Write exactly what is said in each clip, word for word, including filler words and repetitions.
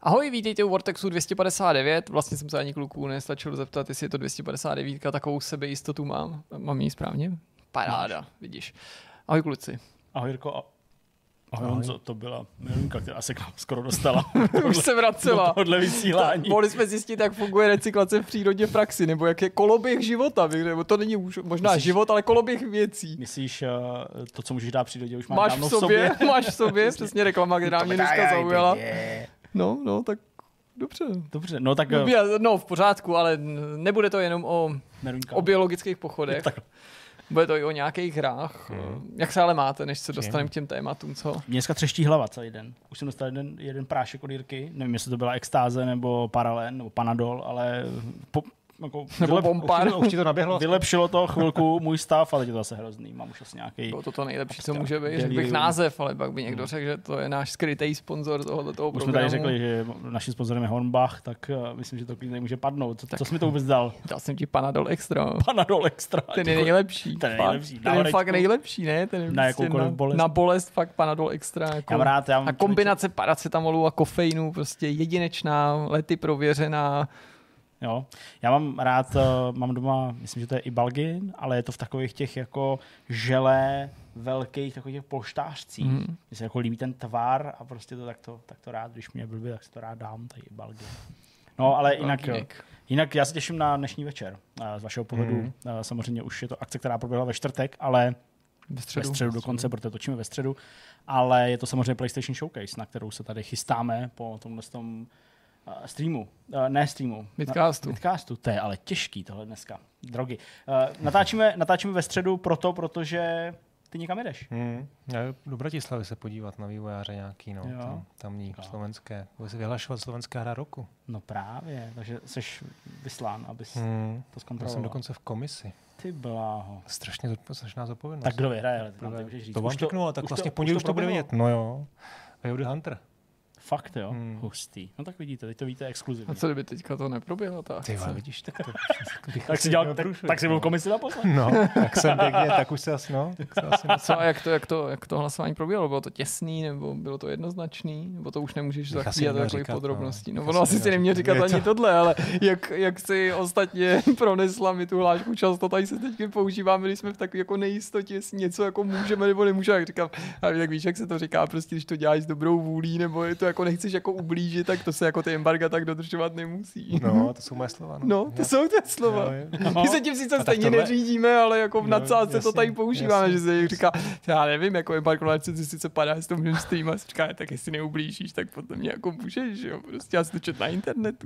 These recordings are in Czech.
Ahoj, vítejte u Vortexu dvě stě padesát devět. Vlastně jsem se ani kluků nestačil zeptat, jestli je to dvě stě padesát devět, takovou sebejistotu mám. Mám ji správně? Paráda, vidíš. Ahoj kluci. Ahoj Jirko. Ahoj, Ahoj. Honzo, to byla Milenka, která se k nám skoro dostala. Už se vracela. Do tohohle vysílání. Mohli jsme zjistit, jak funguje recyklace v přírodě v praxi, nebo jak je koloběh života. Nebo to není už možná Myslíš, život, ale koloběh věcí. Myslíš, to, co můžeš dát přírodě, už máš, máš v sobě? V sobě? Máš v sobě, přesně reklama, která mě dneska zaujala. No, no, tak dobře. Dobře, no tak... No, v pořádku, ale nebude to jenom o, o biologických pochodech. Tak. Bude to i o nějakých hrách. Hmm. Jak se ale máte, než se dostaneme k těm tématům, co? Mě dneska třeští hlava celý den. Už jsem dostal jeden, jeden prášek od Jirky. Nevím, jestli to byla extáze, nebo paralen, nebo panadol, ale... Po, jako, nebo vylep, bompár. Už, už ti to naběhlo? Vylepšilo to chvilku můj stav, ale je to zase hrozný. Mám už asi nějaký... Bylo to to nejlepší, co může být. Řekl bych název, ale pak by někdo řekl, že to je náš skrytý sponzor tohoto toho programu. Už jsme tady řekli, že naším sponzorem je Hornbach, tak uh, myslím, že to klidně nemůže padnout. Co, co jsi mi to vůbec dal? Dal jsem ti Panadol Extra. Panadol Extra. Ten je nejlepší. Ten je nejlepší. Ten je fakt nejlepší, ne? Ten je na jakoukoliv na, bolest. Na bolest fakt Panadol Extra. Jako, já mám rád, já mám a kombinace člověče... paracetamolu a kofeinu, prostě jedinečná, lety prověřená. Jo, já mám rád, uh, mám doma, myslím, že to je i Balgin, ale je to v takových těch jako želé velkých takových těch polštářcích. Mm. Mně se jako líbí ten tvar a prostě to takto, tak to rád, když mě blbě, tak si to rád dám, tady i Balgin. No, ale jinak, jinak já se těším na dnešní večer. Uh, z vašeho pohledu mm. uh, samozřejmě už je to akce, která proběhla ve čtvrtek, ale ve středu, ve středu dokonce, protože točíme ve středu, ale je to samozřejmě PlayStation Showcase, na kterou se tady chystáme po tomhle tom Uh, streamu, uh, ne streamu. Vidcastu. Na, vidcastu, to je ale těžký tohle dneska. Drogy. Uh, natáčíme, natáčíme ve středu proto, protože ty někam jedeš. Hmm. Já do Bratislavy se podívat na vývojáře nějaký, no. Tam, tamní no. slovenské. Bude se vyhlašovat slovenská hra roku. No právě, takže jsi vyslán, abys hmm. to zkontroloval. Já jsem dokonce v komisi. Ty bláho. Strašně strašná zodpovědnost. Tak kdo vyhraje, ale ty nám to můžeš říct. To vám řeknu, ale tak vlastně pondělí už to bude vidět. No jo. A The Hunter. Fakt jo, hmm. hustý. No tak vidíte, teď to víte exkluzivně. A co kdyby teďka to neproběhlo? Ta Ty vole, vidíš, tak to... tak si dělal, tak, tak si byl v komisi naposled. No, tak jsem pěkně, tak už se asi, no. Tak se asi co, a jak to, jak, to, jak to hlasování proběhlo? Bylo to těsný, nebo bylo to jednoznačný? Nebo to už nemůžeš zachytit takové podrobnosti? No, no ono asi si neměl říkat ani to... tohle, ale jak, jak si ostatně pronesla mi tu hlášku často, tady se teď používáme, když jsme v takové jako nejistotě, jestli něco jako můžeme nebo nemůžeme. Jak říkám, ale tak víš, jak se to říká, prostě když to děláš s dobrou vůlí, nebo je to jako nechceš jako ublížit, tak to se jako ty embarga tak dodržovat nemusí. No, to jsou moje slova. No, no to já... jsou ty slova. No, my se tím sice stejně tohle... neřídíme, ale jako v nadsázce no, to tady používáme, jasně, že se říká, já nevím, jako embargo na licenci sice padá, jestli to můžeme streamovat, říká, tak jestli neublížíš, tak potom mě jako můžeš, jo, prostě já si to čet na internetu.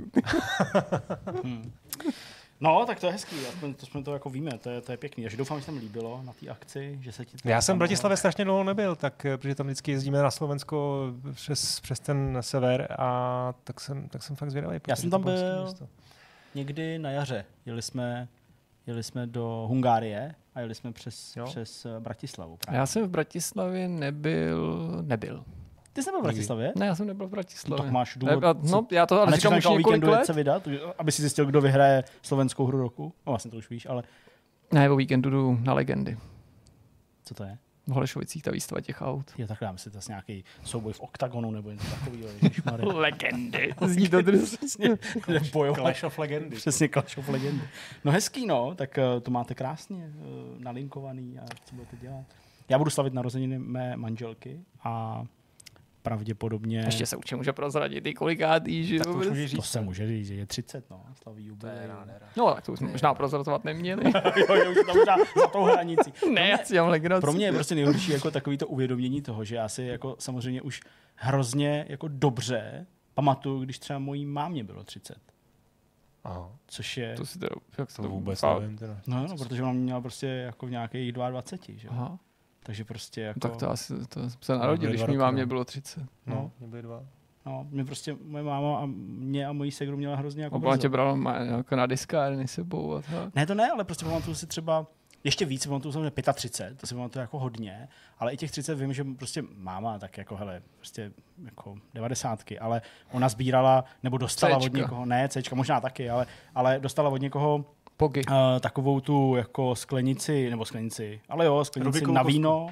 hmm. No, tak to je hezký, aspoň to jsme to jako víme, to je, to je pěkný. Takže doufám, že se tam líbilo na té akci, že se ti Já jsem v Bratislavě strašně dlouho nebyl, tak protože tam vždycky jezdíme na Slovensko přes, přes ten sever a tak jsem, tak jsem fakt zvědavý. Já jsem tam byl někdy na jaře. Jeli jsme, jeli jsme do Hungárie a jeli jsme přes, přes Bratislavu. Právě. Já jsem v Bratislavě nebyl, nebyl. Ty jsi nebyl v Bratislavě? Ne, já jsem nebyl v Bratislavě. No, tak máš důvod. Ne, no, já to ale říkám už několik let. Se vydat, aby si zjistil, kdo vyhraje slovenskou hru roku. No, vlastně to už víš, ale... Ne, o víkendu jdu na Legendy. Co to je? V Holešovicích ta výstava těch aut. Je takhle, já myslím, to je nějaký souboj v oktagonu nebo něco takového. Legendy. Zní to přesně. Clash of Legendy. Přesně Clash of Legendy. No hezký, no, tak uh, to máte krásně uh, nalinkovaný a co budete dělat. Já budu slavit narozeniny mé manželky a pravděpodobně... Ještě se určitě může prozradit i kolikátý, že to, to se může říct, že je třicet, no, slaví jubilej. No, tak to už možná prozrazovat neměli. jo, jo, už tam možná za tou hranicí. Ne, já si mám legraci. Pro mě je prostě nejhorší jako takový to uvědomění toho, že já si jako samozřejmě už hrozně jako dobře pamatuju, když třeba mojí mámě bylo třicet. Aha. Což je... To si teda, jak to vůbec nevím. Teda. No, no, protože ona měla prostě jako v nějakých dvacet dva, že? Aha. Takže prostě jako... Tak to asi to se narodil, když mi mámě bylo třicet. No, mě byly dva. No, mě prostě moje máma a mě a mojí segru měla hrozně jako brzo. Tě brala jako na diskárny sebou a tak. Ne, to ne, ale prostě pamatuju si třeba ještě víc, pamatuju jsem třicet pět, to si pamatuju jako hodně, ale i těch třicet vím, že prostě máma tak jako hele, prostě jako devadesátky, ale ona sbírala nebo dostala Cčka. Od někoho, ne, Cčka, možná taky, ale, ale dostala od někoho Pogy. Uh, takovou tu jako sklenici, nebo sklenici, ale jo, sklenici Rubikovou na víno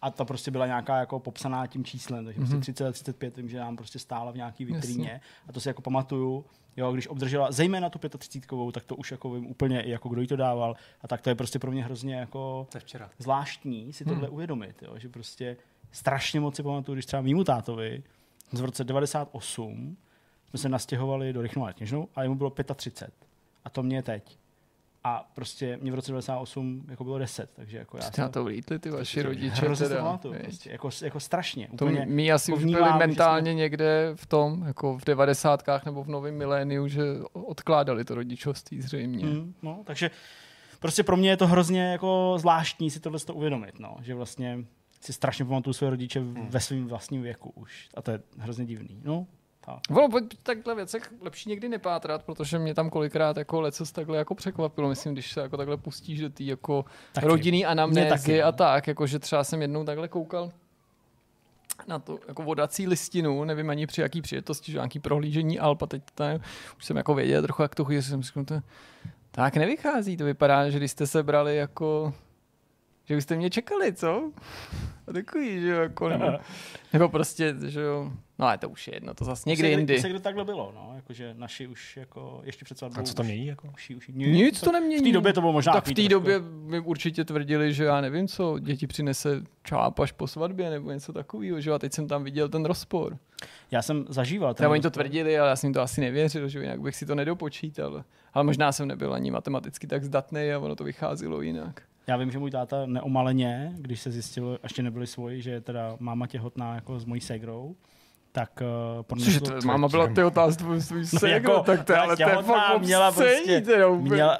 a ta prostě byla nějaká jako popsaná tím číslem, takže mm-hmm. třicet a třicet pět vím, že nám prostě stála v nějaký vitríně. Jasně. A to si jako pamatuju, jo, když obdržela zejména tu třicítkovou, tak to už jako vím úplně, jako kdo jí to dával. A tak to je prostě pro mě hrozně jako zvláštní si tohle hmm. uvědomit, jo, že prostě strašně moc si pamatuju, když třeba mýmu tátovi z v roce devadesát osm jsme se nastěhovali do Rychnova nad Kněžnou a jemu bylo třicet pět. A to mě teď. A prostě mě v roce devadesát osm jako bylo deset, takže jako já jsem... to vlítli ty vaši rodiče teda. Prostě, jako, jako strašně. To my asi už byli mentálně jsme... někde v tom, jako v devadesátkách nebo v novém miléniu, že odkládali to rodičovství zřejmě. Mm, no, takže prostě pro mě je to hrozně jako zvláštní si tohle to uvědomit, no, že vlastně si strašně pamatuju své rodiče mm. ve svém vlastním věku už. A to je hrozně divný. No. Ono, po takhle věcech lepší někdy nepátrat, protože mě tam kolikrát jako lecos takhle jako překvapilo. Myslím, když se jako takhle pustíš do té jako rodinný anamnézy a tak, jako že třeba jsem jednou takhle koukal na to jako vodací listinu, nevím ani při jaký přijetosti, že nějaký prohlížení Alp a teď tady, už jsem jako věděl trochu, jak to chodí, jsem řekl, to tak nevychází, to vypadá, že když jste se brali jako že byste mě čekali, co? A takový, že jo, jako, nebo, nebo prostě, že jo, no ale to už je jedno, to zase někdy jindy. To se kdy takhle bylo, no, jakože naši už jako, ještě před svatbou. A co to mění, jako? Už, už, nic, nic to nemění. V té době to bylo možná. Tak v té době mi určitě tvrdili, že já nevím co, děti přinese čáp až po svatbě, nebo něco takového, že jo, a teď jsem tam viděl ten rozpor. Já jsem zažíval. Oni to tvrdili, ale já jsem to asi nevěřil, že jinak bych si to nedopočítal. Ale možná jsem nebyl ani matematicky tak zdatný a ono to vycházelo jinak. Já vím, že můj táta neomaleně, když se zjistilo, ještě nebyli svoji, že je teda máma těhotná jako s mojí ségrou, tak uh, pronesl... Cože, máma byla těhotná s tvojí no, ségrou, jako, tak to, ale to je fakt měla prostě... Měla...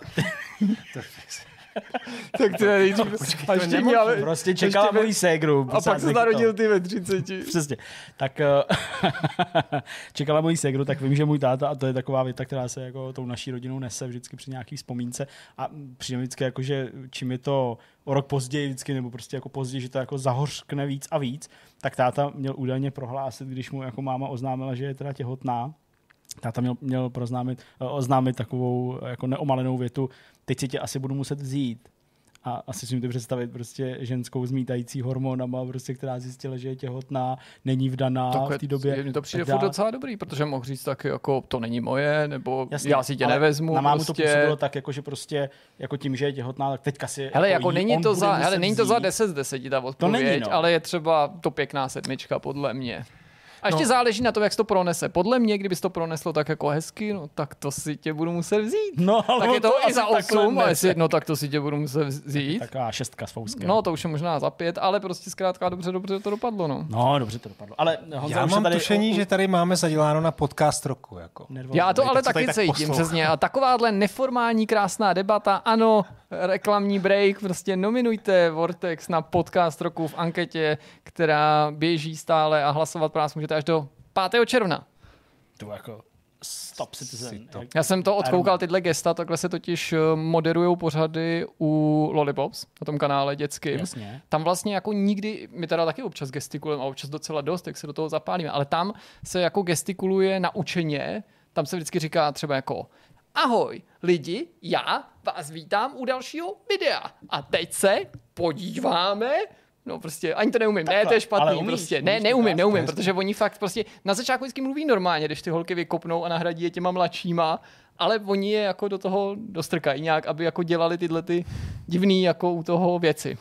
Tak to je nejdřív... Nemohl, prostě čekala ještě mojí ségru. A pak se narodil ty ve třiceti. Přesně. Tak uh, čekala mojí ségru, tak vím, že můj táta, a to je taková věta, která se jako tou naší rodinou nese vždycky při nějaký vzpomínce a přijde vždycky jako, že čím je to o rok později vždycky, nebo prostě jako později, že to jako zahořkne víc a víc, tak táta měl údajně prohlásit, když mu jako máma oznámila, že je teda těhotná, táta měl, měl proznámit, oznámit takovou jako neomalenou větu, teď si tě asi budu muset vzít. A asi si můžete představit prostě ženskou zmítající hormonama, prostě, která zjistila, že je těhotná, není vdaná v té době. Mně to přijde furt docela dobrý, protože mohl říct tak jako to není moje, nebo jasně, já si tě nevezmu. Na mámu prostě... to působilo tak, jako, že prostě jako tím, že je těhotná, tak teďka si hele, jako jako jí, není to za, hele, není to za vzít. deset z deseti ta odpověď, to není, no. Ale je třeba to pěkná sedmička podle mě. A ještě no. záleží na tom, jak se to pronese. Podle mě, kdyby to proneslo tak jako hezky, no tak to si tě budu muset vzít. No, tak je to, to i za osm, a jestli no tak to si tě budu muset vzít. Taková šestka s fouskem. No, to už je možná za pět, ale prostě zkrátka dobře, dobře to dopadlo, no. No, dobře to dopadlo. Ale Honza, já mám tady tušení, o... že tady máme zaděláno na podcast roku. Jako. Já to ale taky cítím přesně. A takováhle neformální krásná debata, ano, reklamní break, prostě nominujte Vortex na podcast roku v anketě, která běží stále a hlasovat pro nás můžete až do pátého června. To jako Stop Citizen. To. Já jsem to odkoukal, tyhle gesta, takhle se totiž moderujou pořady u Lollipops, na tom kanále dětským. Jasně. Tam vlastně jako nikdy, my teda taky občas gestikulujeme a občas docela dost, tak se do toho zapálíme, ale tam se jako gestikuluje naučeně, tam se vždycky říká třeba jako ahoj lidi, já vás vítám u dalšího videa a teď se podíváme. No prostě, ani to neumím, takhle, ne, to je špatný, umíš, prostě, umíš, ne, neumím, neumím, protože oni fakt prostě na začátku vždycky mluví normálně, když ty holky vykopnou a nahradí je těma mladšíma, ale oni je jako do toho dostrkají nějak, aby jako dělali tyhle ty divný jako u toho věci.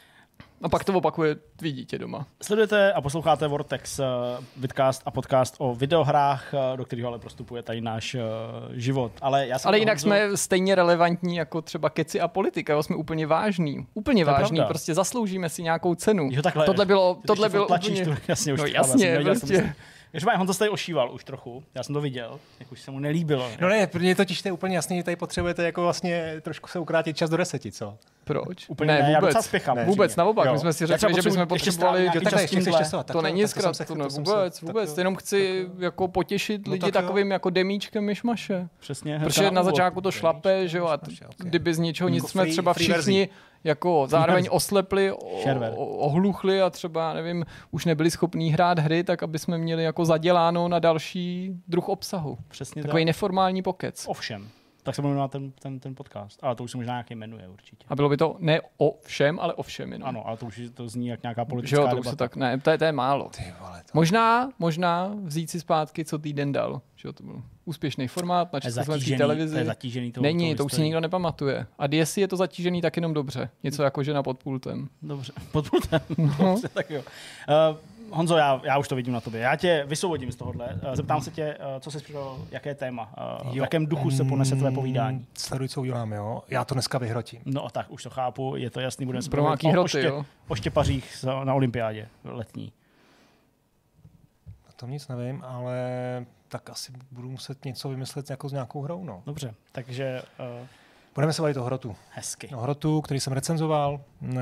A pak to opakuje tvý dítě doma. Sledujete a posloucháte Vortex, uh, vidcast a podcast o videohrách, uh, do kterého ale prostupuje tady náš uh, život. Ale, já jsem ale jinak Honzo... jsme stejně relevantní jako třeba keci a politika, jo? Jsme úplně vážní. Úplně vážní, pravda. Prostě zasloužíme si nějakou cenu. Jo, takhle, tohle bylo, tohle bylo tlačíš, úplně... To, jasně, už no jasně, prostě. Jež má, Honza se tady ošíval už trochu, já jsem to viděl, jak už se mu nelíbilo. No ne, protože totiž to je úplně jasný, že tady potřebujete jako vlastně trošku se ukrátit čas do deseti, co? Proč? Úplně ne, ne, vůbec, já spěchám. Ne, vůbec naopak, jo. my jsme si řekli, že bychom potřebovali... Jo, takhle, ještě chceš časovat, to není zkrátku, ne, vůbec, vůbec, jenom chci jako potěšit lidi takovým jako demíčkem myšmaše. Přesně. Protože na začátku to šlape, že jo, a kdyby z ničeho nic jsme třeba všichni jako zároveň oslepli, ohluchli a třeba, nevím, už nebyli schopní hrát hry, tak aby jsme měli jako zaděláno na další druh obsahu. Přesně takový tak. Neformální pokec. Ovšem. Tak se jmenuje ten, ten, ten podcast. Ale to už se možná nějaký jmenuje určitě. A bylo by to ne o všem, ale o všem jenom. Ano, ale to už to zní jak nějaká politická že jo, to debata. Už tak, ne, to je, to je málo. Ty vole, to... Možná, možná vzít si zpátky, co týden dal. Že jo, to byl úspěšný formát na československé televizi. To je zatížený toho, Není, toho to už si nikdo nepamatuje. A jestli je to zatížený, tak jenom dobře. Něco jako žena pod pultem. Dobře, pod pultem. No. Dobře, tak jo. Uh, Honzo, já, já už to vidím na tobě. Já tě vysvobodím z tohohle. Uh, zeptám se tě, uh, co jsi přišel, jaké je téma, uh, v jakém duchu se ponese tvé povídání. Sleduj, co udělám, jo. Já to dneska vyhrotím. No tak, už to chápu, je to jasný, budeme se Pro nějaký hroty, jo. O štěpařích na olympiádě letní. O tom nic nevím, ale tak asi budu muset něco vymyslet jako s nějakou hrou, no. Dobře, takže... Uh, Budeme se bavit o hrotu. Hezky. O hrotu, který jsem recenzoval.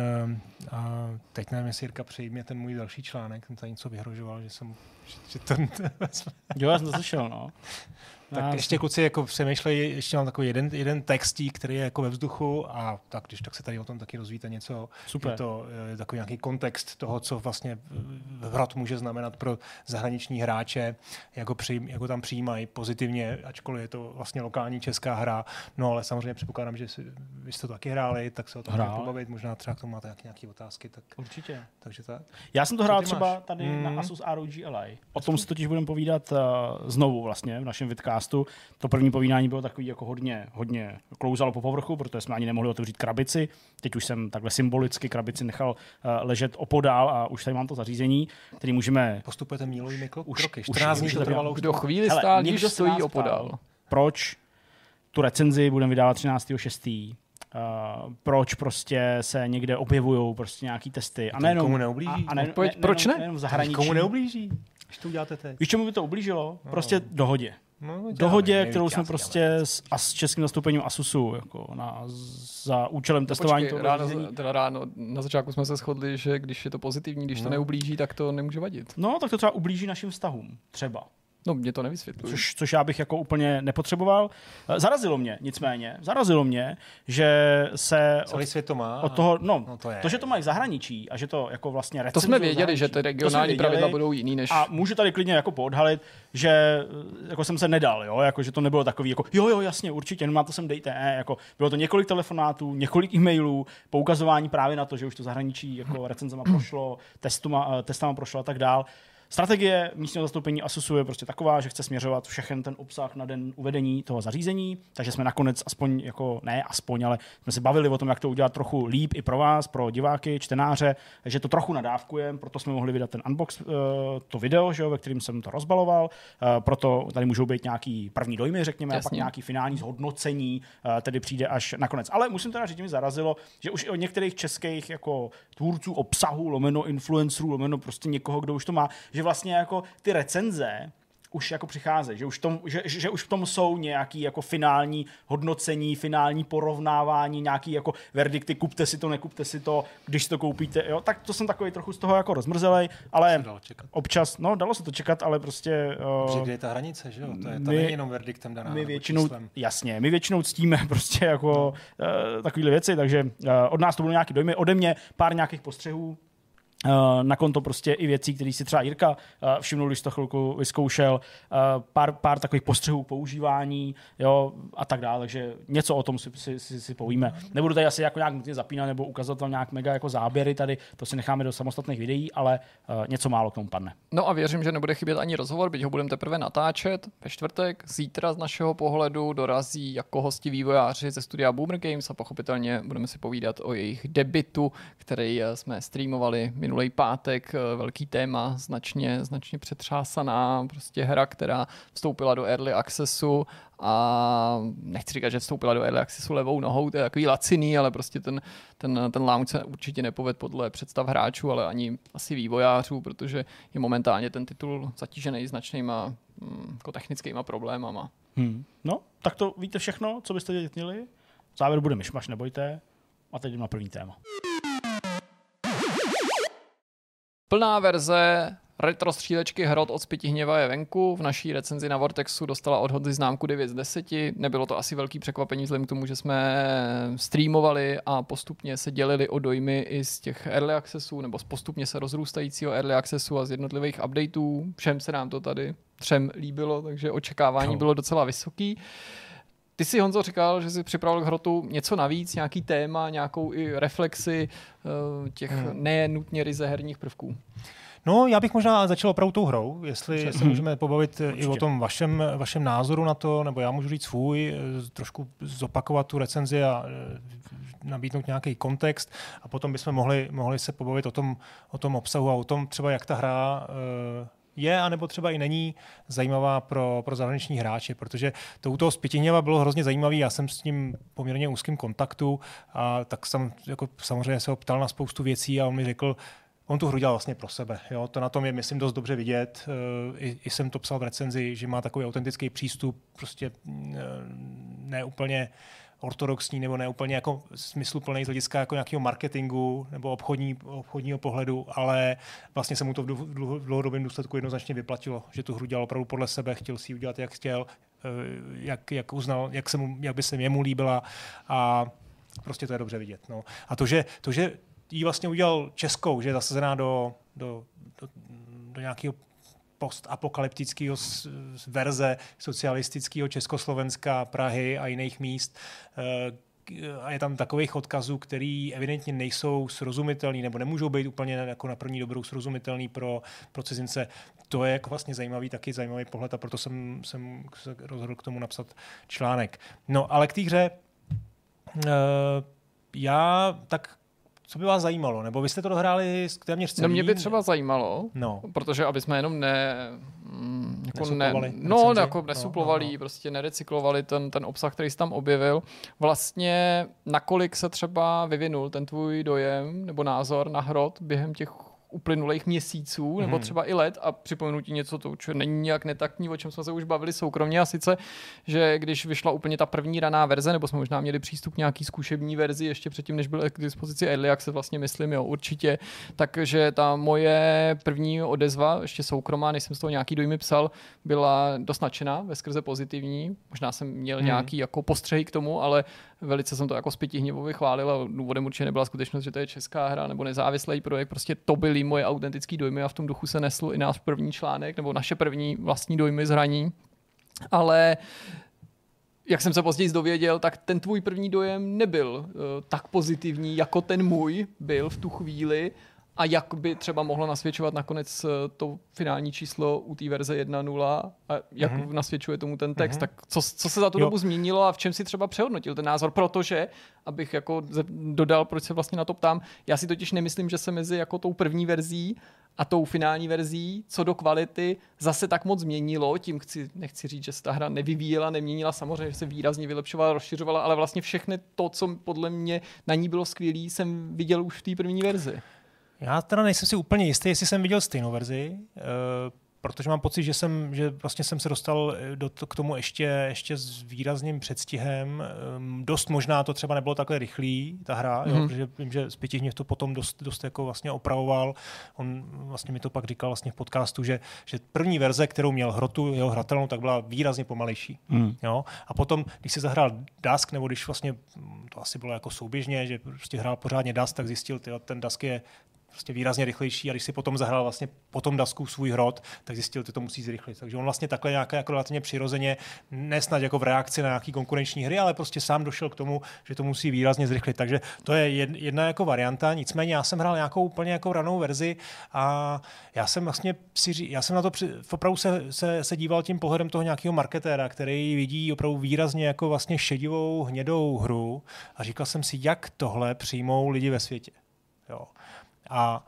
A teď nevím, jestli Jirka přejme ten můj další článek. Jsem tady něco vyhrožoval, že jsem... Že to... Jo, já jsem to slyšel, no. Tak já ještě kluci jako přemýšlejí, ještě mám takový jeden, jeden textík, který je jako ve vzduchu a tak, když tak se tady o tom taky rozvíte něco. Super. Je to je takový nějaký kontext toho, co vlastně hrot může znamenat pro zahraniční hráče, jako, přijím, jako tam přijímají pozitivně, ačkoliv je to vlastně lokální česká hra. No ale samozřejmě předpokládám, že si, vy jste to taky hráli, tak se o tom můžeme pobavit. Možná třeba k tomu máte nějaké otázky. Tak, určitě. Takže tak. Já jsem to hrál třeba máš? tady hmm. na Asus R O G L I. O tom si totiž budeme povídat uh, znovu vlastně v našem vidcastu. To první povídání bylo takový jako hodně, hodně klouzalo po povrchu, protože jsme ani nemohli otevřít krabici. Teď už jsem takhle symbolicky krabici nechal uh, ležet opodál a už tady mám to zařízení, který můžeme... Postupujete mílovými už, kroky. Už, čtrnáct už, dní už to trvalo. Kdo chvíli stál, když stojí opodál. Proč tu recenzi budeme vydávat třináctého šestého Uh, proč prostě se někde objevují prostě nějaký testy. A nejenom, komu neublíží? A, a ne, ne, ne, proč ne? Nejenom v zahraničí. Komu neublíží? Když to uděláte teď. Víš, čemu by to ublížilo? No. Prostě dohodě. No, děláme, dohodě, kterou jsme děláme, prostě děláme. s, a s českým zastoupením Asusu jako na, za účelem testování Počkej, toho ráno, teda ráno, na začátku jsme se shodli, že když je to pozitivní, když no. to neublíží, tak to nemůže vadit. No, tak to třeba ublíží našim vztahům. Třeba. No, mě to nevysvětluje. Což, což já bych jako úplně nepotřeboval. Zarazilo mě, nicméně, zarazilo mě, že se celý od, svět to má. od toho, no, no to, je. to, že to mají v zahraničí a že to jako vlastně to jsme věděli, že ty regionální pravidla budou jiný než... A můžu tady klidně jako poodhalit, že jako jsem se nedal, jo, jako, že to nebylo takový jako jo, jo, jasně, určitě, no na to sem dejte, ne, jako bylo to několik telefonátů, několik e-mailů, poukazování právě na to, že už to zahraničí jako recenzema prošlo, testuma, testama prošlo a tak dál. Strategie místního zastoupení Asusu je prostě taková, že chce směřovat všechen ten obsah na den uvedení toho zařízení, takže jsme nakonec aspoň, jako ne aspoň, ale jsme se bavili o tom, jak to udělat trochu líp i pro vás, pro diváky, čtenáře, že to trochu nadávkujeme, proto jsme mohli vydat ten unbox, to video, že jo, ve kterým jsem to rozbaloval, proto tady můžou být nějaký první dojmy, řekněme, Jasně. a pak nějaký finální zhodnocení, tedy přijde až nakonec. Ale musím teda říct, že mi zarazilo, že už i od některých českých jako tvůrců obsahu, lomeno influencerů, lomeno prostě někoho, kdo už to má, že vlastně jako ty recenze už jako přicházejí, že už, tom, že, že už v tom jsou nějaký jako finální hodnocení, finální porovnávání, nějaký jako verdikty, kupte si to, nekupte si to, když si to koupíte, jo, tak to jsem takový trochu z toho jako rozmrzelej, ale občas, no dalo se to čekat, ale prostě... Uh, kde je ta hranice, že jo, to je tam není jenom verdiktem daná. My většinou, jasně, my většinou ctíme prostě jako uh, takovýhle věci, takže uh, od nás to budou nějaký dojmy, ode mě pár nějakých postřehů, Uh, na konto prostě i věcí, které si třeba Jirka uh, všimnul, když to chvilku vyzkoušel, uh, pár, pár takových postřehů používání, jo, a tak dále, takže něco o tom si, si, si, si povíme. Nebudu tady asi jako nějak nutně zapínat nebo ukazovat tam nějak mega jako záběry tady, to si necháme do samostatných videí, ale uh, něco málo k tomu padne. No a věřím, že nebude chybět ani rozhovor, byť ho budeme teprve natáčet ve čtvrtek. Zítra z našeho pohledu dorazí jako hosti vývojáři ze studia Boomer Games a pochopitelně budeme si povídat o jejich debutu, který jsme streamovali minulý pátek, velký téma, značně, značně přetřásaná, prostě hra, která vstoupila do Early Accessu a nechci říkat, že vstoupila do Early Accessu levou nohou, to je takový laciný, ale prostě ten, ten, ten launch se určitě nepoved podle představ hráčů, ale ani asi vývojářů, protože je momentálně ten titul zatížený značnýma jako technickýma problémama. Hmm. No, tak to víte všechno, co byste vědět měli. V závěru bude myšmaš, nebojte. A teď jdeme na první téma. Plná verze retro střílečky Hrot od Spyti hněva je venku. V naší recenzi na Vortexu dostala od Honzy známku devět z deseti. Nebylo to asi velký překvapení vzhledem k tomu, že jsme streamovali a postupně se dělili o dojmy i z těch early accessů, nebo z postupně se rozrůstajícího early accessu a z jednotlivých updateů. Všem se nám to tady třem líbilo, takže očekávání bylo docela vysoký. ty si, Honzo, říkal, že jsi připravil k hrotu něco navíc, nějaký téma, nějakou i reflexi uh, těch hmm. nenutně ryze herních prvků. No, já bych možná začal opravdu tou hrou, jestli hmm. se můžeme pobavit Určitě. i o tom vašem, vašem názoru na to, nebo já můžu říct svůj, trošku zopakovat tu recenzi a nabídnout nějaký kontext a potom bychom mohli, mohli se pobavit o tom, o tom obsahu a o tom třeba, jak ta hra uh, je, anebo třeba i není zajímavá pro, pro zahraniční hráče, protože to u toho Spytihněva bylo hrozně zajímavý, já jsem s ním poměrně úzkým kontaktu a tak jsem jako, samozřejmě se ho ptal na spoustu věcí a on mi řekl, on tu hru dělal vlastně pro sebe. Jo? To na tom je, myslím, dost dobře vidět. I, i jsem to psal v recenzi, že má takový autentický přístup, prostě ne úplně ortodoxní nebo ne úplně jako smysluplný z hlediska jako nějakého marketingu nebo obchodní, obchodního pohledu, ale vlastně se mu to v, dlouho, v dlouhodobém důsledku jednoznačně vyplatilo, že tu hru dělal opravdu podle sebe, chtěl si ji udělat, jak chtěl, jak, jak uznal, jak, se mu, jak by se jemu líbila a prostě to je dobře vidět. No. A to, že, to, že jí vlastně udělal českou, že je zasazená do, do, do, do nějakého postapokalyptického verze socialistického Československa, Prahy a jiných míst. A je tam takových odkazů, který evidentně nejsou srozumitelný nebo nemůžou být úplně jako na první dobrou srozumitelný pro, pro cizince. To je jako vlastně zajímavý, taky zajímavý pohled a proto jsem, jsem se rozhodl k tomu napsat článek. No, ale k té hře já tak co by vás zajímalo? Nebo vy jste to dohráli téměř celý? No mě by třeba zajímalo, no. protože aby jsme jenom ne... Jako ne no, jako nesuplovali, no, no, no. prostě nerecyklovali ten, ten obsah, který jsi tam objevil. Vlastně nakolik se třeba vyvinul ten tvůj dojem nebo názor na hrot během těch uplynulých měsíců, nebo třeba i let a připomenu ti něco, to určitě není nějak netaktní, o čem jsme se už bavili soukromně a sice, že když vyšla úplně ta první raná verze, nebo jsme možná měli přístup k nějaký zkušební verzi ještě předtím, než byl k dispozici Early Access, vlastně myslím, jo, určitě, takže ta moje první odezva, ještě soukromá, než jsem z toho nějaký dojmy psal, byla dost nadšená, veskrze pozitivní, možná jsem měl hmm. nějaký jako postřehy k tomu, ale velice jsem to jako Spytihněvovi chválil a důvodem určitě nebyla skutečnost, že to je česká hra nebo nezávislý projekt, prostě to byly moje autentické dojmy a v tom duchu se nesl i náš první článek nebo naše první vlastní dojmy z hraní. Ale jak jsem se později dověděl, tak ten tvůj první dojem nebyl uh, tak pozitivní, jako ten můj byl v tu chvíli a jak by třeba mohlo nasvědčovat nakonec to finální číslo u té verze jedna tečka nula a jak mm-hmm. nasvědčuje tomu ten text. Mm-hmm. Tak co, co se za tu jo. dobu změnilo a v čem si třeba přehodnotil ten názor? Protože, abych jako dodal, proč se vlastně na to ptám, já si totiž nemyslím, že se mezi jako tou první verzí a tou finální verzí, co do kvality, zase tak moc změnilo. Tím chci, nechci říct, že se ta hra nevyvíjela, neměnila, samozřejmě, že se výrazně vylepšovala, rozšiřovala, ale vlastně všechny to, co podle mě na ní bylo skvělý, jsem viděl už v té první verzi. Já teda nejsem si úplně jistý, jestli jsem viděl stejnou verzi, uh, protože mám pocit, že jsem, že vlastně jsem se dostal do to, k tomu ještě, ještě s výrazným předstihem. Um, dost možná to třeba nebylo takhle rychlý, ta hra, mm-hmm. jo, protože vím, že Spytihněv to potom dost, dost jako vlastně opravoval. On vlastně mi to pak říkal vlastně v podcastu, že, že první verze, kterou měl hrotu, jeho hratelnou, tak byla výrazně pomalejší. Mm. Jo? A potom, když si zahrál Dusk, nebo když vlastně, to asi bylo jako souběžně, že prostě hrál pořádně Dusk, tak zjistil, tyjo, ten Dusk je prostě výrazně rychlejší a když si potom zahrál vlastně po tom Dusku svůj hrot, tak zjistil, že to musí zrychlit. Takže on vlastně takhle nějaké jako relativně přirozeně, nesnad jako v reakci na nějaký konkurenční hry, ale prostě sám došel k tomu, že to musí výrazně zrychlit. Takže to je jedna jako varianta. Nicméně já jsem hrál nějakou úplně jako ranou verzi a já jsem vlastně si, já jsem na to opravdu se, se, se díval tím pohledem toho nějakého marketéra, který vidí opravdu výrazně jako vlastně šedivou, hnědou hru a říkal jsem si, jak tohle přijmou lidi ve světě. Jo. A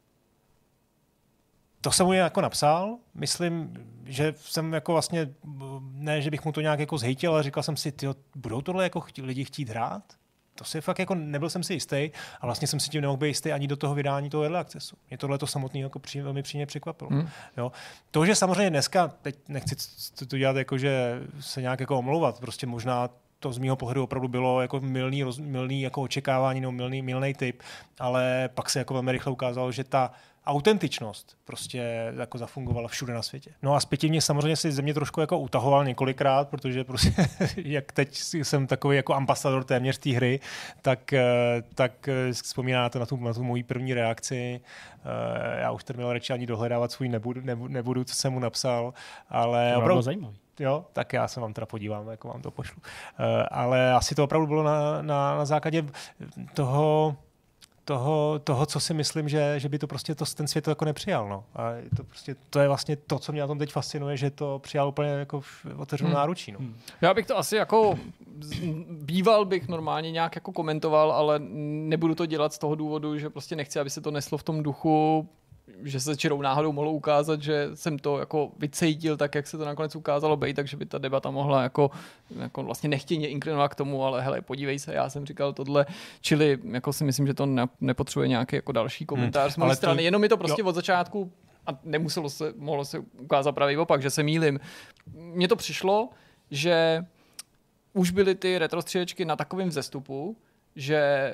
to jsem mu jako napsal. Myslím, že jsem jako vlastně, ne, že bych mu to nějak jako zhejtil, ale říkal jsem si, tyjo, budou tohle jako chtí, lidi chtít hrát? To si fakt jako nebyl jsem si jistý a vlastně jsem si tím nemohl být jistý ani do toho vydání toho Early Accessu. Mě tohle to samotný jako při, velmi přímě překvapilo. Hmm. Jo. To, že samozřejmě dneska, teď nechci to dělat jako, že se nějak jako omlouvat, prostě možná to z mýho pohledu opravdu bylo jako mylný, roz, mylný jako očekávání nebo mylný, mylný typ, ale pak se jako velmi rychle ukázalo, že ta autentičnost prostě jako zafungovala všude na světě. No a Spytihněv samozřejmě si ze mě trošku jako utahoval několikrát, protože prostě jak teď jsem takový jako ambasador téměř té hry, tak, tak vzpomínáte na tu, na tu moji první reakci. Já už ten měl radši ani dohledávat svůj nebudu, nebudu, nebudu, co jsem mu napsal, ale to opravdu, zajímavý. jo, tak já se vám teda podívám, jako vám to pošlu. Uh, ale asi to opravdu bylo na, na, na základě toho, toho, toho, co si myslím, že, že by to prostě to, ten svět to jako nepřijal. No. A to, prostě, to je vlastně to, co mě na tom teď fascinuje, že to přijal úplně jako otevřenou hmm. náručí. No. Hmm. Já bych to asi jako býval bych normálně nějak jako komentoval, ale nebudu to dělat z toho důvodu, že prostě nechci, aby se to neslo v tom duchu, že se čirou náhodou mohlo ukázat, že jsem to jako vycejtil tak, jak se to nakonec ukázalo být, takže by ta debata mohla jako, jako vlastně nechtěně inklinovat k tomu, ale hele, podívej se, já jsem říkal tohle, čili jako si myslím, že to ne, nepotřebuje nějaký jako další komentář hmm. z mé strany, to, jenom mi to prostě jo. od začátku a nemuselo se, mohlo se ukázat pravý opak, že se mýlim. Mně to přišlo, že už byly ty retrostřílečky na takovém vzestupu, že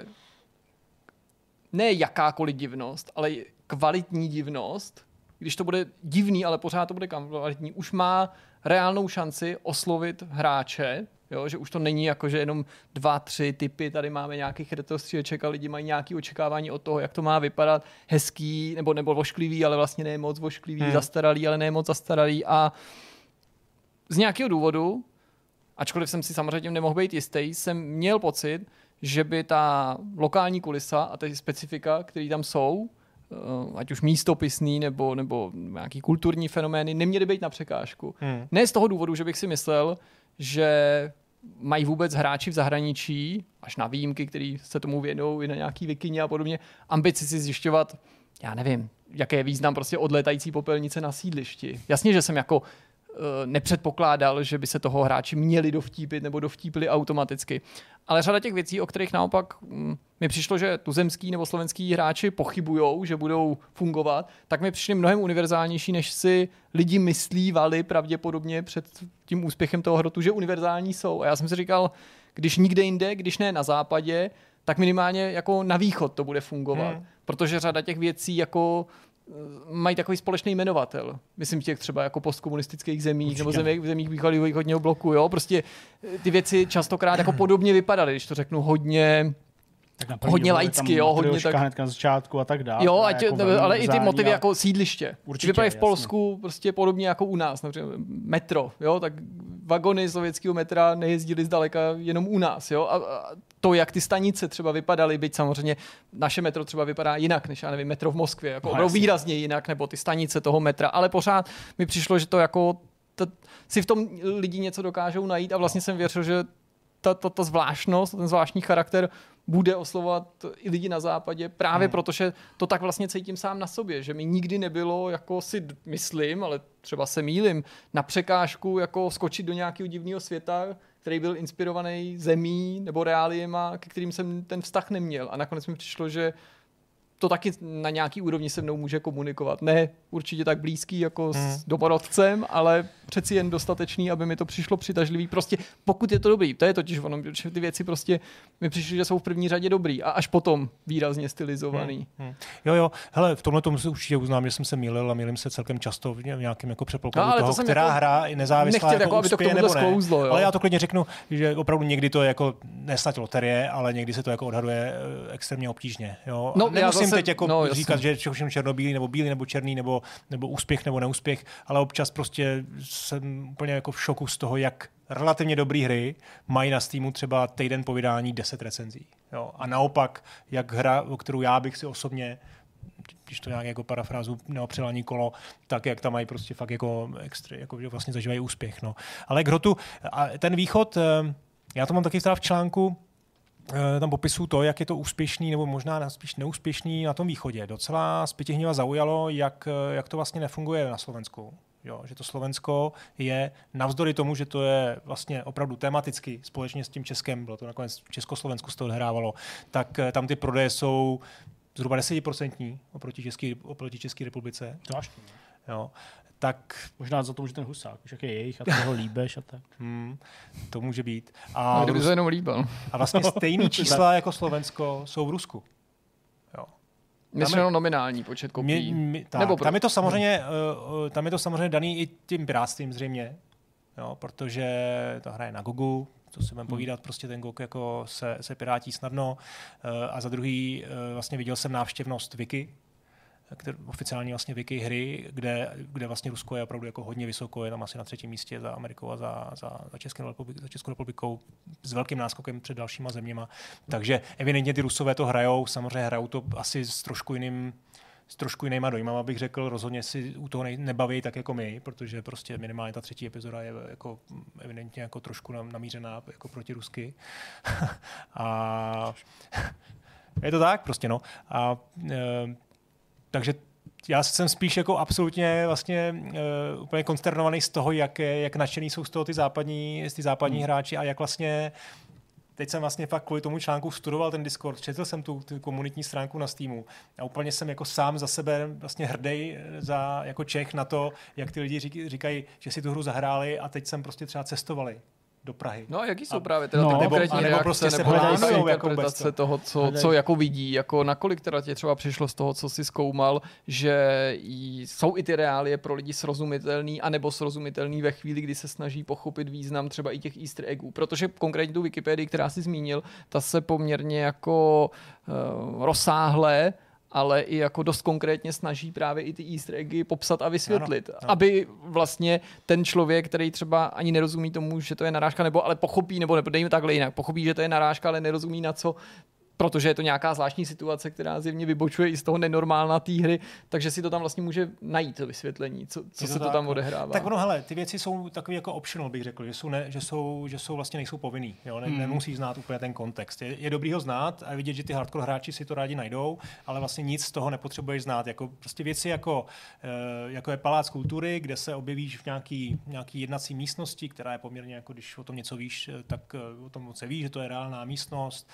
ne jakákoliv divnost, ale kvalitní divnost, když to bude divný, ale pořád to bude kvalitní, už má reálnou šanci oslovit hráče, jo? Že už to není jako, že jenom dva, tři typy, tady máme nějakých retrostříleček a lidi mají nějaké očekávání od toho, jak to má vypadat, hezký, nebo, nebo vošklivý, ale vlastně ne moc vošklivý, hmm. zastaralý, ale ne moc zastaralý a z nějakého důvodu, ačkoliv jsem si samozřejmě nemohl být jistý, jsem měl pocit, že by ta lokální kulisa a ty specifika, které tam jsou, ať už místopisný nebo, nebo nějaký kulturní fenomény, neměly být na překážku. Hmm. Ne z toho důvodu, že bych si myslel, že mají vůbec hráči v zahraničí, až na výjimky, který se tomu věnují i na nějaký vikině a podobně, ambici si zjišťovat, já nevím, jaký je význam prostě odlétající popelnice na sídlišti. Jasně, že jsem jako nepředpokládal, že by se toho hráči měli dovtípit nebo dovtípili automaticky. Ale řada těch věcí, o kterých naopak mm, mi přišlo, že tuzemský nebo slovenský hráči pochybujou, že budou fungovat, tak mi přišly mnohem univerzálnější, než si lidi myslívali pravděpodobně před tím úspěchem toho hrotu, že univerzální jsou. A já jsem si říkal, když nikde jinde, když ne na západě, tak minimálně jako na východ to bude fungovat. Hmm. Protože řada těch věcí jako mají takový společný jmenovatel. Myslím těch třeba jako postkomunistických zemích Určitě. nebo zemích, v zemích východního bloku. Jo? Prostě ty věci častokrát jako podobně vypadaly, když to řeknu hodně hodně laicky, jo, hodně tak hnedka na začátku a tak dále. Jo, ať, jako ale i ty motivy a... jako sídliště. Určitě vypadají v Polsku jasně. prostě podobně jako u nás, například metro, jo, tak vagony sovětského metra nejezdily zdaleka jenom u nás, jo. A, a to, jak ty stanice třeba vypadaly, byť samozřejmě naše metro třeba vypadá jinak, než já nevím, metro v Moskvě, jako no, výrazně jinak, nebo ty stanice toho metra, ale pořád mi přišlo, že to jako to, si v tom lidi něco dokážou najít a vlastně jsem věřil, že ta, ta, ta zvláštnost, ten zvláštní charakter bude oslovovat i lidi na západě, právě hmm. protože to tak vlastně cítím sám na sobě, že mi nikdy nebylo, jako si myslím, ale třeba se mýlim, na překážku jako skočit do nějakého divného světa, který byl inspirovaný zemí nebo reáliema, ke kterým jsem ten vztah neměl. A nakonec mi přišlo, že to taky na nějaký úrovni se mnou může komunikovat. Ne určitě tak blízký jako hmm. s domorodcem, ale přeci jen dostatečný, aby mi to přišlo přitažlivý. Prostě pokud je to dobrý, to je totiž ono, že ty věci prostě mi přišly, že jsou v první řadě dobrý a až potom výrazně stylizovaný. Hmm. Hmm. Jo, jo, hele, v tomhle tomu si určitě uznám, že jsem se mýlil a mýlím se celkem často v nějakém jako předpokladu no, toho, to která jako hra je nezávislá jako, jako uspěje nebo ne. Sklouzlo, ale já to klidně řeknu, že opravdu někdy to je jako nesnad loterie, ale někdy se to jako odhaduje extrémně obtížně. Jo? No, nemusím teď jako no, říkat, že všechno černobílý nebo bílý nebo černý nebo, nebo úspěch nebo neúspěch, ale občas prostě jsem úplně jako v šoku z toho, jak relativně dobrý hry mají na Steamu třeba týden po vydání deset recenzí. Jo? A naopak, jak hra, o kterou já bych si osobně, když to nějak jako parafrázu neopřel ani kolo, tak jak tam mají prostě fakt jako extra, jako vlastně zažívají úspěch. No. Ale k hrotu, a ten východ, já to mám taky v článku, tam popisuju to, jak je to úspěšný nebo možná spíš neúspěšný na tom východě. Docela zpětihněva zaujalo, jak, jak to vlastně nefunguje na Slovensku. Jo, že to Slovensko je, navzdory tomu, že to je vlastně opravdu tematicky společně s tím Českem, bylo to nakonec v Československu se to odhrávalo, tak tam ty prodeje jsou zhruba deset procent oproti České, oproti České republice. Zvláštní. Jo. Tak možná za to, že ten Husák, už jak je jejich a ty ho líbeš a tak. Hmm, to může být. A, a kdyby se jenom líbil. A vlastně stejný čísla jako Slovensko jsou v Rusku. Jo. Myslím, jenom nominální počet kopií. Mě, mě, tak, Nebo pro... tam, je to samozřejmě, uh, tam je to samozřejmě daný i tím pirátstvím zřejmě, jo, protože ta hra je na Gogu, to si budeme povídat, prostě ten G O G jako se, se pirátí snadno. Uh, a za druhý uh, vlastně viděl jsem návštěvnost Wiki, který, oficiální vlastně wiki hry, kde, kde vlastně Rusko je opravdu jako hodně vysoko, je tam asi na třetím místě za Amerikou a za, za, za, Českou, republik, za Českou republikou s velkým náskokem před dalšíma zeměma. Takže evidentně ty Rusové to hrajou, samozřejmě hrajou to asi s trošku jiným s trošku jinýma dojmama, bych řekl, rozhodně si u toho nebaví tak jako my, protože prostě minimálně ta třetí epizoda je jako evidentně jako trošku namířená jako proti rusky. A je to tak prostě, no. A e, takže já jsem spíš jako absolutně vlastně e, úplně konsternovaný z toho, jak, jak nadšený jsou z toho ty západní, ty západní hmm. hráči a jak vlastně teď jsem vlastně fakt kvůli tomu článku studoval ten Discord, četl jsem tu, tu komunitní stránku na Steamu a úplně jsem jako sám za sebe vlastně hrdý za, jako Čech na to, jak ty lidi řík, říkají, že si tu hru zahráli a teď jsem prostě třeba cestovali do Prahy. No a jaký jsou a, právě teda no, ty konkrétní reakce, prostě nebo reakce, jako interpretace toho, co, co jako vidí, jako nakolik teda tě třeba přišlo z toho, co jsi zkoumal, že jsou i ty reálie pro lidi srozumitelný, anebo srozumitelný ve chvíli, kdy se snaží pochopit význam třeba i těch easter eggů, protože konkrétně tu Wikipedii, která jsi zmínil, ta se poměrně jako uh, rozsáhle, ale i jako dost konkrétně snaží právě i ty easter eggy popsat a vysvětlit. Ano, ano. Aby vlastně ten člověk, který třeba ani nerozumí tomu, že to je narážka, nebo ale pochopí, nebo dejme takhle jinak, pochopí, že to je narážka, ale nerozumí na co, protože je to nějaká zvláštní situace, která zjevně vybočuje i z toho nenormálna té hry, takže si to tam vlastně může najít to vysvětlení, co, co to se tak, to tam odehrává. Tak ono, hele, ty věci jsou takový jako optional, bych řekl, že jsou, ne, že jsou, že jsou vlastně nejsou povinný, jo? Ne, hmm. nemusí znát úplně ten kontext. Je, je dobrý ho znát a vidět, že ty hardcore hráči si to rádi najdou, ale vlastně nic z toho nepotřebuješ znát. Jako prostě věci jako, jako je Palác kultury, kde se objevíš v nějaký, nějaký jednací místnosti, která je poměrně, jako když o tom něco víš, tak o tom se ví, že to je reálná místnost,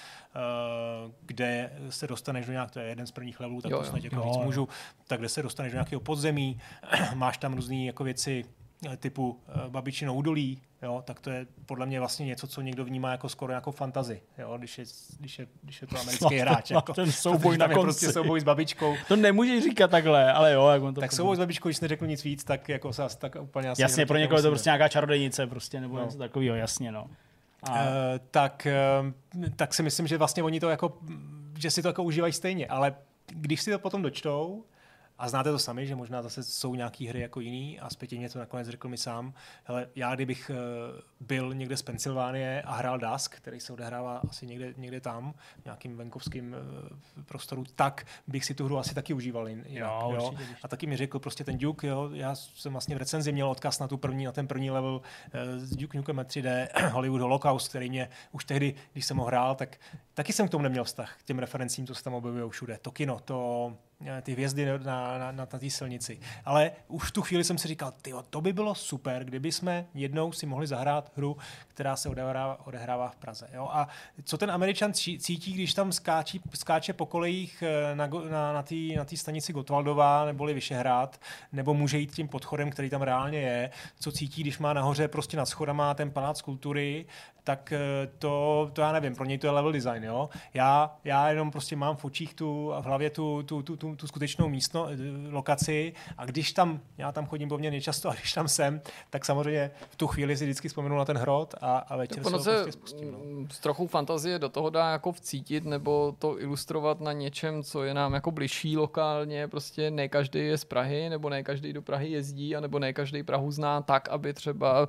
kde se dostaneš do nějak, to je jeden z prvních levelů, tak jo, to snad jako říct můžu, tak kde se dostaneš do nějakého podzemí, máš tam různý jako věci typu babičino údolí, jo, tak to je podle mě vlastně něco, co někdo vnímá jako skoro jako fantasy, jo, když je, když je, když je to americký hráč. Jako, ten souboj na konci. Prostě souboj s babičkou. To nemůžeš říkat takhle, ale jo. Jak on to tak souboj s babičkou, když neřekl nic víc, tak jako se tak úplně asi... Jasně, pro někoho je to prostě nějaká čarodejnice, prostě, nebo no. něco takového, jasně, no. A... Uh, tak, uh, tak si myslím, že vlastně oni to jako, že si to jako užívají stejně, ale když si to potom dočtou, a znáte to sami, že možná zase jsou nějaký hry jako jiný a zpětně mě to nakonec řekl mi sám. Hele, já kdybych uh, byl někde z Pensylvánie a hrál Dusk, který se odehrává asi někde, někde tam, v nějakým venkovským uh, prostoru, tak bych si tu hru asi taky užíval jinak. Jo, jo. A taky mi řekl prostě ten Duke, jo, já jsem vlastně v recenzi měl odkaz na, tu první, na ten první level uh, s Duke Nukem tři dé Hollywood Holocaust, který mě už tehdy, když jsem ho hrál, tak taky jsem k tomu neměl vztah, k těm referencím, co se tam objevují všude. To kino, to ty hvězdy na, na, na, na té silnici. Ale už v tu chvíli jsem si říkal, tyjo, to by bylo super, kdyby jsme jednou si mohli zahrát hru, která se odehrává, odehrává v Praze. Jo? A co ten Američan cítí, když tam skáčí, skáče po kolejích na, na, na té na stanici Gotwaldová neboli Vyšehrad, nebo může jít tím podchodem, který tam reálně je, co cítí, když má nahoře prostě nad schodama ten palác kultury, tak to, to já nevím, pro něj to je level design. Jo? Já, já jenom prostě mám v očích tu, v hlavě tu, tu, tu, tu, tu skutečnou místno, lokaci a když tam, já tam chodím poměrně často a když tam jsem, tak samozřejmě v tu chvíli si vždycky vzpomenu na ten hrot a, a večer se ho prostě spustím. No. S trochou fantazie do toho dá jako vcítit nebo to ilustrovat na něčem, co je nám jako bližší lokálně, prostě ne každý je z Prahy, nebo ne každý do Prahy jezdí, anebo ne každý Prahu zná tak, aby třeba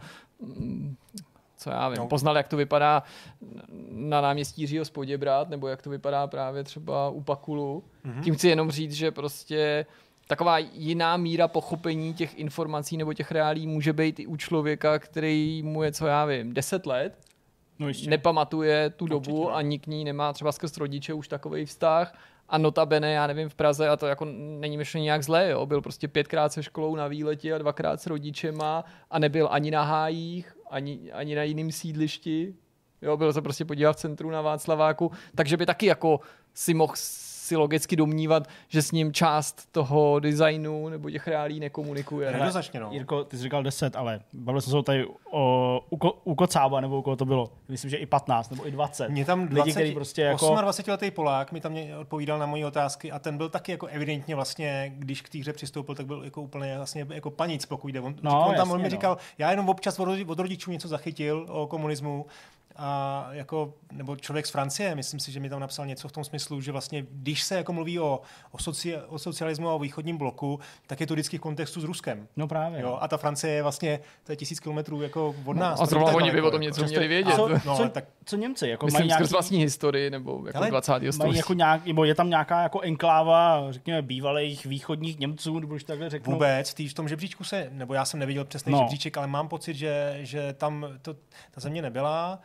co já vím, no. poznal, jak to vypadá na náměstí Jiřího z Poděbrad, nebo jak to vypadá právě třeba u Pakulu. Mm-hmm. Tím chci jenom říct, že prostě taková jiná míra pochopení těch informací nebo těch reálí může být i u člověka, který mu je, co já vím, deset let, no nepamatuje tu dobu Určitě, ani k ní nemá třeba skrz rodiče už takovej vztah a notabene, já nevím, v Praze, a to jako není myšleno nějak zlé, jo, byl prostě pětkrát se školou na výletě a dvakrát s rodičema a nebyl ani na hájích, ani, ani na jiném sídlišti, jo, byl se prostě podívat v centru na Václaváku, takže by taky jako si mohl si logicky domnívat, že s ním část toho designu nebo těch reálí nekomunikuje. Jednoznačně, no. Jirko, ty jsi říkal deset, ale bavili jsme se tady o, u, ko, u Kocába, nebo u koho to bylo. Myslím, že i patnáct, nebo i dvacet. Mě tam dvacet, Lidi, prostě jako... osmadvacetiletý Polák mi tam mě odpovídal na moje otázky a ten byl taky jako evidentně vlastně, když k té hře přistoupil, tak byl jako úplně vlastně jako panic, pokud jde. On, no, on tam jasně, on mi říkal, no. já jenom občas od rodičů něco zachytil o komunismu, a jako, nebo člověk z Francie, myslím si, že mi tam napsal něco v tom smyslu, že vlastně, když se jako mluví o, o, soci, o socialismu a o východním bloku, tak je to vždycky v kontextu s Ruskem. No právě. Jo, a ta Francie je vlastně, to je tisíc kilometrů jako od nás. A zrovna oni by o tom něco Často, měli vědět. Co, no, co, tak, co Němci? Jako myslím, nějaký, skrz vlastní historii, nebo jako ale dvacátého století. Mají jako nějak, nebo je tam nějaká jako enkláva, řekněme, bývalých východních Němců, nebo už takhle řeknu. Vůbec, tý, v tom žebříčku se, nebo já jsem neviděl přesný no. žebříček, ale mám pocit, že, že tam to, ta země nebyla.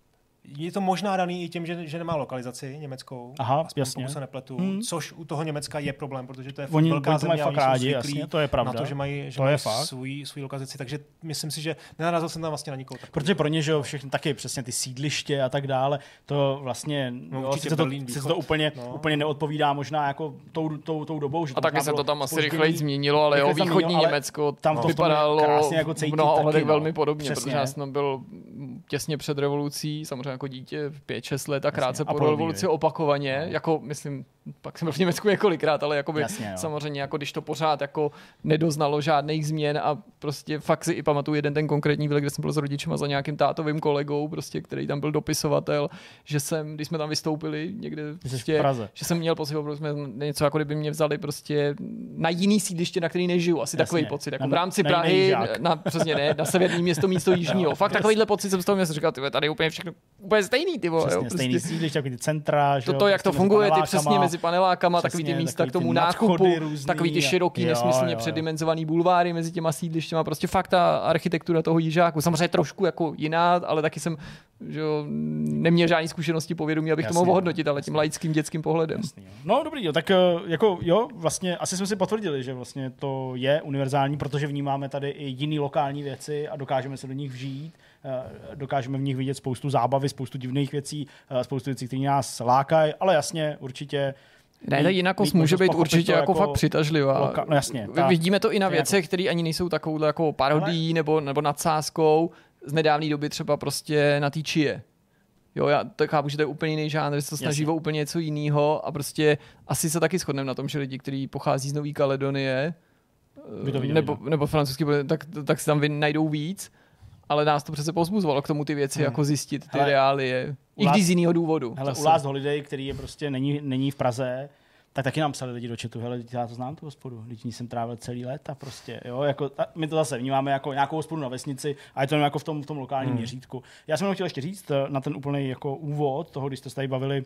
Je to možná daný i tím, že, že nemá lokalizaci německou. Aha, aspoň, jasně. pokud se nepletu. Hmm. Což u toho Německa je problém, protože to je oni, velká oni to země mají a fakt oni rádi, jsou zvyklí jasně, to je pravda. na to, že mají, že to mají je fakt. svůj, svůj lokalizaci. Takže myslím si, že nenarazil jsem tam vlastně na nikoho. Protože pro ně, že jo, všechny taky přesně ty sídliště a tak dále, to vlastně, no, jo, sice, to, sice to úplně, no. úplně neodpovídá možná jako tou, tou, tou dobou. Že a taky se to tam asi rychleji změnilo, ale jo, východní změnilo, Německo tam to vypadalo jako cítit, v mnoha ohledech no. velmi podobně, Přesně. protože já jsem byl těsně před revolucí, samozřejmě jako dítě v pět šest let a krátce a po podobně, revoluci opakovaně, no. jako myslím, pak jsem byl v Německu několikrát, ale jakoby Jasně, samozřejmě jako když to pořád jako nedoznalo žádných změn a prostě fakt si i pamatuju jeden ten konkrétní výlet, kde jsem byl s rodičema za nějakým tátovým kolegou, prostě, který tam byl dopisovatel, že jsem, když jsme tam vystoupili někde prostě, že jsem měl pocit, že jsme něco jako kdyby mě vzali prostě na jiný sídliště, na který nežiju, asi Jasně. takový pocit, jako na, v rámci na Prahy, na, přesně ne, na severní město místo jižního. Fakt takovýhle pocit jsem z toho měl, říkal, ty tady je úplně všechno úplně stejný, ty vole, jo, prostě. Stejný sídliště, jako ty centra, že to, jak to funguje, ty přesně mezi panelákama, takový ty místa k tomu nákupu, takový ty široký, jo, nesmyslně jo, předimenzovaný bulváry mezi těma sídlištěma, prostě fakt ta architektura toho Jižáku, samozřejmě trošku jako jiná, ale taky jsem že jo, neměl žádný zkušenosti povědomí, abych Jasně, to mohl hodnotit, ale tím laickým dětským pohledem. Jasně, jo. No dobrý, jo, tak jako jo, vlastně asi jsme si potvrdili, že vlastně to je univerzální, protože vnímáme tady i jiný lokální věci a dokážeme se do nich vžít. Dokážeme v nich vidět spoustu zábavy, spoustu divných věcí, spoustu věcí, které nás lákají, ale jasně, určitě. Ne, ta jinakost může být určitě jako, jako fakt přitažlivá. Loka- no jasně, ta, vidíme to i na věcech, jako... které ani nejsou takovouhle jako parodí ale... nebo, nebo nadsázkou. Z nedávné doby třeba prostě na té Čie. Jo, já to chápu, že to je úplně jiný žánr, že se to snaží o úplně něco jiného a prostě asi se taky shodneme na tom, že lidi, kteří pochází z Nové Kaledonie viděli, nebo, nebo francouzský, tak, tak si tam najdou víc. Ale nás to přece povzbuzovalo k tomu ty věci, hmm. jako zjistit ty hele, reálie. I když z jiného důvodu. Hele, u Last Holiday, který je prostě není, není v Praze, tak taky nám psali lidi do chatu, hele, já to znám tu hospodu, když jsem trávil celý léta prostě, jo, jako, my to zase vnímáme jako nějakou hospodu na vesnici a je to jako v tom, v tom lokálním hmm. měřítku. Já jsem chtěl ještě říct na ten úplný jako úvod toho, když jste se tady bavili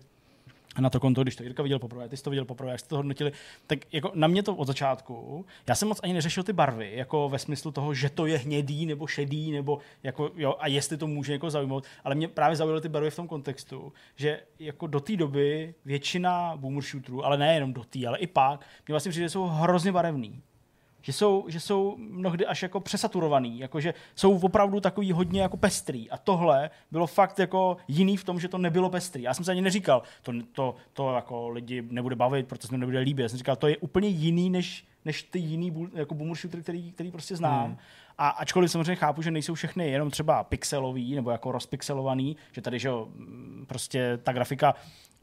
na to konto, když to Jirka viděl poprvé, ty jsi to viděl poprvé, jak jste to hodnotili, tak jako na mě to od začátku, já jsem moc ani neřešil ty barvy, jako ve smyslu toho, že to je hnědý nebo šedý, nebo jako, jo, a jestli to může jako zaujmout, ale mě právě zaujaly ty barvy v tom kontextu, že jako do té doby většina boomer shooterů, ale nejenom do té, ale i pak, mě vlastně přijde, že jsou hrozně barevný. Že jsou, že jsou mnohdy až jako přesaturovaný, jakože jsou opravdu takový hodně jako pestrý. A tohle bylo fakt jako jiný v tom, že to nebylo pestrý. Já jsem se ani neříkal, to, to, to jako lidi nebude bavit, protože se mi nebude líbit. Já jsem říkal, to je úplně jiný než, než ty jiný jako boomer shooter, který, který prostě znám. Hmm. A ačkoliv samozřejmě chápu, že nejsou všechny jenom třeba pixelový nebo jako rozpixelovaný, že tady, že prostě ta grafika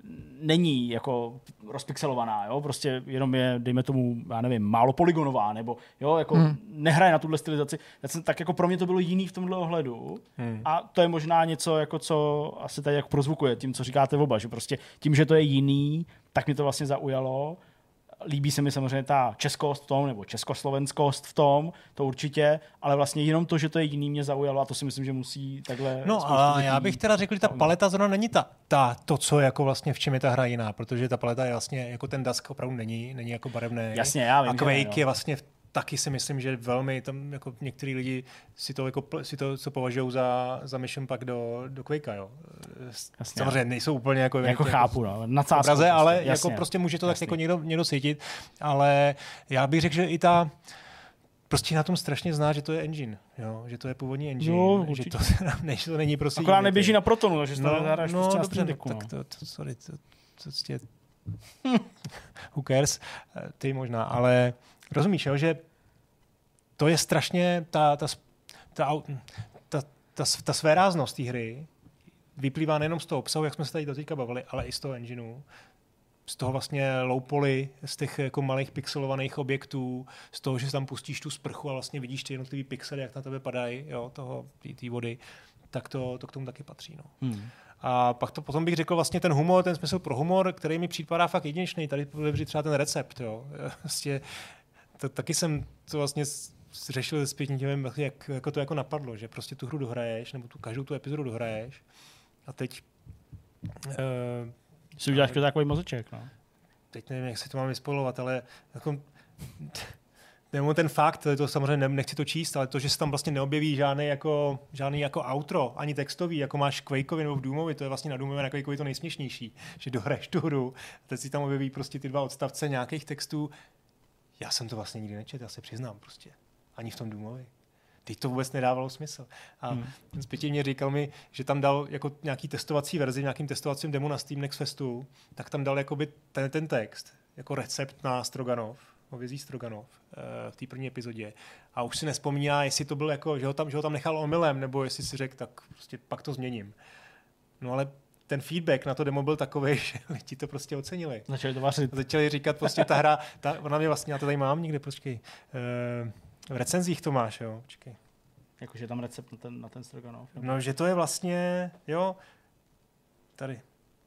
není jako rozpixelovaná, jo, prostě jenom je, dejme tomu, já nevím, málo polygonová, nebo jo, jako hmm. nehraje na tuhle stylizaci, tak, jsem, tak jako pro mě to bylo jiný v tomhle ohledu hmm. a to je možná něco, jako co asi tady jako prozvukuje tím, co říkáte oba, že prostě tím, že to je jiný, tak mě to vlastně zaujalo. Líbí se mi samozřejmě ta českost v tom, nebo československost v tom, to určitě, ale vlastně jenom to, že to je jiný, mě zaujalo a to si myslím, že musí takhle... No a já bych teda řekl, že ta paleta zrovna není ta, ta, to, co jako vlastně v čem je ta hra jiná, protože ta paleta je vlastně, jako ten dask opravdu není, není jako barevný. Jasně, já vím, a Quake že, je vlastně v taky si myslím, že velmi tam jako některý lidi si to jako si to co považují za za mission pack do do Quakea, jo. Jasně, samozřejmě nejsou úplně jako jako chápu, no, nadsázkou prostě, ale jasně, jako prostě může to jasně. Tak jako někdo někdo cítit, ale já bych řekl, že i ta prostě na tom strašně zná, že to je engine, jo, že to je původní engine, jo, že to než to není prostě akorát neběží na Protonu, takže no, to zahráš no, prostě dobře, na Steam no, tak to, to sorry, to, to prostě who cares, ty možná, ale rozumíš, jo, že to je strašně ta, ta, ta, ta, ta, ta svéráznost té hry vyplývá nejenom z toho obsahu, jak jsme se tady doteďka bavili, ale i z toho engineu, z toho vlastně low poly, z těch jako malých pixelovaných objektů, z toho, že tam pustíš tu sprchu a vlastně vidíš ty jednotlivý pixely, jak na tebe padají, jo, toho, té vody, tak to, to k tomu taky patří. No. Hmm. A pak to potom bych řekl vlastně ten humor, ten smysl pro humor, který mi připadá fakt jedinečný. Tady bude třeba ten recept. Jo. Vlastně, to, taky jsem to vlastně řešil zpětně tím, jak jako to jako napadlo, že prostě tu hru dohraješ, nebo tu každou tu epizodu dohraješ a teď uh, si uděláš takový mozeček, no. Teď nevím, jak se to mám vyspojovat, ale jako, nebo ten fakt, to samozřejmě nechci to číst, ale to, že se tam vlastně neobjeví žádný jako, žádný jako outro, ani textový, jako máš v Quakeovi nebo v Doomovi, to je vlastně na Doomovi na Quakeovi to nejsměšnější, že dohraješ tu hru, teď si tam objeví prostě ty dva odstavce nějakých textů. Já jsem to vlastně nikdy nečetl, já se přiznám prostě. Ani v tom Doomovi. Teď to vůbec nedávalo smysl. A hmm. zpětně mě říkal mi, že tam dal jako nějaký testovací verzi, nějakým testovacím demo na Steam Next Festu, tak tam dal jakoby ten, ten text, jako recept na Stroganov, hovězí Stroganov v té první epizodě. A už si nespomíná, jestli to byl jako, že ho tam, že ho tam nechal omylem, nebo jestli si řekl, tak prostě pak to změním. No ale ten feedback na to demo byl takový, že lidi to prostě ocenili. Začali to vařit. Začali říkat prostě ta hra, ta, ona mě vlastně, já to tady mám někde, počkej, uh, v recenzích to máš, jo, počkej. Jakože tam recept na ten, na ten Stroganov. No, že to je vlastně, jo, tady.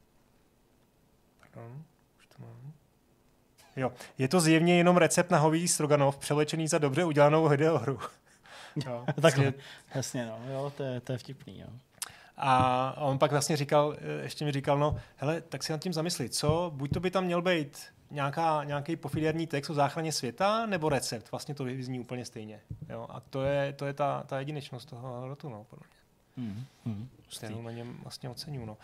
Pardon, už to mám. Jo, je to zjevně jenom recept na hovězí Stroganov, převlečený za dobře udělanou videohru. Jo, takhle, jasně, no, jo, to je, to je vtipný, jo. A on pak vlastně říkal, ještě mi říkal, no, hele, tak si nad tím zamysli, co, buď to by tam měl být nějaká, nějaký pofidérní text o záchraně světa, nebo recept, vlastně to vyzní úplně stejně. Jo? A to je, to je ta, ta jedinečnost toho rotu, no, podle mě. Mm, mm, Stejnou na něm vlastně oceňuji, no.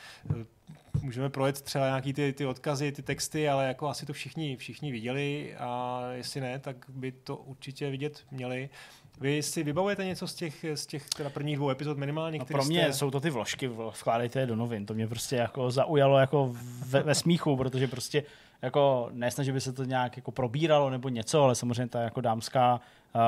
Můžeme projet třeba nějaký ty, ty odkazy, ty texty, ale jako asi to všichni, všichni viděli a jestli ne, tak by to určitě vidět měli. Vy si vybavujete něco z těch, z těch teda prvních dvou epizod minimálně? No pro mě jste... jsou to ty vložky, vkládejte je do novin. To mě prostě jako zaujalo jako ve, ve smíchu, protože prostě jako nesnaží, že by se to nějak jako probíralo nebo něco, ale samozřejmě ta jako dámská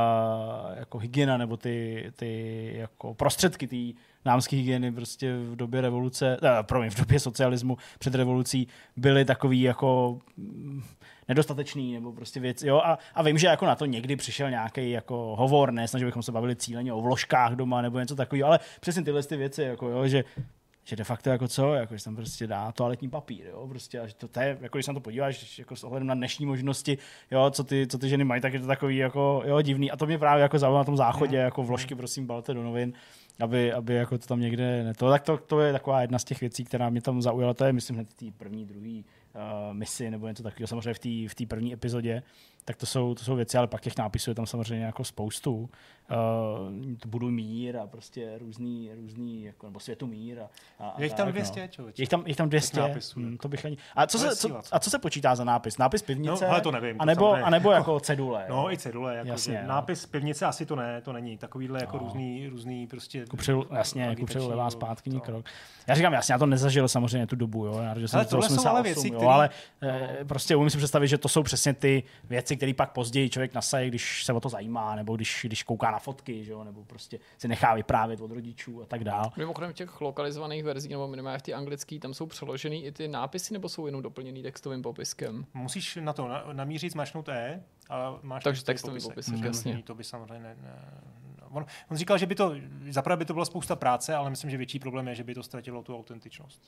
uh, jako hygiena nebo ty, ty jako prostředky té dámské hygieny prostě v době revoluce, uh, promiň, v době socialismu před revolucí byly takový jako mm, nedostatečný nebo prostě věc, jo, a, a vím, že jako na to někdy přišel nějaký jako hovor, ne, snažili bychom se bavili cíleně o vložkách doma nebo něco takového, ale přesně tyhle ty věci, jako jo, že že de facto jako co, jako že tam prostě dá toaletní papír, jo, prostě, a že to, to je, jako když se na to podíváš, jako s ohledem na dnešní možnosti, jo, co ty, co ty ženy mají, tak je to takový jako, jo, divný, a to mě právě jako zaujalo na tom záchodě, jako vložky, prosím, balte do novin, aby, aby jako to tam někde neto, tak to, to je taková jedna z těch věcí, která mě tam zaujala, to je, myslím, hned v té první, druhý uh, misi, nebo něco takového, samozřejmě v té v té první epizodě, tak to jsou, to jsou věci, ale pak těch nápisů je tam samozřejmě jako spoustu. Uh, to budu mír a prostě různý, různý jako, nebo světu mír. A, a, je jich tam dvě stě, no. člověče. Je jich tam, je tam dvě stě. Nápisů, hmm, to bych ani... A co, se, co, a co se počítá za nápis? Nápis pivnice? No, ale to nevím. To anebo, anebo jako cedule. No, jo? I cedule. Jako jasně, nápis pivnice asi to ne, to není. Takovýhle jako no. různý, různý prostě... Kupředu, jasně, kupředu levá zpátkyní krok. Já říkám, jasně, já to nezažil samozřejmě tu dobu, jo. Já, že jsem ale tohle jsou ale věci, jo, který... ale no. prostě umím si představit, že to jsou přesně ty věci, které pak později člověk nasaje, když se o to zajímá, nebo když, když kouká na fotky, že jo, nebo prostě si nechá vyprávět od rodičů a tak dál. Mimochodem v těch lokalizovaných verzích, nebo minimálně v té anglické, tam jsou přeložený i ty nápisy, nebo jsou jenom doplněný textovým popiskem? Musíš na to na, namířit, zmačknout E, a máš takže textový popisek, popisek, jasně. To by samozřejmě ne, ne, on, on říkal, že by to, zaprvé by to byla spousta práce, ale myslím, že větší problém je, že by to ztratilo tu autentičnost.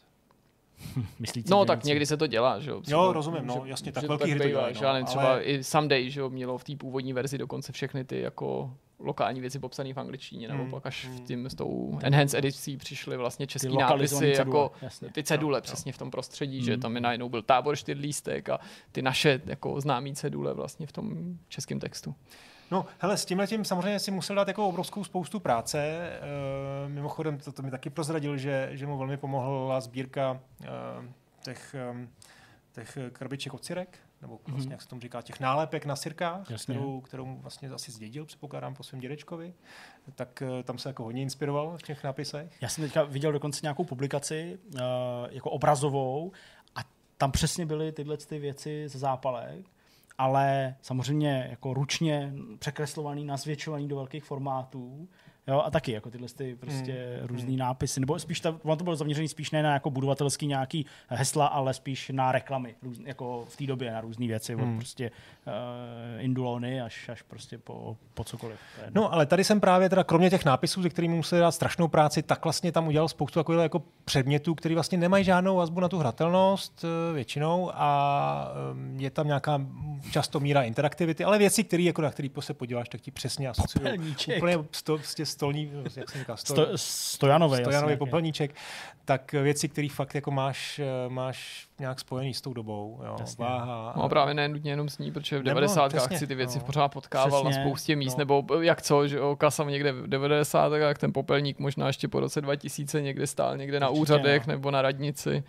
Myslíte, no tak věci? Někdy se to dělá, že jo? Jo, rozumím, no, jasně, tak velký hry to dělají. No, ale třeba i Someday, že jo, mělo v té původní verzi dokonce všechny ty jako lokální věci popsané v angličtině, nebo hmm. pak až v tím s tou enhanced edicí přišly vlastně český nápisy, jako jasně. Ty cedule no, přesně no. v tom prostředí, hmm. že tam je najednou byl Tábor čtyřlístek a ty naše jako známý cedule vlastně v tom českém textu. No, hele, s tímhletím samozřejmě si musel dát jako obrovskou spoustu práce. E, mimochodem, to, to mi taky prozradil, že, že mu velmi pomohla sbírka e, těch, e, těch krabiček od syrek, nebo vlastně, mm-hmm. jak se tomu říká, těch nálepek na syrkách, kterou, kterou vlastně asi zdědil, předpokládám, po svém dědečkovi. Tak e, tam se jako hodně inspiroval v těch nápisech. Já jsem teďka viděl dokonce nějakou publikaci e, jako obrazovou a tam přesně byly tyhle ty věci ze zápalek, ale samozřejmě jako ručně překreslovaný, nazvětšovaný do velkých formátů Jo, a taky jako tyhle ty prostě mm. různý mm. nápisy, nebo spíš ta, ono to bylo zaměřený spíš ne na jako budovatelský nějaký hesla, ale spíš na reklamy, růz, jako v té době na různé věci, mm. od prostě uh, indulony až, až prostě po, po cokoliv. No, ale tady jsem právě teda kromě těch nápisů, ze kterými museli dát strašnou práci, tak vlastně tam udělal spoustu takových jako předmětů, které vlastně nemají žádnou vazbu na tu hratelnost většinou a je tam nějaká často míra interaktivity, ale věci, které jako na který se podíváš, tak ti přesně asociují. Úplně sto, stolní, jak se říká, sto, stojanový, stojanový popelníček, tak věci, které fakt jako máš, máš nějak spojený s tou dobou. Jo. Váha. No a právě ne nutně jenom s ní, protože v devadesátkách si ty věci no. pořád potkával přesně, na spoustě míst, no. nebo jak co, že jo, kasa někde v devadesátých, jak ten popelník možná ještě po roce dva tisíce někde stál někde na určitě, úřadech no. nebo na radnici.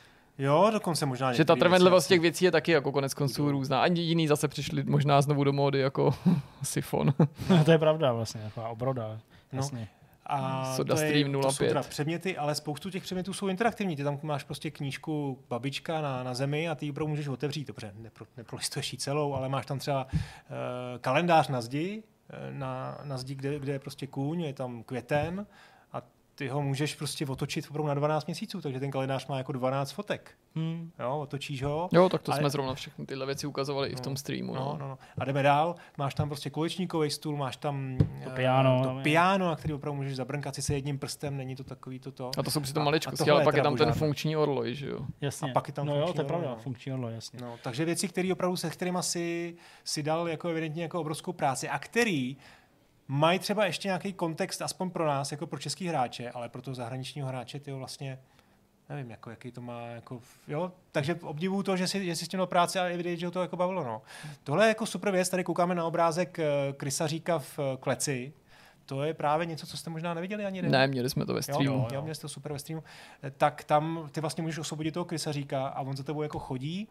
Jo, dokonce možná. Že ta trvanlivost těch věcí je taky jako konec konců různá. Ani jiný zase přišli možná znovu do módy jako sifon. No, to je pravda vlastně, jako obroda. Jasně. No. A Soda to, je, Stream nula pět. To jsou teda předměty, ale spoustu těch předmětů jsou interaktivní. Ty tam máš prostě knížku Babička na, na zemi a ty ji opravdu můžeš otevřít. Dobře, nepro, neprolistuješ ji celou, ale máš tam třeba uh, kalendář na zdi, na, na zdi, kde, kde je prostě kůň, je tam květen a ty ho můžeš prostě otočit opravdu na dvanáct měsíců, takže ten kalendář má jako dvanáct fotek. Hmm. Jo, otočíš ho. Jo, tak to a jsme zrovna všechny tyhle věci ukazovali no, i v tom streamu. No, no. No, no. A jdeme dál, máš tam prostě kulečníkový stůl, máš tam to piano, to piano, na který opravdu můžeš zabrnkat si se jedním prstem, není to takový toto. A to jsou přitom maličkosti, ale pak je tam ten funkční orloj, že jo? Jasně. A pak je tam no jo, to je pravda, orloj. funkční orloj, jasně. No, takže věci, které opravdu se kterýma si, si dal jako evidentně jako obrovskou práci a který mají třeba ještě nějaký kontext, aspoň pro nás, jako pro český hráče, ale pro toho zahraničního hráče, ty vlastně nevím, jako, jaký to má, jako, jo, takže obdivuju to, že si, že si s tím dal práci a je vidět, že ho to jako bavilo, no. Tohle je jako super věc, tady koukáme na obrázek Krysaříka v kleci, to je právě něco, co jste možná neviděli ani. Ne, měli jsme to ve streamu. Jo, jo, měli jste to super ve streamu. Tak tam ty vlastně můžeš osvobodit toho Krysaříka a on za tebou jako chodí,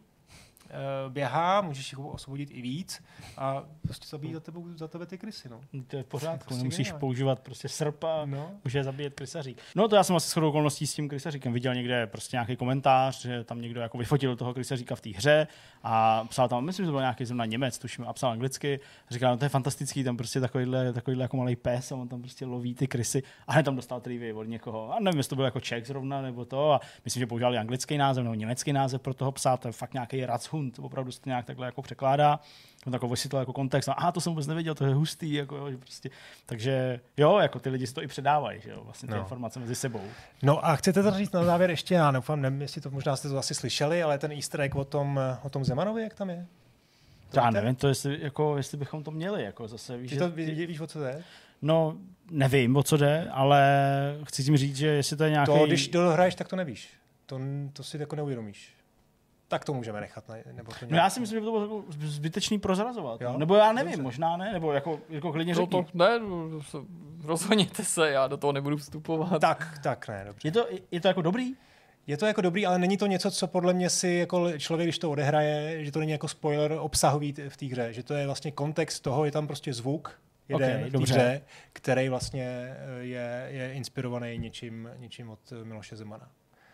běhá, můžeš ho osvobodit i víc a prostě zabíjí za, tebou, za tebe ty krysy. No. To je v pořádku, prostě nemusíš geniál. používat prostě srp a no. může zabíjet krysařík. No to já jsem asi shodou okolností s tím krysaříkem viděl někde prostě nějaký komentář, že tam někdo jako vyfotil toho krysaříka v té hře a psal tam, myslím, že to byl nějaký zrovna Němec, tuším, a psal anglicky, říkal, no to je fantastický, tam prostě takovýhle, takovýhle jako malý pes a on tam prostě loví ty krysy a hned tam dostal trivy od někoho. A nevím, jestli to byl jako Čech zrovna nebo to a myslím, že používali anglický název nebo německý název pro toho psa, to je fakt nějaký Ratshund, opravdu se to nějak takhle jako překládá. On takový vysvětlil jako kontext. A aha, to jsem vůbec nevěděl, to je hustý. Jako, jo, že prostě. Takže jo, jako ty lidi si to i předávají, že jo, vlastně ty no. informace mezi sebou. No a chcete to říct na závěr ještě, já neufám, nevím, jestli to možná jste to asi slyšeli, ale ten easter egg o tom, o tom Zemanovi, jak tam je? To já nevím, to jestli, jako, jestli bychom to měli. Jako zase, víš, ty to ví, víš, o co jde? No, nevím, o co jde, ale chci tím říct, že jestli to je nějaký... To, když dohraješ, tak to nevíš. To, to si jako neuvědomíš. Tak to můžeme nechat. Ne? Nebo to nějak... No já si myslím, že by to bylo zbytečný prozrazovat. Jo? Nebo já nevím, Dobře. možná ne, nebo jako, jako klidně řekni. To, to, ne, rozhodněte se, já do toho nebudu vstupovat. Tak, tak ne, dobře. Je to, je to jako dobrý? Je to jako dobrý, ale není to něco, co podle mě si jako člověk, když to odehraje, že to není jako spoiler obsahový v té hře, že to je vlastně kontext toho, je tam prostě zvuk jeden okay, v té hře, který vlastně je, je inspirovaný něčím, něčím od Miloše Zemana.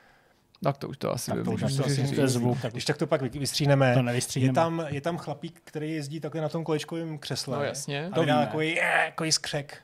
Tak to už to asi by zvuk. Když tak to pak vystříneme. To nevystříneme. Je tam, je tam chlapík, který jezdí takhle na tom kolečkovém křesle. No jasně. A vydá takový, takový skřek.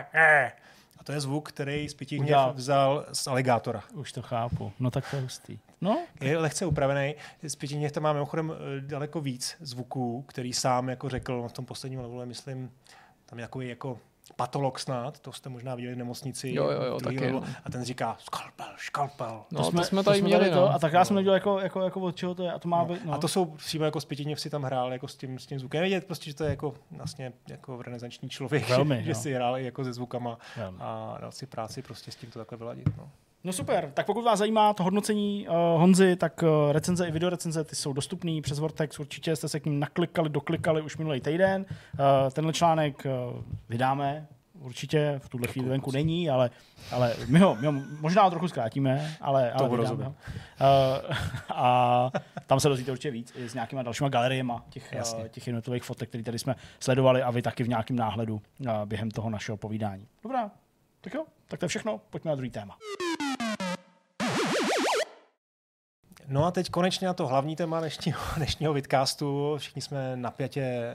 A to je zvuk, který Spytík vzal z aligátora. Už to chápu. No tak to je hustý. No. Je lehce upravený. Spytík tam má mimochodem daleko víc zvuků, který sám jako řekl v tom posledním levelu, myslím, tam je takový jako patolog snad, to jste možná viděli v nemocnici. Jo, jo, jo, taky, no. A ten říká skalpel, škalpel. No, to jsme, to jsme tady to měli, to, no. A tak já jsem nedělal jako, jako, jako od čeho to je. A to má no. být, no. A to jsou přímo jako Spytíněvci tam hrál jako s tím, s tím zvukem. Vidět prostě, že to je jako vlastně jako renesanční člověk, Velmi, že no. si hrál jako se zvukama Velmi. a dal si práci prostě s tím to takhle vyladit. No. No super, tak pokud vás zajímá to hodnocení uh, Honzy, tak uh, recenze i videorecenze, ty jsou dostupný přes Vortex, určitě jste se k ním naklikali, doklikali už minulý týden. Uh, tenhle článek uh, vydáme, určitě v tuhle chvíli venku není, ale, ale my, ho, my ho možná trochu zkrátíme, ale, ale vydáme ho. Uh, a tam se dozvíte určitě víc i s nějakýma dalšíma galeriema těch, uh, těch jednotlivých fotek, které tady jsme sledovali a vy taky v nějakém náhledu uh, během toho našeho povídání. Dobrá, tak jo, tak to je všechno, pojďme na druhý téma. No a teď konečně na to hlavní téma dnešního, dnešního vidcastu. Všichni jsme napjatě e,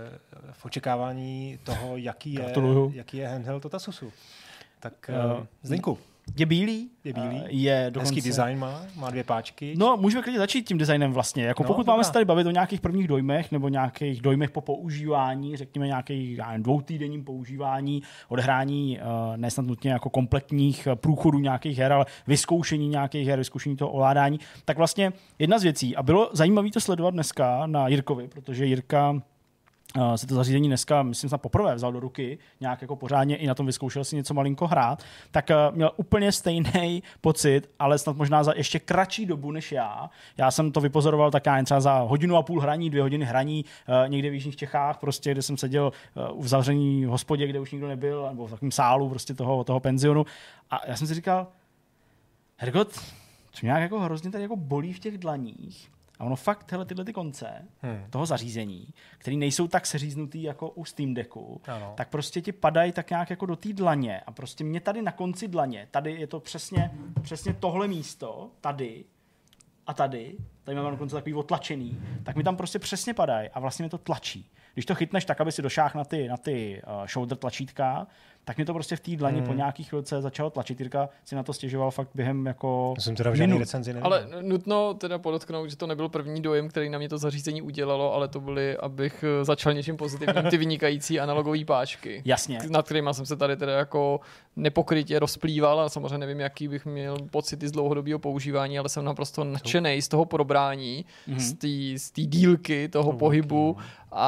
v očekávání toho, jaký je, jaký je handheld od Asusu. Tak uh, Zdeňku. Je bílý. Je bílý. Je dokonce... Hezký design má, má dvě páčky. No, můžeme klidně začít tím designem vlastně. Jako no, pokud dobrá. Máme se tady bavit o nějakých prvních dojmech nebo nějakých dojmech po používání, řekněme nějakých dvoutýdenním používání, odhrání uh, nesnad nutně jako kompletních průchodů nějakých her, ale vyzkoušení nějakých her, vyzkoušení toho ovládání, tak vlastně jedna z věcí, a bylo zajímavé to sledovat dneska na Jirkovi, protože Jirka Uh, se to zařízení dneska, myslím, snad poprvé vzal do ruky, nějak jako pořádně i na tom vyzkoušel si něco malinko hrát, tak uh, měl úplně stejný pocit, ale snad možná za ještě kratší dobu než já. Já jsem to vypozoroval tak já třeba za hodinu a půl hraní, dvě hodiny hraní uh, někde v jižních Čechách, prostě, kde jsem seděl uh, v zavření hospodě, kde už nikdo nebyl, nebo v takovém sálu prostě toho, toho penzionu. A já jsem si říkal, Hergot, co nějak jako hrozně tady jako bolí v těch dlaních. A ono fakt hele, tyhle ty konce hmm. toho zařízení, které nejsou tak seříznutý jako u Steam Decku, ano. tak prostě ti padají tak nějak jako do té dlaně a prostě mě tady na konci dlaně, tady je to přesně, přesně tohle místo, tady a tady, tady máme dokonce takový otlačený, tak mi tam prostě přesně padají a vlastně mi to tlačí. Když to chytneš tak, aby si došáhl na ty, na ty uh, shoulder tlačítka, tak mě to prostě v té dlaně hmm. po nějaký chvilce začalo tlačit. Jirka si na to stěžoval fakt během jako jsem teda v žádný recenzi neviděl. Ale nutno teda podotknout, že to nebyl první dojem, který na mě to zařízení udělalo, ale to byly, abych začal něčím pozitivním, ty vynikající analogové páčky. Jasně. Nad kterýma jsem se tady teda jako nepokrytě rozplýval a samozřejmě nevím, jaký bych měl pocity z dlouhodobého používání, ale jsem naprosto nadšenej z toho probrání, mm-hmm. z té dílky toho no, pohybu okay.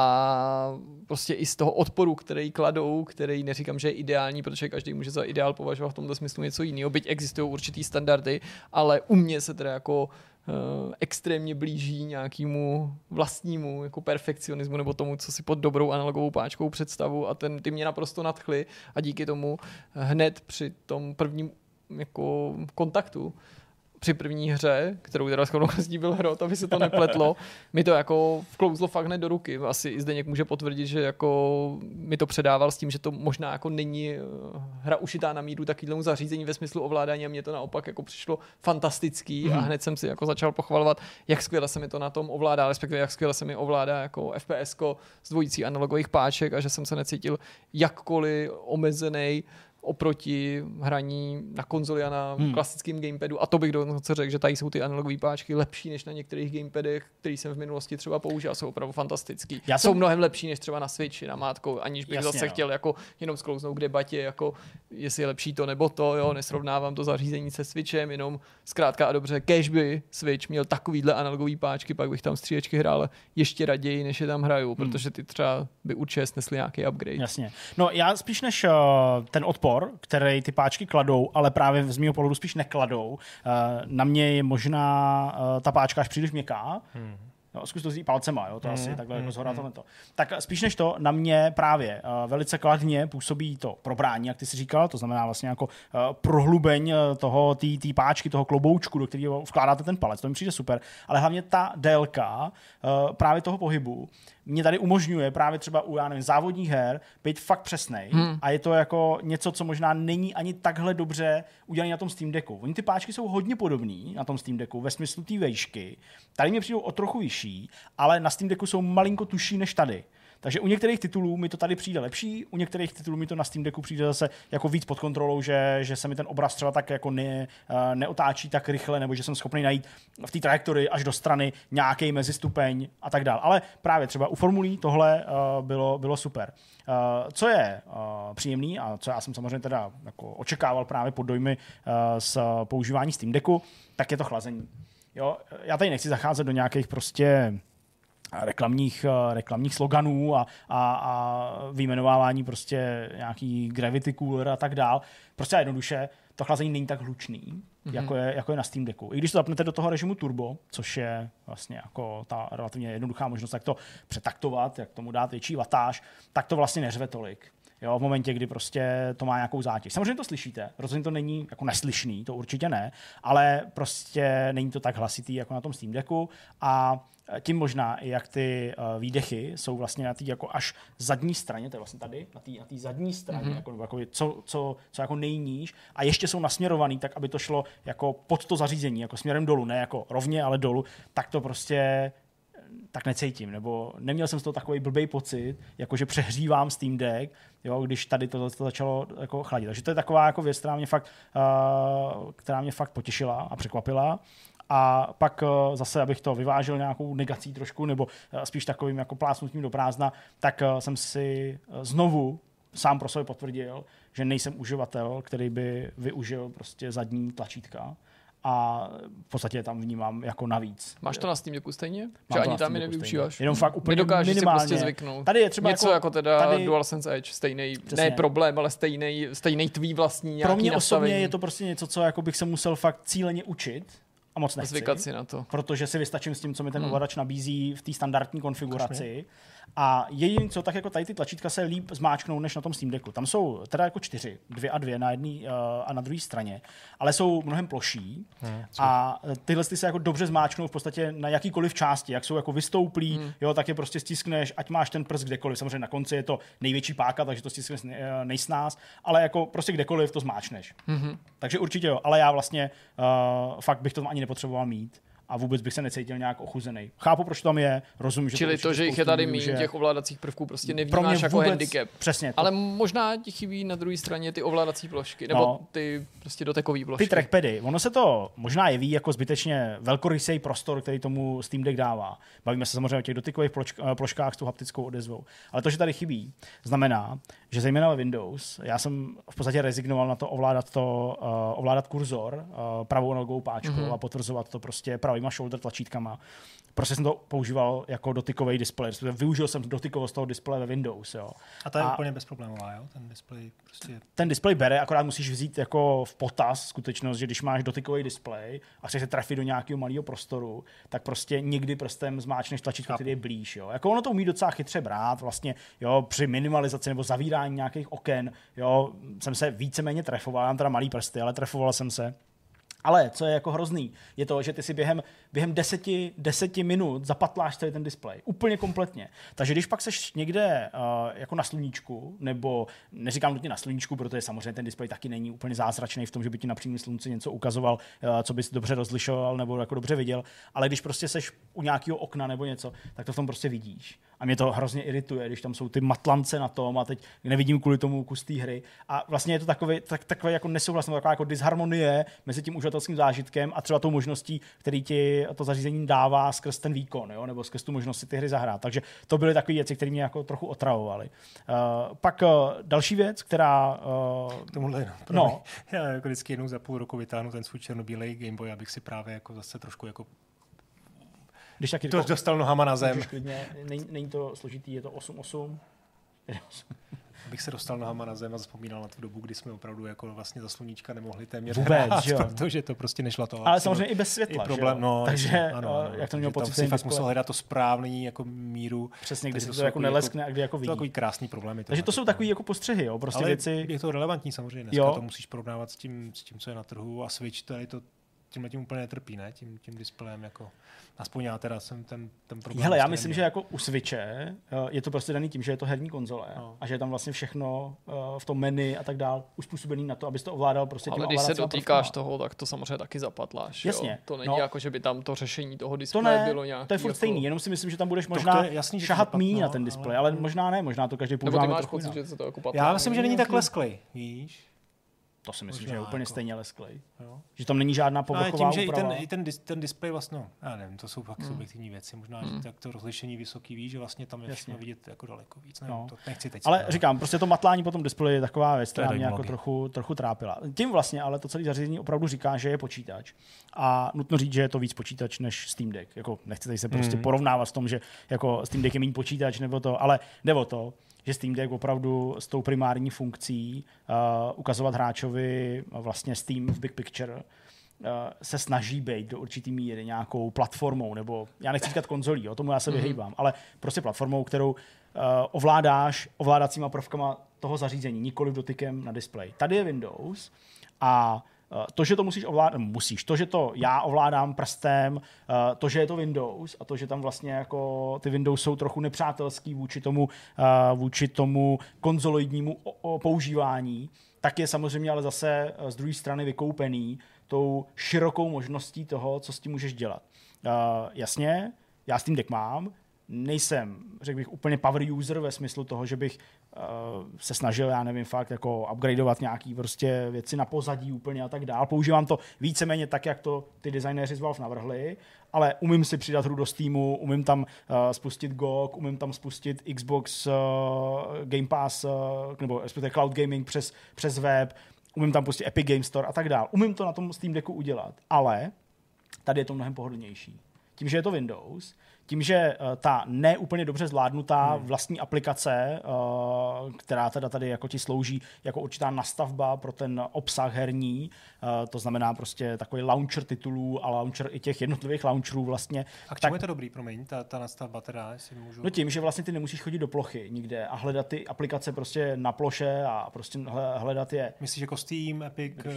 a prostě i z toho odporu, který kladou, který neříkám, že je ideální, protože každý může za ideál považovat v tomto smyslu něco jiného, byť existují určitý standardy, ale u mě se teda jako uh, extrémně blíží nějakému vlastnímu jako perfekcionismu nebo tomu, co si pod dobrou analogovou páčkou představu a ten, ty mě naprosto nadchly a díky tomu hned při tom prvním jako kontaktu při první hře, kterou teda shodností byl Hrot, aby se to nepletlo, mi to jako vklouzlo fakt hned do ruky. Asi i Zdeněk může potvrdit, že jako mi to předával s tím, že to možná jako není hra ušitá na míru takovému zařízení ve smyslu ovládání a mně to naopak jako přišlo fantastický hmm. a hned jsem si jako začal pochvalovat, jak skvěle se mi to na tom ovládá, respektive jak skvěle se mi ovládá jako F P S ko s dvojicí analogových páček a že jsem se necítil jakkoliv omezený oproti hraní na konzoli a na hmm. klasickém gamepadu. A to bych dokonce řekl, že tady jsou ty analogové páčky lepší než na některých gamepadech, který jsem v minulosti třeba použil, jsou opravdu fantastický. Já jsou jsem... mnohem lepší než třeba na Switchi, na mátkou, aniž bych Jasně, zase jo. chtěl jako jenom sklouznout k debatě, jako jestli je lepší to nebo to, jo, nesrovnávám to zařízení se Switchem, jenom zkrátka a dobře, kež by Switch měl takovýhle analogové páčky, pak bych tam střílečky hrál ještě raději, než je tam hraju, hmm. protože ty třeba by určitě snesly nějaký upgrade. Jasně. No já spíš než uh, ten odpor, který ty páčky kladou, ale právě z mého pohledu spíš nekladou. Na mě je možná ta páčka až příliš měkká. Hmm. No, zkus to vzít palcema, jo, to hmm. asi takhle hmm. jako zhora tohleto. Tak spíš než to, na mě právě uh, velice kladně působí to probrání, jak ty jsi říkal, to znamená vlastně jako uh, prohlubeň toho, té páčky, toho kloboučku, do kterého vkládáte ten palec, to mi přijde super, ale hlavně ta délka uh, právě toho pohybu mě tady umožňuje právě třeba u, já nevím, závodních her být fakt přesnej hmm. a je to jako něco, co možná není ani takhle dobře udělané na tom Steam Decku. Oni ty páčky jsou hodně podobný na tom Steam Decku ve smyslu té vejšky. Tady mě přijdou o trochu vyšší, ale na Steam Decku jsou malinko tuší než tady. Takže u některých titulů mi to tady přijde lepší, u některých titulů mi to na Steam Decku přijde zase jako víc pod kontrolou, že, že se mi ten obraz třeba tak jako ne, neotáčí tak rychle, nebo že jsem schopný najít v té trajektorii až do strany nějaký mezistupeň a tak dále. Ale právě třeba u formulí tohle uh, bylo, bylo super. Uh, co je uh, příjemný a co já jsem samozřejmě teda jako očekával právě pod dojmy uh, z používání Steam Decku, tak je to chlazení. Jo? Já tady nechci zacházet do nějakých prostě reklamních, reklamních sloganů a, a, a vyjmenovávání prostě nějaký gravity cooler a tak dál. Prostě jednoduše to chlazení není tak hlučný, mm-hmm. jako, je, jako je na Steam Decku. I když to zapnete do toho režimu turbo, což je vlastně jako ta relativně jednoduchá možnost, jak to přetaktovat, jak tomu dát větší watáž, tak to vlastně neřve tolik. Jo, v momentě, kdy prostě to má nějakou zátěž. Samozřejmě to slyšíte, rozhodně to není jako neslyšný, to určitě ne, ale prostě není to tak hlasitý jako na tom Steam Decku a tím možná i jak ty uh, výdechy jsou vlastně na té jako až zadní straně, to je vlastně tady, na té na té zadní straně, mm-hmm. jako, jako co, co, co jako nejníž a ještě jsou nasměrovaný tak, aby to šlo jako pod to zařízení, jako směrem dolů, ne jako rovně, ale dolů, tak to prostě tak necítím, nebo neměl jsem z toho takový blbej pocit, jakože přehřívám Steam Deck, jo, když tady to, to začalo jako chladit. Takže to je taková jako věc, která mě fakt, uh, která mě fakt potěšila a překvapila. A pak uh, zase, abych to vyvážil nějakou negací trošku, nebo uh, spíš takovým jako plácnutím do prázdna, tak uh, jsem si uh, znovu sám pro sebe potvrdil, že nejsem uživatel, který by využil prostě zadní tlačítka. A v podstatě tam vnímám jako navíc. Máš to na Steam Decku stejně? Že ani tam je nevyužíváš? Jenom fakt úplně minimálně. Si prostě zvyknout. Tady je třeba něco jako, jako teda tady, DualSense Edge, stejný, ne problém, ale stejný, stejný tvý vlastní nějaký Pro mě nastavení. Osobně je to prostě něco, co jako bych se musel fakt cíleně učit. A moc nechci. Zvykat si na to. Protože si vystačím s tím, co mi ten hmm. ovladač nabízí v té standardní konfiguraci. A jediné, co tak jako tady ty tlačítka se líp zmáčknou než na tom Steam Decku. Tam jsou teda jako čtyři, dvě a dvě na jedné uh, a na druhé straně, ale jsou mnohem ploší hmm, a tyhle ty se jako dobře zmáčknou v podstatě na jakýkoliv části, jak jsou jako vystouplí, hmm. jo, tak je prostě stiskneš, ať máš ten prst kdekoliv. Samozřejmě na konci je to největší páka, takže to stiskneš nejsnáz, ale jako prostě kdekoliv to zmáčkneš. Hmm. Takže určitě jo, ale já vlastně uh, fakt bych to ani nepotřeboval mít. A vůbec bych se necítil nějak ochuzený. Chápu, proč tam je, rozumím, že čili to, to že jich je tady méně, těch ovládacích prvků prostě nevnímáš jako vůbec, handicap. Přesně. To. Ale možná ti chybí na druhé straně ty ovládací pložky, nebo no, ty prostě dotekové pložky. Ty trackpady, ono se to možná jeví jako zbytečně velkorysej prostor, který tomu Steam Deck dává. Bavíme se samozřejmě o těch dotykových pložkách s tou haptickou odezvou. Ale to, že tady chybí, znamená, že zejména ve Windows, já jsem v podstatě rezignoval na to ovládat to, uh, ovládat kurzor uh, pravou nogou páčkou mm-hmm. a potvrzovat to prostě pravýma shoulder tlačítkama. Prostě jsem to používal jako dotykový displej. Využil jsem dotykovost toho displeje ve Windows. Jo. A to je a úplně bezproblémová, jo? Ten displej prostě... Ten displej bere, akorát musíš vzít jako v potaz skutečnost, že když máš dotykový displej a chceš se trefit do nějakého malého prostoru, tak prostě někdy prstem zmáčneš tlačítko, který je blíž. Jo. Jako ono to umí docela chytře brát, vlastně jo, při minimalizaci nebo zavírání nějakých oken, jo, jsem se víceméně trefoval, já mám teda malý prsty, ale trefoval jsem se. Ale co je jako hrozný, je to, že ty si během, během deseti, deseti minut zapatláš celý ten displej. Úplně kompletně. Takže když pak seš někde uh, jako na sluníčku, nebo neříkám nutně na sluníčku, protože samozřejmě ten displej taky není úplně zázračný v tom, že by ti na přímém slunci něco ukazoval, uh, co bys dobře rozlišoval nebo jako dobře viděl, ale když prostě seš u nějakého okna nebo něco, tak to v tom prostě vidíš. A mě to hrozně irituje, když tam jsou ty matlance na tom a teď nevidím kvůli tomu kus té hry. A vlastně je to takový, tak, takový jako nesouhlasný, taková jako disharmonie mezi tím uživatelským zážitkem a třeba tou možností, který ti to zařízení dává skrz ten výkon, jo? Nebo skrz tu možnost si ty hry zahrát. Takže to byly takové věci, které mě jako trochu otravovaly. Uh, pak uh, další věc, která... Uh, K tomuhle, no, no. Já jako vždycky jednou za půl roku vytáhnu ten svůj černobílej Game Boy, abych si právě jako zase trošku jako Když taky to dostal nohama na zem. Klidně, není, není to složitý, je to osm osm. Abych se dostal nohama na zem a vzpomínal na tu dobu, kdy jsme opravdu jako vlastně za sluníčka nemohli téměř vůbec, hrát, jo. Protože to prostě nešlo to. Ale samozřejmě i bez světla, i problém, no, takže ano, ano, jak to mělo pocit, tam si fakt musel hledat to správný jako míru. Přesně, kdy se to, to jako neleskne a kdy jako vidí. To takový krásný problémy. Takže to jsou takový jako postřehy, jo, prostě ale věci. Je to relevantní samozřejmě, dneska jo. To musíš porovnávat s tím, s tím, co je na trhu a Switch, to je to tímhle tím úplně netrpí, ne? Tím, tím displejem jako, aspoň já teda jsem ten, ten problém. Hele, já myslím, že jako u Switche je to prostě daný tím, že je to herní konzole no. A že je tam vlastně všechno v tom menu a tak dál uspůsobený na to, abys to ovládal prostě tím. Ale když se dotýkáš prvkama. Toho, tak to samozřejmě taky zapatláš. Jasně. Jo? To není no. Jako, že by tam to řešení toho displeje bylo nějaký. To je furt jako... stejný, jenom si myslím, že tam budeš možná jasný, šahat míň no, na ten displej, ale... ale možná ne, možná to každý používá. Nebo ty máš pocit, že se to jako patlá. Já myslím, že není tak lesklej, víš? To si myslím, možná, že je úplně jako... stejně lesklej. Jo. Že tam není žádná povrchová no, tím, že úprava. I ten, i ten, dis, ten displej vlastně, no, já nevím, to jsou fakt hmm. subjektivní věci. Možná, hmm. že tak to rozlišení vysoký ví, že vlastně tam je všechno vidět jako daleko víc. Nevím, no. To nechci teď ale říkám, prostě to matlání po tom displeji je taková věc, která mě jako trochu, trochu trápila. Tím vlastně, ale to celé zařízení opravdu říká, že je počítač. A nutno říct, že je to víc počítač než Steam Deck. Jako nechci se prostě hmm. porovnávat s tom, že jako Steam Deck je méně počítač nebo to, ale jde o to, že Steam Deck opravdu s tou primární funkcí uh, ukazovat hráčovi vlastně Steam v Big Picture uh, se snaží být do určitý míry nějakou platformou, nebo já nechci říkat konzolí, o tomu já se vyhýbám, mm-hmm. ale prostě platformou, kterou uh, ovládáš ovládacíma prvkama toho zařízení, nikoliv dotykem na displej. Tady je Windows a to, že to musíš ovládat, musíš, to, že to já ovládám prstem, to, že je to Windows a to, že tam vlastně jako ty Windows jsou trochu nepřátelský vůči tomu, vůči tomu konzoloidnímu používání, tak je samozřejmě ale zase z druhé strany vykoupený tou širokou možností toho, co s tím můžeš dělat. Jasně, já Steam Deck mám, nejsem, řekl bych, úplně power user ve smyslu toho, že bych uh, se snažil, já nevím, fakt jako upgradeovat nějaký prostě věci na pozadí úplně a tak dál. Používám to víceméně tak, jak to ty designéři z Valve navrhli, ale umím si přidat hru do Steamu, umím tam uh, spustit G O G, umím tam spustit Xbox uh, Game Pass, uh, nebo respektive Cloud Gaming přes, přes web, umím tam pustit Epic Game Store a tak dál. Umím to na tom Steam Decku udělat, ale tady je to mnohem pohodlnější. Tím, že je to Windows, tím, že uh, ta neúplně dobře zvládnutá hmm. vlastní aplikace, uh, která teda tady jako ti slouží jako určitá nastavba pro ten obsah herní, uh, to znamená prostě takový launcher titulů a launcher i těch jednotlivých launcherů vlastně. A k čemu tak, je to dobrý, promiň, ta, ta nastavba teda, jestli můžu... No tím, že vlastně ty nemusíš chodit do plochy nikde a hledat ty aplikace prostě na ploše a prostě hledat je. Myslíš jako Steam, Epic, to,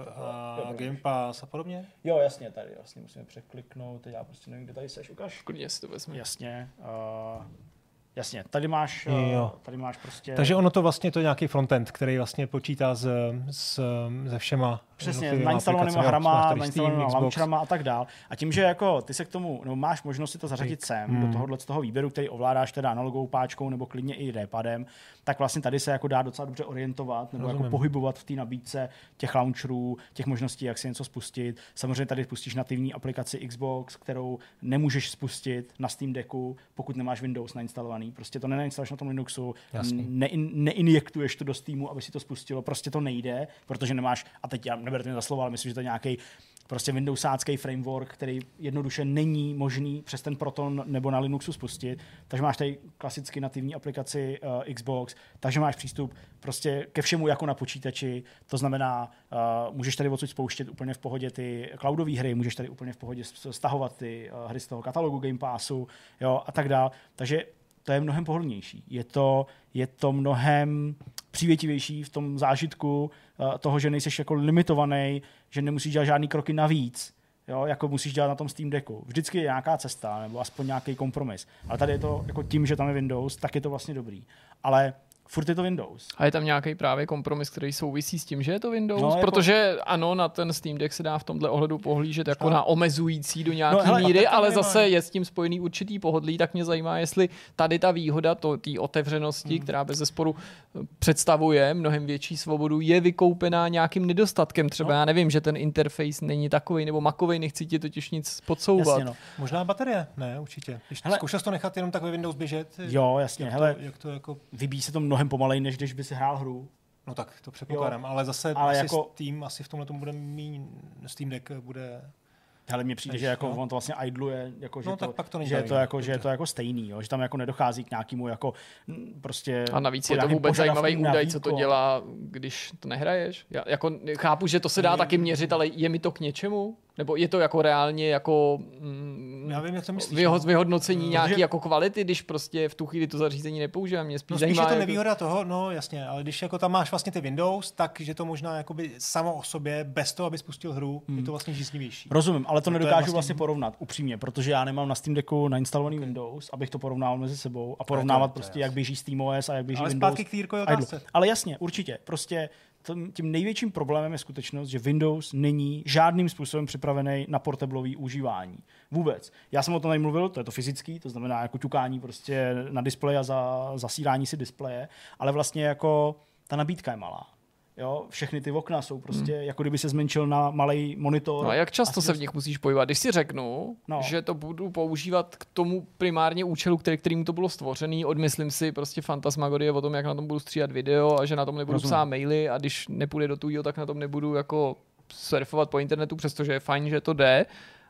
a jo, Game Pass a podobně? Jo, jasně, tady vlastně musíme překliknout, teď já prostě nevím, kde tady seš, ukáž. Klidně si to vezme. Jasně. Uh, jasně, tady máš, uh, tady máš prostě... Takže ono to vlastně to je nějaký frontend, který vlastně počítá s, s, se všema... Přesně, nainstalovanýma hrama, nainstalovanýma launcherama a tak dál. A tím, že jako ty se k tomu, no, máš možnost si to zařadit sem, hmm. do tohohle z toho výběru, který ovládáš teda analogovou páčkou nebo klidně i D-padem, tak vlastně tady se jako dá docela dobře orientovat nebo jako pohybovat v té nabídce těch launcherů, těch možností, jak si něco spustit. Samozřejmě tady pustíš nativní aplikaci Xbox, kterou nemůžeš spustit na Steam Decku, pokud nemáš Windows nainstalovaný. Prostě to nenainstaluješ na tom Linuxu, ne, neinjektuješ to do Steamu, aby si to spustilo. Prostě to nejde, protože nemáš, a teď já neberte mě za slovo, ale myslím, že to je nějaký prostě windowsácký framework, který jednoduše není možný přes ten Proton nebo na Linuxu spustit. Takže máš tady klasicky nativní aplikaci uh, Xbox, takže máš přístup prostě ke všemu jako na počítači. To znamená, uh, můžeš tady odsud spouštět úplně v pohodě ty cloudové hry, můžeš tady úplně v pohodě stahovat ty uh, hry z toho katalogu Game Passu, jo, a tak dál. Takže to je mnohem pohodlnější. Je to, je to mnohem přívětivější v tom zážitku uh, toho, že nejseš jako limitovaný, že nemusíš dělat žádný kroky navíc, jo, jako musíš dělat na tom Steam Decku. Vždycky je nějaká cesta, nebo aspoň nějaký kompromis. Ale tady je to jako tím, že tam je Windows, tak je to vlastně dobrý. Ale furt je to Windows. A je tam nějaký právě kompromis, který souvisí s tím, že je to Windows? No, jako... Protože ano, na ten Steam Deck se dá v tomhle ohledu pohlížet jako no. na omezující do nějaké no, hele, míry, ale zase nemá. Je s tím spojený určitý pohodlí, tak mě zajímá, jestli tady ta výhoda té otevřenosti, hmm. která bez zesporu představuje mnohem větší svobodu, je vykoupená nějakým nedostatkem. Třeba no. já nevím, že ten interface není takovej, nebo makovej, nechci ti totiž nic podsouvat. Jasně, no. Možná baterie? Ne, určitě. Když zkoušel to nechat jenom takhle Windows běžet? Jo, jasně. Jak hele, to, jak to jako... vybíjí se to mnohem pomalej, než když by si hrál hru. No tak to předpokládám, ale zase ale asi jako... Steam asi v tomhle tomu bude míň, Steam Deck bude... Hele, mně přijde, než, že jako no. on to vlastně idluje, jako, že, no, to, pak to že, je to jako, že je to jako stejný, jo? Že tam jako nedochází k nějakému jako prostě... A navíc je to vůbec zajímavý údaj, co to dělá, když to nehraješ. Já jako chápu, že to se dá je, taky měřit, ale je mi to k něčemu? Nebo je to jako reálně jako mm, já vím, jak to myslíš, vyho- no. vyhodnocení nějaký jako kvality, když prostě v tu chvíli to zařízení nepoužívám. Mě spíš no, zajímá, spíš je to jako... nevýhoda toho, no jasně, ale když jako tam máš vlastně ty Windows, tak že to možná jakoby samo o sobě, bez toho, aby spustil hru, hmm. je to vlastně žíznivější. Rozumím, ale to nedokážu to vlastně... vlastně porovnat, upřímně, protože já nemám na Steam Decku nainstalovaný okay. Windows, abych to porovnával mezi sebou a porovnávat to, prostě, jak běží SteamOS a jak běží ale Windows. K ale jasně, určitě, prostě tím největším problémem je skutečnost, že Windows není žádným způsobem připravený na portablový užívání. Vůbec. Já jsem o tom nemluvil, to je to fyzický, to znamená jako ťukání prostě na displeji a za, zasírání si displeje, ale vlastně jako ta nabídka je malá. Jo, všechny ty okna jsou prostě, hmm. jako kdyby se zmenšil na malý monitor. No a jak často se v nich musíš pohybovat? Když si řeknu, no. že to budu používat k tomu primárně účelu, který, kterým to bylo stvořený, odmyslím si prostě fantasmagorie o tom, jak na tom budu stříhat video a že na tom nebudu Rozumím. psát maily a když nepůjde do tujího, tak na tom nebudu jako surfovat po internetu, přestože je fajn, že to jde.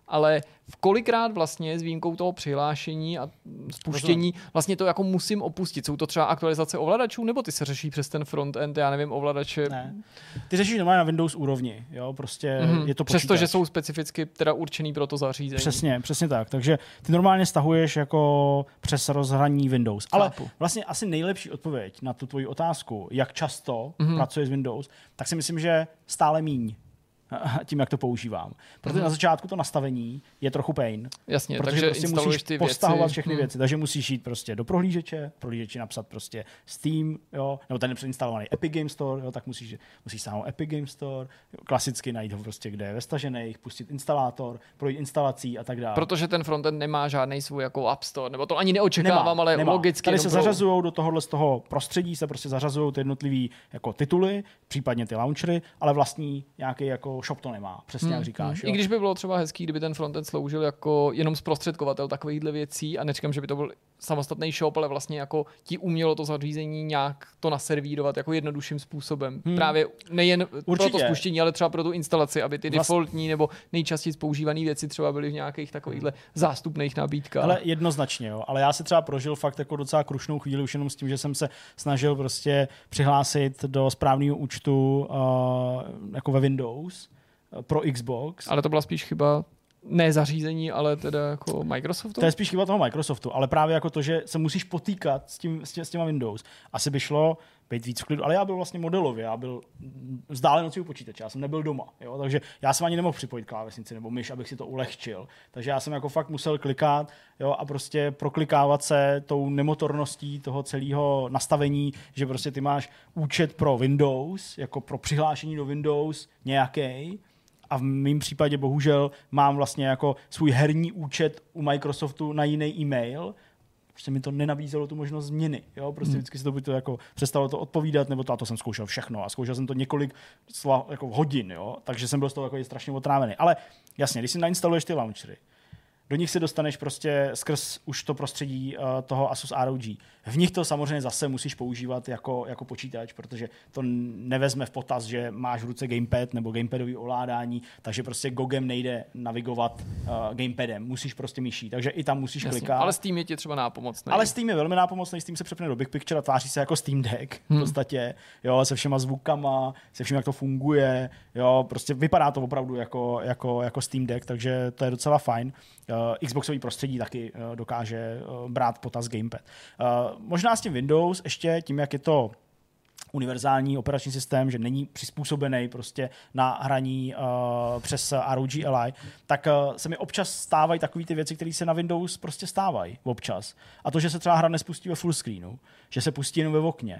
ale v kolikrát vlastně s výjimkou toho přihlášení a spuštění vlastně to jako musím opustit. Jsou to třeba aktualizace ovladačů, nebo ty se řeší přes ten frontend, já nevím, ovladače? Ne. Ty řešíš normálně na Windows úrovni, jo, prostě mm-hmm. je to počítač. Přestože jsou specificky teda určený pro to zařízení. Přesně, přesně tak. Takže ty normálně stahuješ jako přes rozhraní Windows. Ale Chápu. vlastně asi nejlepší odpověď na tu tvoji otázku, jak často mm-hmm. pracuje s Windows, tak si myslím, že stále míň. Tím, jak to používám. Protože hmm. na začátku to nastavení je trochu pain. Jasně, protože takže prostě musíš ty postahovat věci. všechny hmm. věci. Takže musíš jít prostě do prohlížeče, prohlížeči napsat prostě Steam, jo, nebo ten přeinstalovaný Epic Game Store, jo, tak musíš, musíš stáhnout Epic Game Store, jo, klasicky najít ho prostě, kde je vestažený, pustit instalátor, projít instalací a tak dále. Protože ten frontend nemá žádný svůj jako App Store, nebo to ani neočekávám, nemá, ale nemá. logicky. Tady se pro... zařazují do tohohle z toho prostředí, se prostě zařazují ty jednotlivý jako tituly, případně ty launchery, ale vlastní nějaký jako shop to nemá. Přesně jak říkáš. Hmm. I když by bylo třeba hezký, kdyby ten frontend sloužil jako jenom zprostředkovatel takovýchhle věcí a neříkám, že by to byl samostatný shop, ale vlastně jako ti umělo to zařízení nějak to naservírovat jako jednodušším způsobem. Hmm. Právě nejen Určitě. pro to spuštění, ale třeba pro tu instalaci, aby ty Vlast... defaultní nebo nejčastěji používané věci třeba byly v nějakých takovýchhle zástupných nabídkách. Ale jednoznačně, jo. Ale já si třeba prožil fakt jako docela krušnou chvíli už jenom s tím, že jsem se snažil prostě přihlásit do správného účtu uh, jako ve Windows pro Xbox. Ale to byla spíš chyba ne zařízení, ale teda jako Microsoftu? To je spíš chyba toho Microsoftu, ale právě jako to, že se musíš potýkat s, tím, s, tě, s těma Windows. Asi by šlo být víc v klidu, ale já byl vlastně modelově, já byl vzdálen od svého počítače, já jsem nebyl doma, jo? Takže já jsem ani nemohl připojit klávesnici nebo myš, abych si to ulehčil. Takže já jsem jako fakt musel klikat, jo, a prostě proklikávat se tou nemotorností toho celého nastavení, že prostě ty máš účet pro Windows, jako pro přihlášení do Windows nějaký. A v mém případě bohužel mám vlastně jako svůj herní účet u Microsoftu na jiný e-mail, protože mi to nenabízelo tu možnost změny. Jo? Prostě hmm. vždycky se to buď to jako přestalo to odpovídat, nebo to, a to jsem zkoušel všechno. A zkoušel jsem to několik sla, jako hodin, jo? Takže jsem byl z toho jako strašně otrávený. Ale jasně, když si nainstaluješ ty launchery, do nich se dostaneš prostě skrz už to prostředí uh, toho Asus R O G. V nich to samozřejmě zase musíš používat jako, jako počítač, protože to nevezme v potaz, že máš v ruce gamepad nebo gamepadový ovládání, takže prostě Gogem nejde navigovat uh, gamepadem, musíš prostě myší, takže i tam musíš Jasně, klikat. Ale Steam je ti třeba nápomocný. Ale Steam je velmi nápomocný, Steam se přepne do Big Picture a tváří se jako Steam Deck v podstatě, jo, se všema zvukama, se vším, jak to funguje, jo, prostě vypadá to opravdu jako, jako, jako Steam Deck, takže to je docela fajn. Uh, Xboxový prostředí taky uh, dokáže uh, brát potaz gamepad. Uh, možná s tím Windows ještě tím, jak je to univerzální operační systém, že není přizpůsobený prostě na hraní uh, přes R O G Ally, tak uh, se mi občas stávají takové ty věci, které se na Windows prostě stávají občas. A to, že se třeba hra nespustí ve full screenu, že se pustí jenom ve okně,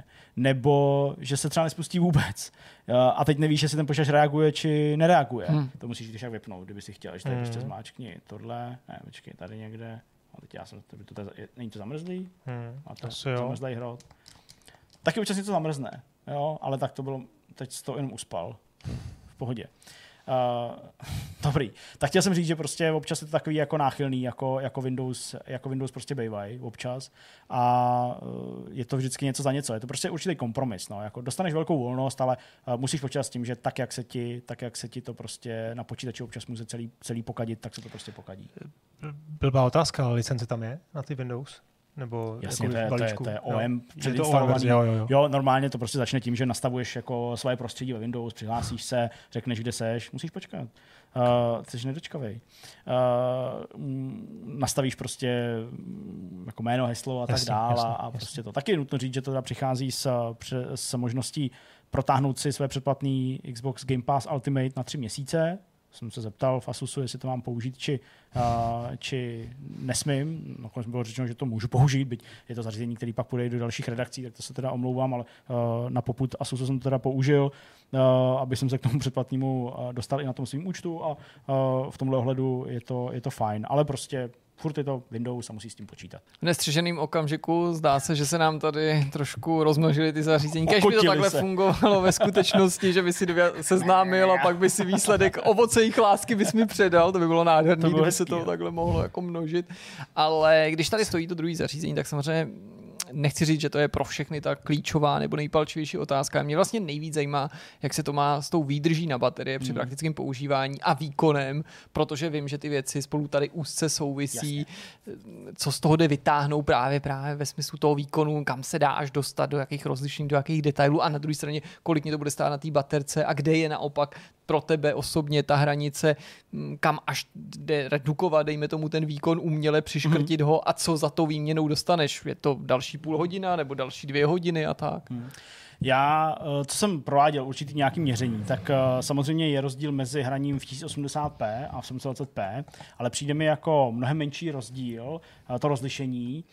nebo že se třeba nespustí vůbec. Uh, a teď nevíš, jestli ten počítač reaguje či nereaguje. Hmm. To musíš když tak vypnout, kdyby si chtěl, že tady hmm. prostě zmáčkni tohle, ne, počkej, tady někde. A teď já jsem, to, to, to, není to zamrzlý? Hmm. A to zamrzlý hrot. Taky občas něco zamrzne, jo, ale tak to bylo, teď to jenom uspal. V pohodě. Uh, dobrý. Tak chtěl jsem říct, že prostě občas je to takový jako náchylný, jako, jako Windows, jako Windows prostě bývají občas a uh, je to vždycky něco za něco. Je to prostě určitý kompromis, no. Jako dostaneš velkou volnost, ale uh, musíš počítat s tím, že tak jak se ti, tak jak se ti to prostě na počítači občas může celý, celý pokadit, tak se to prostě pokadí. Blbá otázka, ale licence tam je na ty Windows? Nebo jasně, to je, to, je, to je O M předinstalovaný. Jo, jo, jo. jo, normálně to prostě začne tím, že nastavuješ jako svoje prostředí ve Windows, přihlásíš se, řekneš, kde seš, musíš počkat. Uh, jsi nedočkavej. Uh, nastavíš prostě jako jméno, heslo a jasně, tak dále jasně, a prostě jasně. To. Taky je nutno říct, že to teda přichází s, s možností protáhnout si své předplatný Xbox Game Pass Ultimate na tři měsíce. Jsem se zeptal v Asusu, jestli to mám použít, či, uh, či nesmím. Nakonec bylo řečeno, že to můžu použít, byť je to zařízení, který pak půjde do dalších redakcí, tak to se teda omlouvám, ale uh, na popud Asusu jsem to teda použil, uh, aby jsem se k tomu předplatnému uh, dostal i na tom svým účtu a uh, v tomhle ohledu je to, je to fajn. Ale prostě furt je to Windows a musí s tím počítat. V nestřiženém okamžiku zdá se, že se nám tady trošku rozmnožily ty zařízení. Kéž by to takhle se. fungovalo ve skutečnosti, že by si seznámil a pak by si výsledek ovoce jejich lásky bys mi předal, to by bylo nádherné, kdyby hezký, se to jo. takhle mohlo jako množit. Ale když tady stojí to druhé zařízení, tak samozřejmě nechci říct, že to je pro všechny ta klíčová nebo nejpalčivější otázka. Mě vlastně nejvíc zajímá, jak se to má s tou výdrží na baterie při hmm. praktickém používání a výkonem, protože vím, že ty věci spolu tady úzce souvisí. Jasně. Co z toho jde vytáhnout právě právě ve smyslu toho výkonu, kam se dá až dostat, do jakých rozlišení, do jakých detailů a na druhé straně, kolik mě to bude stát na té baterce a kde je naopak pro tebe osobně ta hranice, kam až jde redukovat, dejme tomu ten výkon uměle, přiškrtit mm. ho a co za to výměnou dostaneš. Je to další půl hodina nebo další dvě hodiny a tak. Mm. Já, co jsem prováděl určitý nějaký měření, tak samozřejmě je rozdíl mezi hraním v tisíc osmdesát p a v sedm set dvacet p, ale přijde mi jako mnohem menší rozdíl, to rozlišení,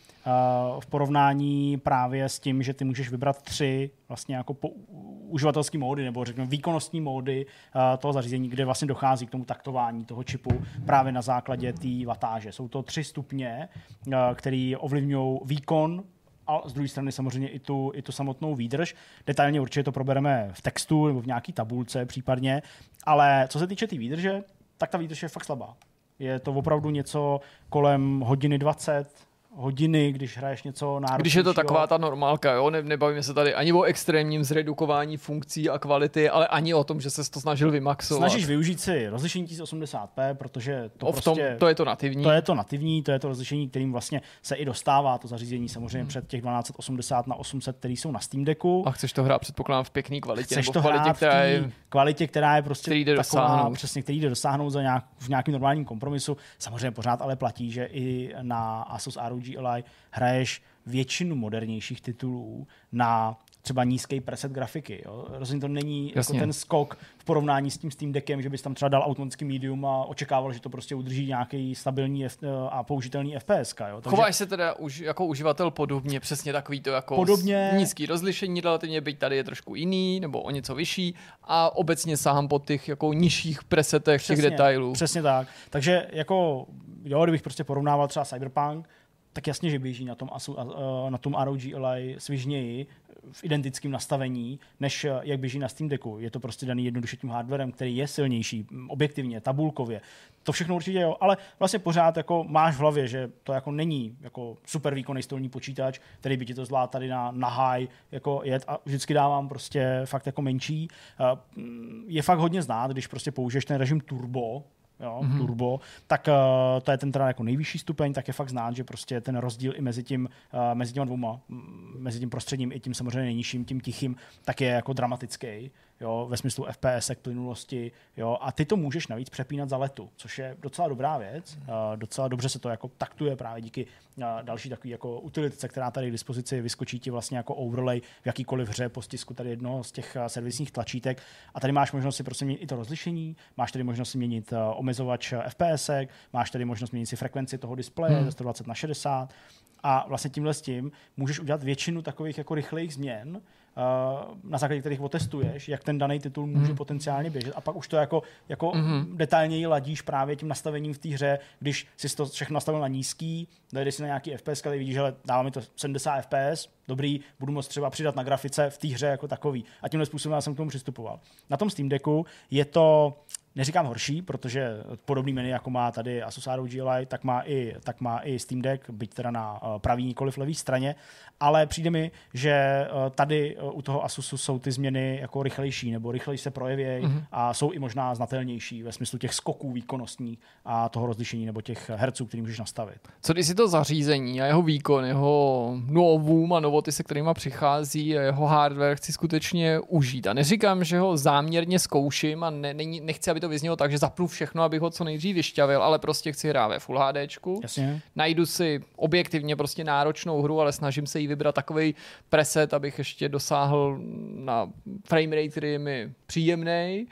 v porovnání právě s tím, že ty můžeš vybrat tři vlastně jako po, uživatelský módy, nebo řekněme výkonnostní módy toho zařízení, kde vlastně dochází k tomu taktování toho čipu právě na základě té watáže. Jsou to tři stupně, které ovlivňují výkon a z druhé strany samozřejmě i tu, i tu samotnou výdrž. Detailně určitě to probereme v textu nebo v nějaký tabulce případně, ale co se týče té tý výdrže, tak ta výdrž je fakt slabá. Je to opravdu něco kolem hodiny dvacet, hodiny, když hraješ něco náročnějšího. Když je to taková ta normálka, jo? Ne, nebavíme se tady ani o extrémním zredukování funkcí a kvality, ale ani o tom, že se to snažil vymaxovat. Snažíš využít si rozlišení tisíc osmdesát p, protože to o, v tom, prostě... To je to nativní. To je to nativní, to je to rozlišení, kterým vlastně se i dostává to zařízení samozřejmě hmm. před těch dvanáct set osmdesát na osm set, který jsou na Steam Decku. A chceš to hrát, předpokládám, v pěkné kvalitě. Chceš nebo to v kvalitě, hrát která v je... kvalitě, která je prostě který jde taková, dosáhnout. Přesně, který jde dosáhnout za nějak, v nějakým normálním kompromisu. Samozřejmě pořád ale platí, že i na Asus R O G Ally hraješ většinu modernějších titulů na třeba nízký preset grafiky. Jo. Rozhodně to není jako ten skok v porovnání s tím Steam Deckem, že bys tam třeba dal automatický medium a očekával, že to prostě udrží nějaký stabilní a použitelný F P S. Jo. Takže chováš se teda už jako uživatel podobně, přesně takový to jako podobně, nízký rozlišení relativně, byť tady je trošku jiný nebo o něco vyšší a obecně sahám po těch jako nižších presetech přesně, těch detailů. Přesně tak. Takže jako, jo, kdybych prostě porovnával třeba Cyberpunk, tak jasně, že běží na tom, Asu, na tom R O G Ally svižněji v identickém nastavení, než jak běží na Steam Decku. Je to prostě daný jednoduše tím hardwarem, který je silnější, objektivně, tabulkově. To všechno určitě jo, ale vlastně pořád jako máš v hlavě, že to jako není jako super výkonný stolní počítač, který by ti to zvládl tady na, na high jako jet a vždycky dávám prostě fakt jako menší. Je fakt hodně znát, když prostě použiješ ten režim turbo, jo, mm-hmm. turbo, tak uh, to je ten teda jako nejvyšší stupeň, tak je fakt znát, že prostě ten rozdíl i mezi tím, uh, mezi těma dvouma, m, mezi tím prostředním i tím samozřejmě nejnižším, tím tichým, tak je jako dramatický, jo, ve smyslu F P S, plynulosti, jo, a ty to můžeš navíc přepínat za letu, což je docela dobrá věc, uh, docela dobře se to jako taktuje právě díky uh, další takový jako utilitce, která tady k dispozici vyskočí ti vlastně jako overlay v jakýkoliv hře po stisku tady jednoho z těch uh, servisních tlačítek a tady máš možnost si prostě měnit i to rozlišení, máš tady možnost si měnit uh, omezovač F P S, máš tady možnost měnit si frekvenci toho displeje hmm. ze sto dvacet na šedesát a vlastně tímhle s tím můžeš udělat většinu takových jako rychlých změn, na základě kterých otestuješ, jak ten daný titul může hmm. potenciálně běžet a pak už to jako, jako hmm. detailněji ladíš právě tím nastavením v té hře, když jsi to všechno nastavil na nízký, dojdeš si na nějaký F P S, tady vidíš, že dává mi to sedmdesát F P S, dobrý, budu moct třeba přidat na grafice v té hře jako takový. A tímhle způsobem já jsem k tomu přistupoval. Na tom Steam Decku je to, neříkám horší, protože podobný menu, jako má tady Asus R O G Ally, tak má i, tak má i Steam Deck, byť teda na pravý, nikoliv levý straně, ale přijde mi, že tady u toho Asusu jsou ty změny jako rychlejší, nebo rychleji se projevějí mm-hmm. a jsou i možná znatelnější ve smyslu těch skoků výkonnostních a toho rozlišení nebo těch herců, který můžeš nastavit. Co když si to zařízení a jeho výkon, jeho novum a novoty, se kterýma přichází a jeho hardware chci skutečně užít. A neříkám, že ho záměrně zkouším a ne, ne, nechci, aby to vyznělo tak, že zapnu všechno, abych ho co nejdřív vyšťavil, ale prostě chci hrát ve Full HDčku. Jasně. Najdu si objektivně prostě náročnou hru, ale snažím se jí vybrat takovej preset, abych ještě dosáhl na frame rate, který je mi příjemnej.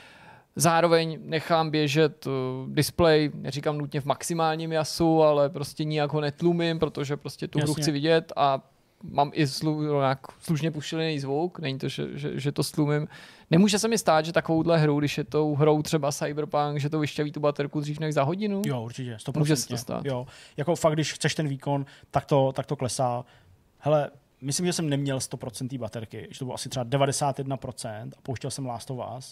Zároveň nechám běžet display, neříkám nutně v maximálním jasu, ale prostě nijak ho netlumím, protože prostě tu hru chci vidět a mám i slu, nějak slušně puštěný zvuk, není to, že, že, že to stlumím. Nemůže se mi stát, že takovouhle hru, když je tou hrou třeba Cyberpunk, že to vyšťaví tu baterku dřív než za hodinu? Jo, určitě, sto procent. Může se to stát. Jo. Jako fakt, když chceš ten výkon, tak to, tak to klesá. Hele, myslím, že jsem neměl sto procent baterky, že to bylo asi třeba devadesát jedna procent a pouštěl jsem Last of Us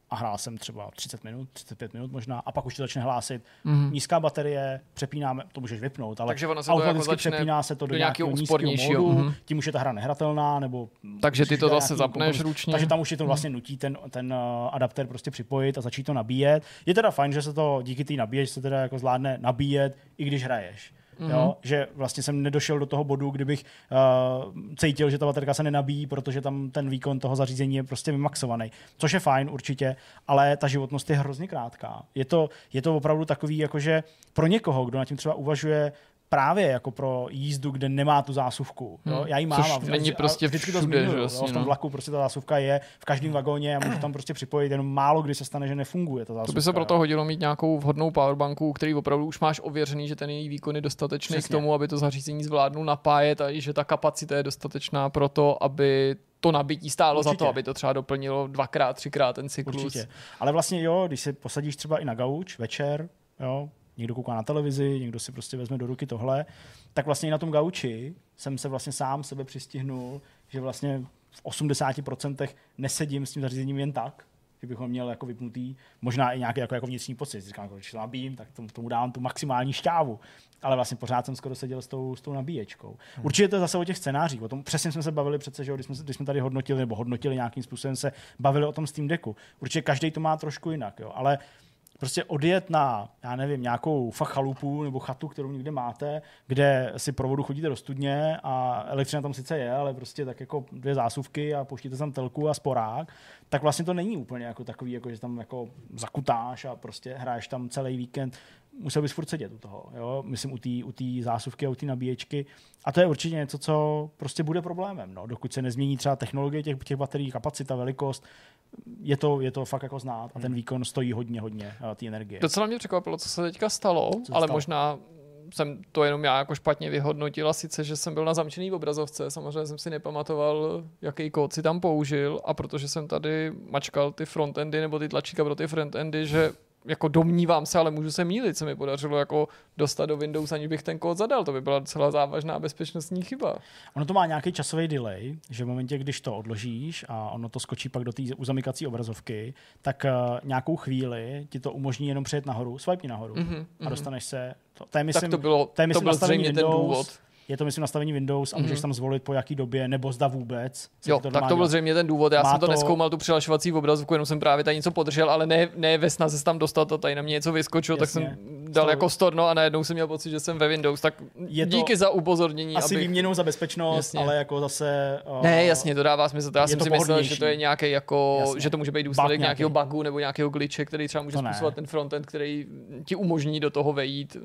a hrál jsem třeba třicet minut, třicet pět minut možná a pak už to začne hlásit. Mm. Nízká baterie, přepínáme, to můžeš vypnout, ale takže se automaticky jako přepíná se to do, do nějakého nízkého módu, mm. tím už je ta hra nehratelná, nebo takže ty to zase zapneš ručně. Takže tam už je to vlastně nutí ten, ten uh, adapter prostě připojit a začít to nabíjet. Je teda fajn, že se to díky té nabíješ se teda jako zvládne nabíjet, i když hraješ. Mm-hmm. Jo, že vlastně jsem nedošel do toho bodu, kdybych uh, cítil, že ta baterka se nenabíjí, protože tam ten výkon toho zařízení je prostě vymaxovaný. Což je fajn určitě, ale ta životnost je hrozně krátká. Je to, je to opravdu takový, jakože pro někoho, kdo na tím třeba uvažuje právě jako pro jízdu, kde nemá tu zásuvku. Jo? Já ji mám což a, není prostě a vždycky všude, to zmiňuju. že Jo? V tom vlaku prostě ta zásuvka je v každém vagóně a můžu tam prostě připojit, jenom málo kdy se stane, že nefunguje ta zásuvka. To by se proto hodilo mít nějakou vhodnou powerbanku, který opravdu už máš ověřený, že ten její výkon je dostatečný Přesně. k tomu, aby to zařízení zvládnul napájet a i že ta kapacita je dostatečná pro to, aby to nabití stálo Určitě. za to, aby to třeba doplnilo dvakrát, třikrát ten cyklus. Určitě. Ale vlastně jo, když se posadíš třeba i na gauč večer, jo, někdo kouká na televizi, někdo si prostě vezme do ruky tohle, tak vlastně i na tom gauči jsem se vlastně sám sebe přistihnul, že vlastně v osmdesáti procentech nesedím s tím zařízením jen tak, že bych ho měl jako vypnutý, možná i nějaký jako, jako vnitřní pocit. Říkám, když to nabíjím, tak tomu, tomu dám tu maximální šťávu. Ale vlastně pořád jsem skoro seděl s tou, s tou nabíječkou. Hmm. Určitě to je zase o těch scénářích. O tom přesně jsme se bavili přece, že když jsme, když jsme tady hodnotili nebo hodnotili nějakým způsobem se bavili o tom Steam Decku. Určitě každý to má trošku jinak, jo, ale prostě odjet na, já nevím, nějakou fakt chalupu nebo chatu, kterou někde máte, kde si pro vodu chodíte do studně a elektřina tam sice je, ale prostě tak jako dvě zásuvky a pouštíte tam telku a sporák, tak vlastně to není úplně jako takový, jako že tam jako zakutáš a prostě hraješ tam celý víkend. Musel bys furt sedět u toho, jo? Myslím u té u té zásuvky a u té nabíječky. A to je určitě něco, co prostě bude problémem, no? Dokud se nezmění třeba technologie těch, těch baterií, kapacita, velikost, je to, je to fakt jako znát a ten výkon stojí hodně, hodně té energie. Docela mě překvapilo, co se teďka stalo, co ale stalo? Možná jsem to jenom já jako špatně vyhodnotila, sice, že jsem byl na zamčený obrazovce, samozřejmě jsem si nepamatoval, jaký kód si tam použil a protože jsem tady mačkal ty frontendy nebo ty tlačíka pro ty frontendy, že jako domnívám se, ale můžu se mýlit, se mi podařilo jako dostat do Windows, aniž bych ten kód zadal. To by byla docela závažná bezpečnostní chyba. Ono to má nějaký časový delay, že v momentě, když to odložíš a ono to skočí pak do té uzamykací obrazovky, tak uh, nějakou chvíli ti to umožní jenom přejet nahoru, swipe nahoru mm-hmm, a dostaneš se. To, to je, myslím, tak to bylo, to je, myslím, to byl zřejmě ten důvod. Je to, myslím, nastavení Windows a můžeš mm-hmm. tam zvolit po jaký době, nebo zda vůbec. Jo, to tak to byl zřejmě ten důvod. Já Má jsem to, to neskoumal, tu přihlašovací obrazovku, jenom jsem právě tady něco podržel, ale ne, ne ve snaze se tam dostat a tady na mě něco vyskočilo, tak jsem dal to... jako storno a najednou jsem měl pocit, že jsem ve Windows. Tak je díky za upozornění. Asi abych... výměnou za bezpečnost, jasně. Ale jako zase... Uh... Ne, jasně, to dává smysl. To já jsem si myslel, že to je nějaký jako, jasně. Že to může být důsledek nějakého bugu nebo nějakého glitche, který třeba může způsobovat ten frontend, který ti umožní do toho vejít,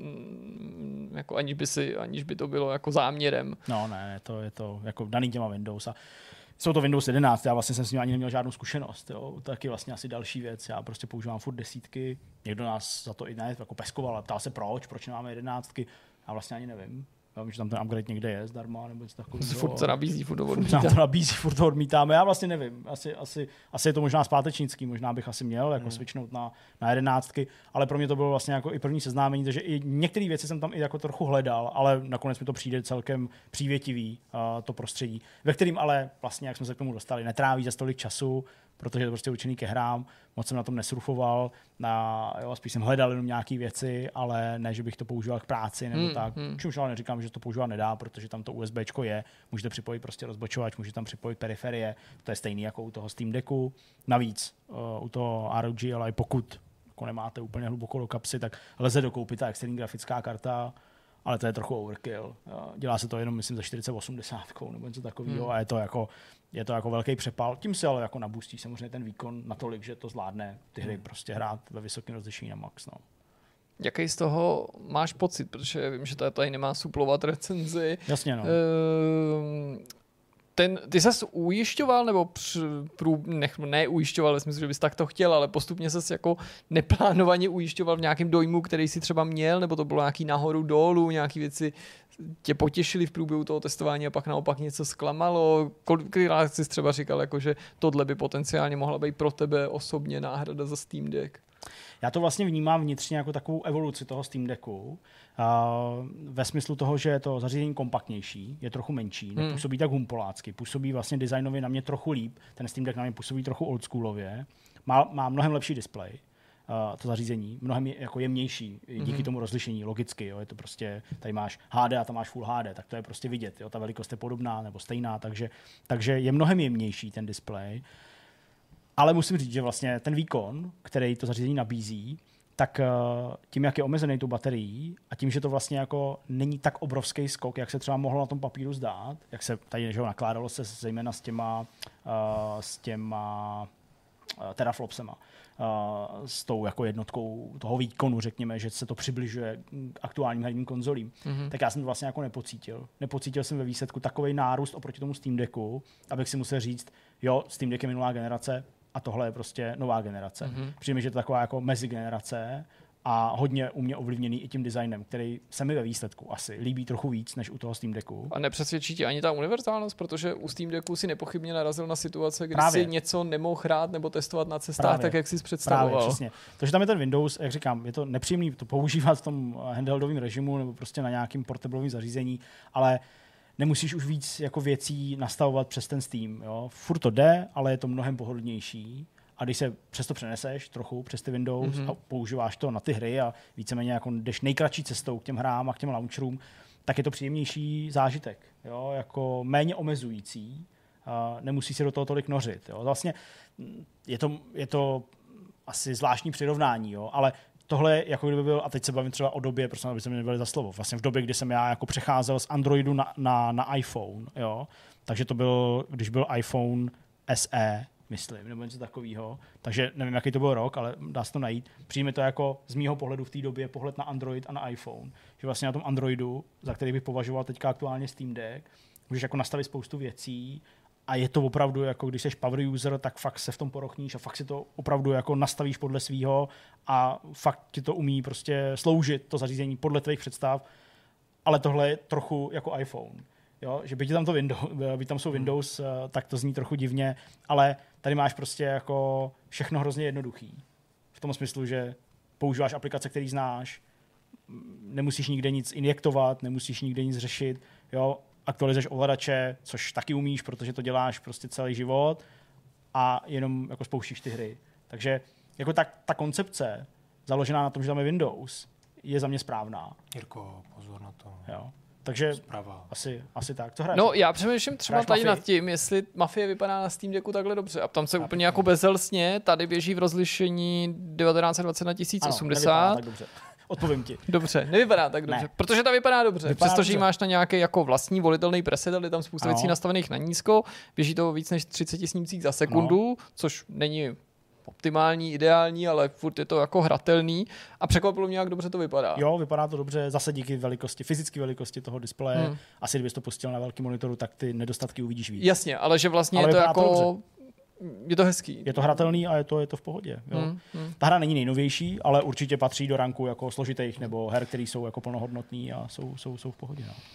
jako aniž by si, aniž by to bylo jako záměrem. No ne, to je to jako daný těma Windows a jsou to Windows jedenáct, já vlastně jsem s ním ani neměl žádnou zkušenost, jo. Taky vlastně asi další věc, já prostě používám furt desítky, někdo nás za to i ne, jako peskoval a ptal se proč, proč nemáme jedenáctky, já vlastně ani nevím. Já vím, že tam ten upgrade někde je zdarma, nebo něco takového. Furt se nabízí, furt to odmítáme. Furt to nabízí, furt to odmítáme. Já vlastně nevím. Asi, asi, asi je to možná zpátečnický, možná bych asi měl jako hmm. switchnout na, na jedenáctky, ale pro mě to bylo vlastně jako i první seznámení, takže i některé věci jsem tam i jako trochu hledal, ale nakonec mi to přijde celkem přívětivý, uh, to prostředí, ve kterým ale vlastně, jak jsme se k tomu dostali, netráví za tolik času, protože je to prostě určený ke hrám, moc jsem na tom nesurfoval, na, jo, spíš jsem hledal jenom nějaké věci, ale ne, že bych to používal k práci nebo hmm, tak. Hmm. Čímž ale neříkám, že to používat nedá, protože tam to USBčko je, můžete připojit prostě rozbočovač, můžete tam připojit periferie, to je stejný jako u toho Steam Decku. Navíc uh, u toho R O G, ale i pokud jako nemáte úplně hluboko do kapsy, tak lze dokoupit ta externí grafická karta, ale to je trochu overkill. Dělá se to jenom, myslím, za čtyřicet osmdesát nebo něco takového hmm. a je to jako je to jako velký přepal. Tím se ale jako nabustí samozřejmě ten výkon natolik, že to zvládne ty hry hmm. prostě hrát ve vysokém rozlišení na max. No. Jaký z toho máš pocit? Protože vím, že tady nemá suplovat recenzi. Jasně, no. Ehm, ten, ty ses ujišťoval, nebo prů, nech, ne ujišťoval, myslím, že bys tak to chtěl, ale postupně ses jako neplánovaně ujišťoval v nějakém dojmu, který si třeba měl, nebo to bylo nějaký nahoru dolů, nějaký věci tě potěšily v průběhu toho testování a pak naopak něco zklamalo. Kolikrát jsi třeba říkal, jako, že tohle by potenciálně mohla být pro tebe osobně náhrada za Steam Deck? Já to vlastně vnímám vnitřně jako takovou evoluci toho Steam Decku. Uh, ve smyslu toho, že je to zařízení kompaktnější, je trochu menší, nepůsobí tak humpolácky, působí vlastně designově na mě trochu líp, ten Steam Deck na mě působí trochu oldschoolově, má, má mnohem lepší displej, uh, to zařízení, mnohem je, jako jemnější, díky mm-hmm. tomu rozlišení, logicky, jo, je to prostě, tady máš H D a tam máš Full H D, tak to je prostě vidět, jo, ta velikost je podobná nebo stejná, takže, takže je mnohem jemnější ten displej. Ale musím říct, že vlastně ten výkon, který to zařízení nabízí, tak tím, jak je omezený tou baterií a tím, že to vlastně jako není tak obrovský skok, jak se třeba mohlo na tom papíru zdát, jak se tady že nakládalo se zejména s těma, uh, s těma uh, teraflopsema, uh, s tou jako jednotkou toho výkonu, řekněme, že se to přibližuje k aktuálním herním konzolím, mm-hmm. tak já jsem to vlastně jako nepocítil. Nepocítil jsem ve výsledku takovej nárůst oproti tomu Steam Decku, abych si musel říct, jo, Steam Deck je minulá generace, a tohle je prostě nová generace. Mm-hmm. Přijde mi, že to je taková jako mezigenerace a hodně u mě ovlivněný i tím designem, který se mi ve výsledku asi líbí trochu víc než u toho Steam Decku. A nepřesvědčí tě ani ta univerzálnost, protože u Steam Decku si nepochybně narazil na situace, kdy Právě. si něco nemohl hrát nebo testovat na cestách, Právě. tak jak jsi představoval. Právě, přesně. To, že tam je ten Windows, jak říkám, je to nepříjemný to používat v tom handheldovém režimu nebo prostě na nějakým portablovém zařízení, ale nemusíš už víc jako věcí nastavovat přes ten Steam. Jo? Furt to jde, ale je to mnohem pohodlnější. A když se přesto přeneseš trochu přes ty Windows mm-hmm. a používáš to na ty hry a víceméně jako jdeš nejkratší cestou k těm hrám a k těm launcherům, tak je to příjemnější zážitek. Jo? Jako méně omezující. A nemusí se do toho tolik nořit. Jo? Vlastně je to, je to asi zvláštní přirovnání, jo? Ale tohle, jako kdyby byl, a teď se bavím třeba o době, prostě aby se mi nebyli za slovo, vlastně v době, kdy jsem já jako přecházel z Androidu na, na, na iPhone, jo, takže to byl, když byl iPhone S E, myslím, nebo něco takového, takže nevím, jaký to byl rok, ale dá se to najít. Přijde mi to jako z mýho pohledu v té době pohled na Android a na iPhone, že vlastně na tom Androidu, za který bych považoval teďka aktuálně Steam Deck, můžeš jako nastavit spoustu věcí, a je to opravdu, jako když jsi power user, tak fakt se v tom porochníš a fakt si to opravdu jako nastavíš podle svýho a fakt ti to umí prostě sloužit, to zařízení podle tvých představ, ale tohle je trochu jako iPhone. Jo? Že byť tam, to Windows, byť tam jsou Windows, tak to zní trochu divně, ale tady máš prostě jako všechno hrozně jednoduchý. V tom smyslu, že používáš aplikace, které znáš, nemusíš nikde nic injektovat, nemusíš nikde nic řešit, jo? Aktualizuješ ovladače, což taky umíš, protože to děláš prostě celý život a jenom jako spouštíš ty hry. Takže jako ta, ta koncepce založená na tom, že tam je Windows, je za mě správná. Jirko, pozor na to. Jo. Takže Zprava. asi, asi tak. Co hraješ? No, já přemýšlím třeba Hráš tady Mafii? nad tím, jestli Mafie vypadá na Steam Decku takhle dobře. A tam se Já úplně jako bezelstně, tady běží v rozlišení devatenáct dvacet na tisíc osmdesát. Ano, tak dobře. Odpovím ti. Dobře, nevypadá tak dobře, Ne. protože ta vypadá dobře. Vypadá Přestože ji dobře. máš na nějaký jako vlastní volitelný preset, ale tam spousta Ano. věcí nastavených na nízko, běží to víc než třicet snímcích za sekundu, Ano. což není optimální, ideální, ale furt je to jako hratelný a překvapilo mě, jak dobře to vypadá. Jo, vypadá to dobře, zase díky velikosti, fyzické velikosti toho displeje. Hmm. Asi kdybys to pustil na velký monitoru, tak ty nedostatky uvidíš víc. Jasně, ale že vlastně Ale je to vypadá to jako... Je to hezký. Je to hratelný a je to, je to v pohodě. Jo. Hmm, hmm. Ta hra není nejnovější, ale určitě patří do ranku jako složitých nebo her, které jsou jako plnohodnotný a jsou, jsou, jsou v pohodě. No.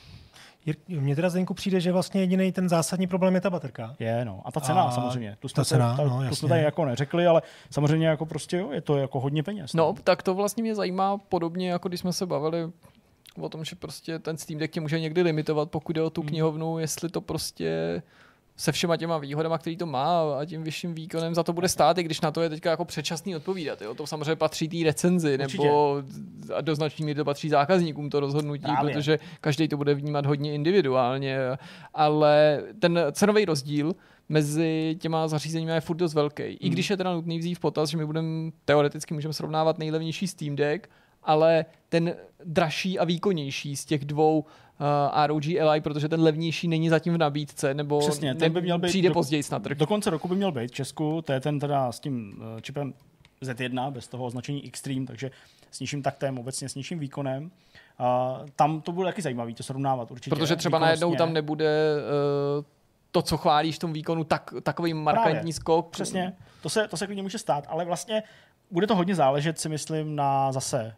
Mně teda Zdeňku přijde, že vlastně jediný ten zásadní problém je ta baterka. Je, no. A ta cena A samozřejmě. Tu ta jsme, cena, ta, no, tu jasně. jsme tady jako neřekli, ale samozřejmě jako prostě jo, je to jako hodně peněz. No, tak to vlastně mě zajímá podobně, jako když jsme se bavili o tom, že prostě ten Steam Deck tě může někdy limitovat, pokud jde o tu knihovnu, jestli to prostě se všema těma výhodama, který to má a tím vyšším výkonem za to bude stát, i když na to je teďka jako předčasný odpovídat. Jo? To samozřejmě patří té recenzi, Určitě. nebo a do značné míry to patří zákazníkům to rozhodnutí, Právě. protože každý to bude vnímat hodně individuálně, ale ten cenový rozdíl mezi těma zařízeními je furt dost velký. I Hmm. když je teda nutný vzít v potaz, že my budeme teoreticky můžeme srovnávat nejlevnější Steam Deck, ale ten dražší a výkonnější z těch dvou uh, R O G Ally, protože ten levnější není zatím v nabídce, nebo Přesně, ten by měl být přijde do- později na trh. Do konce roku by měl být v Česku, to je ten teda s tím uh, čipem Z jedna, bez toho označení Extreme, takže s nižším taktem, obecně s nižším výkonem. Uh, tam to bude taky zajímavý to srovnávat určitě. Protože třeba výkonnostně. najednou tam nebude uh, to, co chválíš v tom výkonu, tak, takový markantní Právě. skok. Přesně, to se, to se klidně může stát, ale vlastně bude to hodně záležet, si myslím, na zase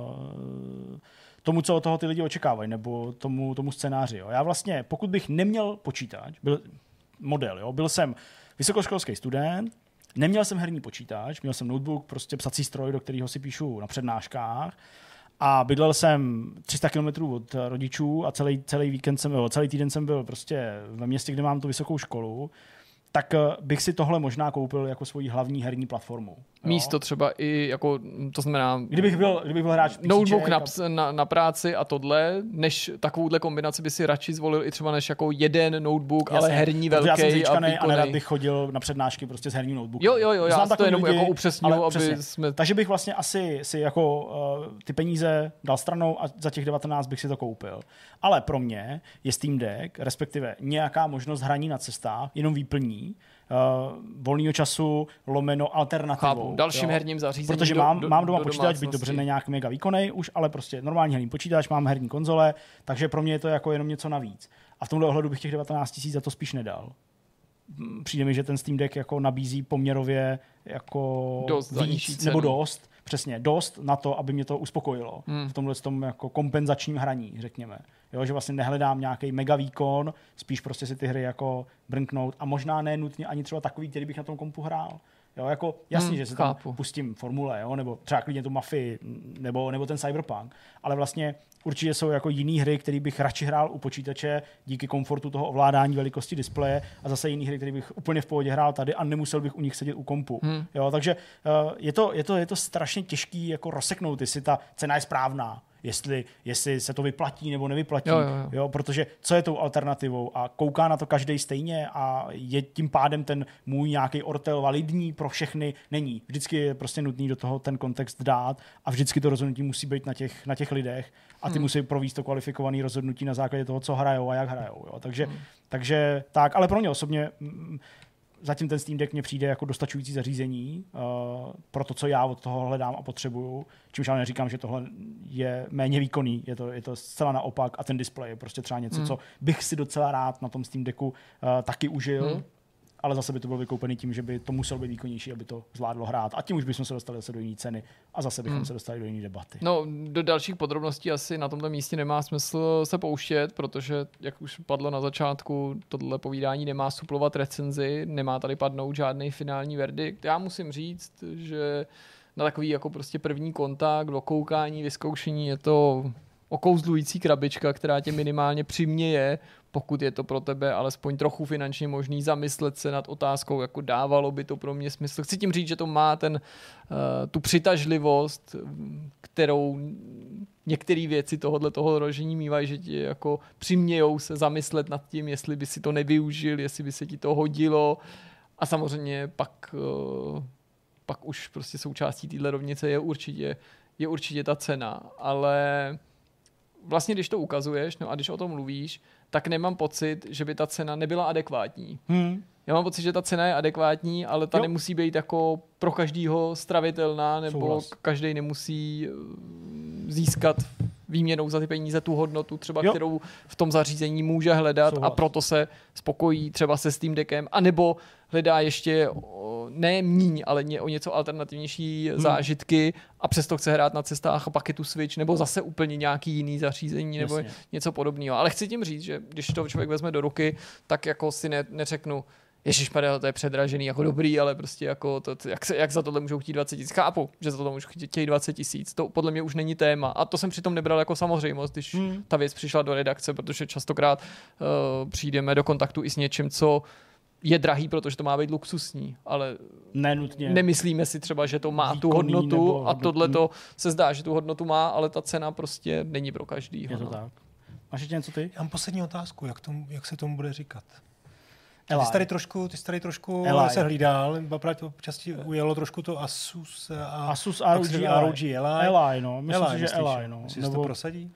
uh, tomu, co od toho ty lidi očekávají, nebo tomu, tomu scénáři. Jo. Já vlastně, pokud bych neměl počítač, byl model, jo, byl jsem vysokoškolský student, neměl jsem herní počítač, měl jsem notebook, prostě psací stroj, do kterého si píšu na přednáškách a bydlel jsem tři sta kilometrů od rodičů a celý, celý víkend jsem byl, celý týden jsem byl prostě ve městě, kde mám tu vysokou školu, tak bych si tohle možná koupil jako svoji hlavní herní platformu. Místo jo? Třeba i jako, to znamená... Kdybych byl, kdybych byl hráč notebook na, na, na práci a tohle, než takovouhle kombinaci by si radši zvolil i třeba než jako jeden notebook, jasně, ale herní velký. Já jsem zvíčkanej a nerad bych chodil na přednášky prostě s herním notebookem. Jo, jo, jo, já to jenom lidi, jako upřesňuji, aby jsme... Takže bych vlastně asi si jako uh, ty peníze dal stranou a za těch devatenáct bych si to koupil. Ale pro mě je Steam Deck, respektive nějaká možnost hraní na cestách, jenom výplní, Uh, volného času lomeno alternativou. Chápu, dalším jo? herním zařízením. Protože do, mám, do, mám doma do počítač, byť dobře ne nějak mega výkonnej už, ale prostě normální herní počítač, mám herní konzole, takže pro mě je to jako jenom něco navíc. A v tomhle ohledu bych těch devatenáct tisíc za to spíš nedal. Přijde mi, že ten Steam Deck jako nabízí poměrově jako dost víc, nebo dost, přesně, dost na to, aby mě to uspokojilo. Hmm. V tomhle tom jako kompenzačním hraní, řekněme. Jo, že vlastně nehledám nějaký mega výkon, spíš prostě si ty hry jako brnknout a možná ne nutně ani třeba takový, který bych na tom kompu hrál. Jo, jako jasně, hmm, že si tam chápu. Pustím Formule, jo, nebo třeba klidně tu Mafii, nebo, nebo ten Cyberpunk, ale vlastně určitě jsou jako jiný hry, které bych radši hrál u počítače díky komfortu toho ovládání, velikosti displeje a zase jiný hry, které bych úplně v pohodě hrál tady a nemusel bych u nich sedět u kompu. Hmm. Jo, takže uh, je, to, je, to, je to strašně těžký jako rozseknout, jestli ta cena je správná. Jestli, jestli se to vyplatí nebo nevyplatí, jo, jo, jo. Jo, protože co je tou alternativou a kouká na to každý stejně a je tím pádem ten můj nějaký ortel validní pro všechny, není. Vždycky je prostě nutný do toho ten kontext dát a vždycky to rozhodnutí musí být na těch, na těch lidech a ty hmm. musí provést to kvalifikované rozhodnutí na základě toho, co hrajou a jak hrajou. Jo. Takže, hmm. takže tak, ale pro mě osobně mm, zatím ten Steam Deck mně přijde jako dostačující zařízení uh, pro to, co já od toho hledám a potřebuju. Čímž ale neříkám, že tohle je méně výkonný, je to, je to zcela naopak a ten displej je prostě třeba něco, hmm. co bych si docela rád na tom Steam Decku uh, taky užil, hmm. ale zase by to bylo vykoupený tím, že by to muselo být výkonnější, aby to zvládlo hrát. A tím už bychom se dostali zase do jiné ceny a zase bychom hmm. se dostali do jiné debaty. No, do dalších podrobností asi na tomto místě nemá smysl se pouštět, protože, jak už padlo na začátku, tohle povídání nemá suplovat recenzi, nemá tady padnout žádný finální verdikt. Já musím říct, že na takový jako prostě první kontakt, okoukání, vyzkoušení je to okouzlující krabička, která tě minimálně přiměje, pokud je to pro tebe alespoň trochu finančně možný, zamyslet se nad otázkou, jako dávalo by to pro mě smysl. Chci tím říct, že to má ten, uh, tu přitažlivost, kterou některé věci tohohle toho rožení mývají, že ti jako přimějou se zamyslet nad tím, jestli by si to nevyužil, jestli by se ti to hodilo a samozřejmě pak, uh, pak už prostě součástí téhle rovnice je určitě, je určitě ta cena, ale vlastně, když to ukazuješ, no a když o tom mluvíš, tak nemám pocit, že by ta cena nebyla adekvátní. Hmm. Já mám pocit, že ta cena je adekvátní, ale ta jo. nemusí být jako pro každýho stravitelná, nebo Souhlas. Každý nemusí získat výměnou za ty peníze tu hodnotu, třeba jo. kterou v tom zařízení může hledat Souhlas. A proto se spokojí třeba se Steam Deckem, anebo hledá ještě ne míň, ale ně, o něco alternativnější hmm. zážitky a přesto chce hrát na cestách a pak je tu Switch, nebo zase úplně nějaký jiný zařízení, nebo Jasně. něco podobného. Ale chci tím říct, že když to člověk vezme do ruky, tak jako si ne, neřeknu, ježišmarja, to je předražený, jako dobrý, ale prostě jako to, jak, se, jak za tohle můžou chtít dvacet tisíc. Chápu, že za tohle můžou chtít dvacet tisíc. To podle mě už není téma. A to jsem přitom nebral jako samozřejmost, když hmm. ta věc přišla do redakce, protože častokrát uh, přijdeme do kontaktu i s něčím, co je drahý, protože to má být luxusní, ale nenutně. Nemyslíme si třeba, že to má tu hodnotu a tohle to se zdá, že tu hodnotu má, ale ta cena prostě není pro každýho. Je to no. tak. Máš ještě něco ty? Já mám poslední otázku, jak, tomu, jak se tomu bude říkat? Ty jsi tady trošku, ty jsi tady trošku se hlídal, častěji ujelo trošku to Asus a Asus R O G, R O G Eli. Eli, no. Myslím Eli, si, že Eli, no. Myslíš, že to prosadí?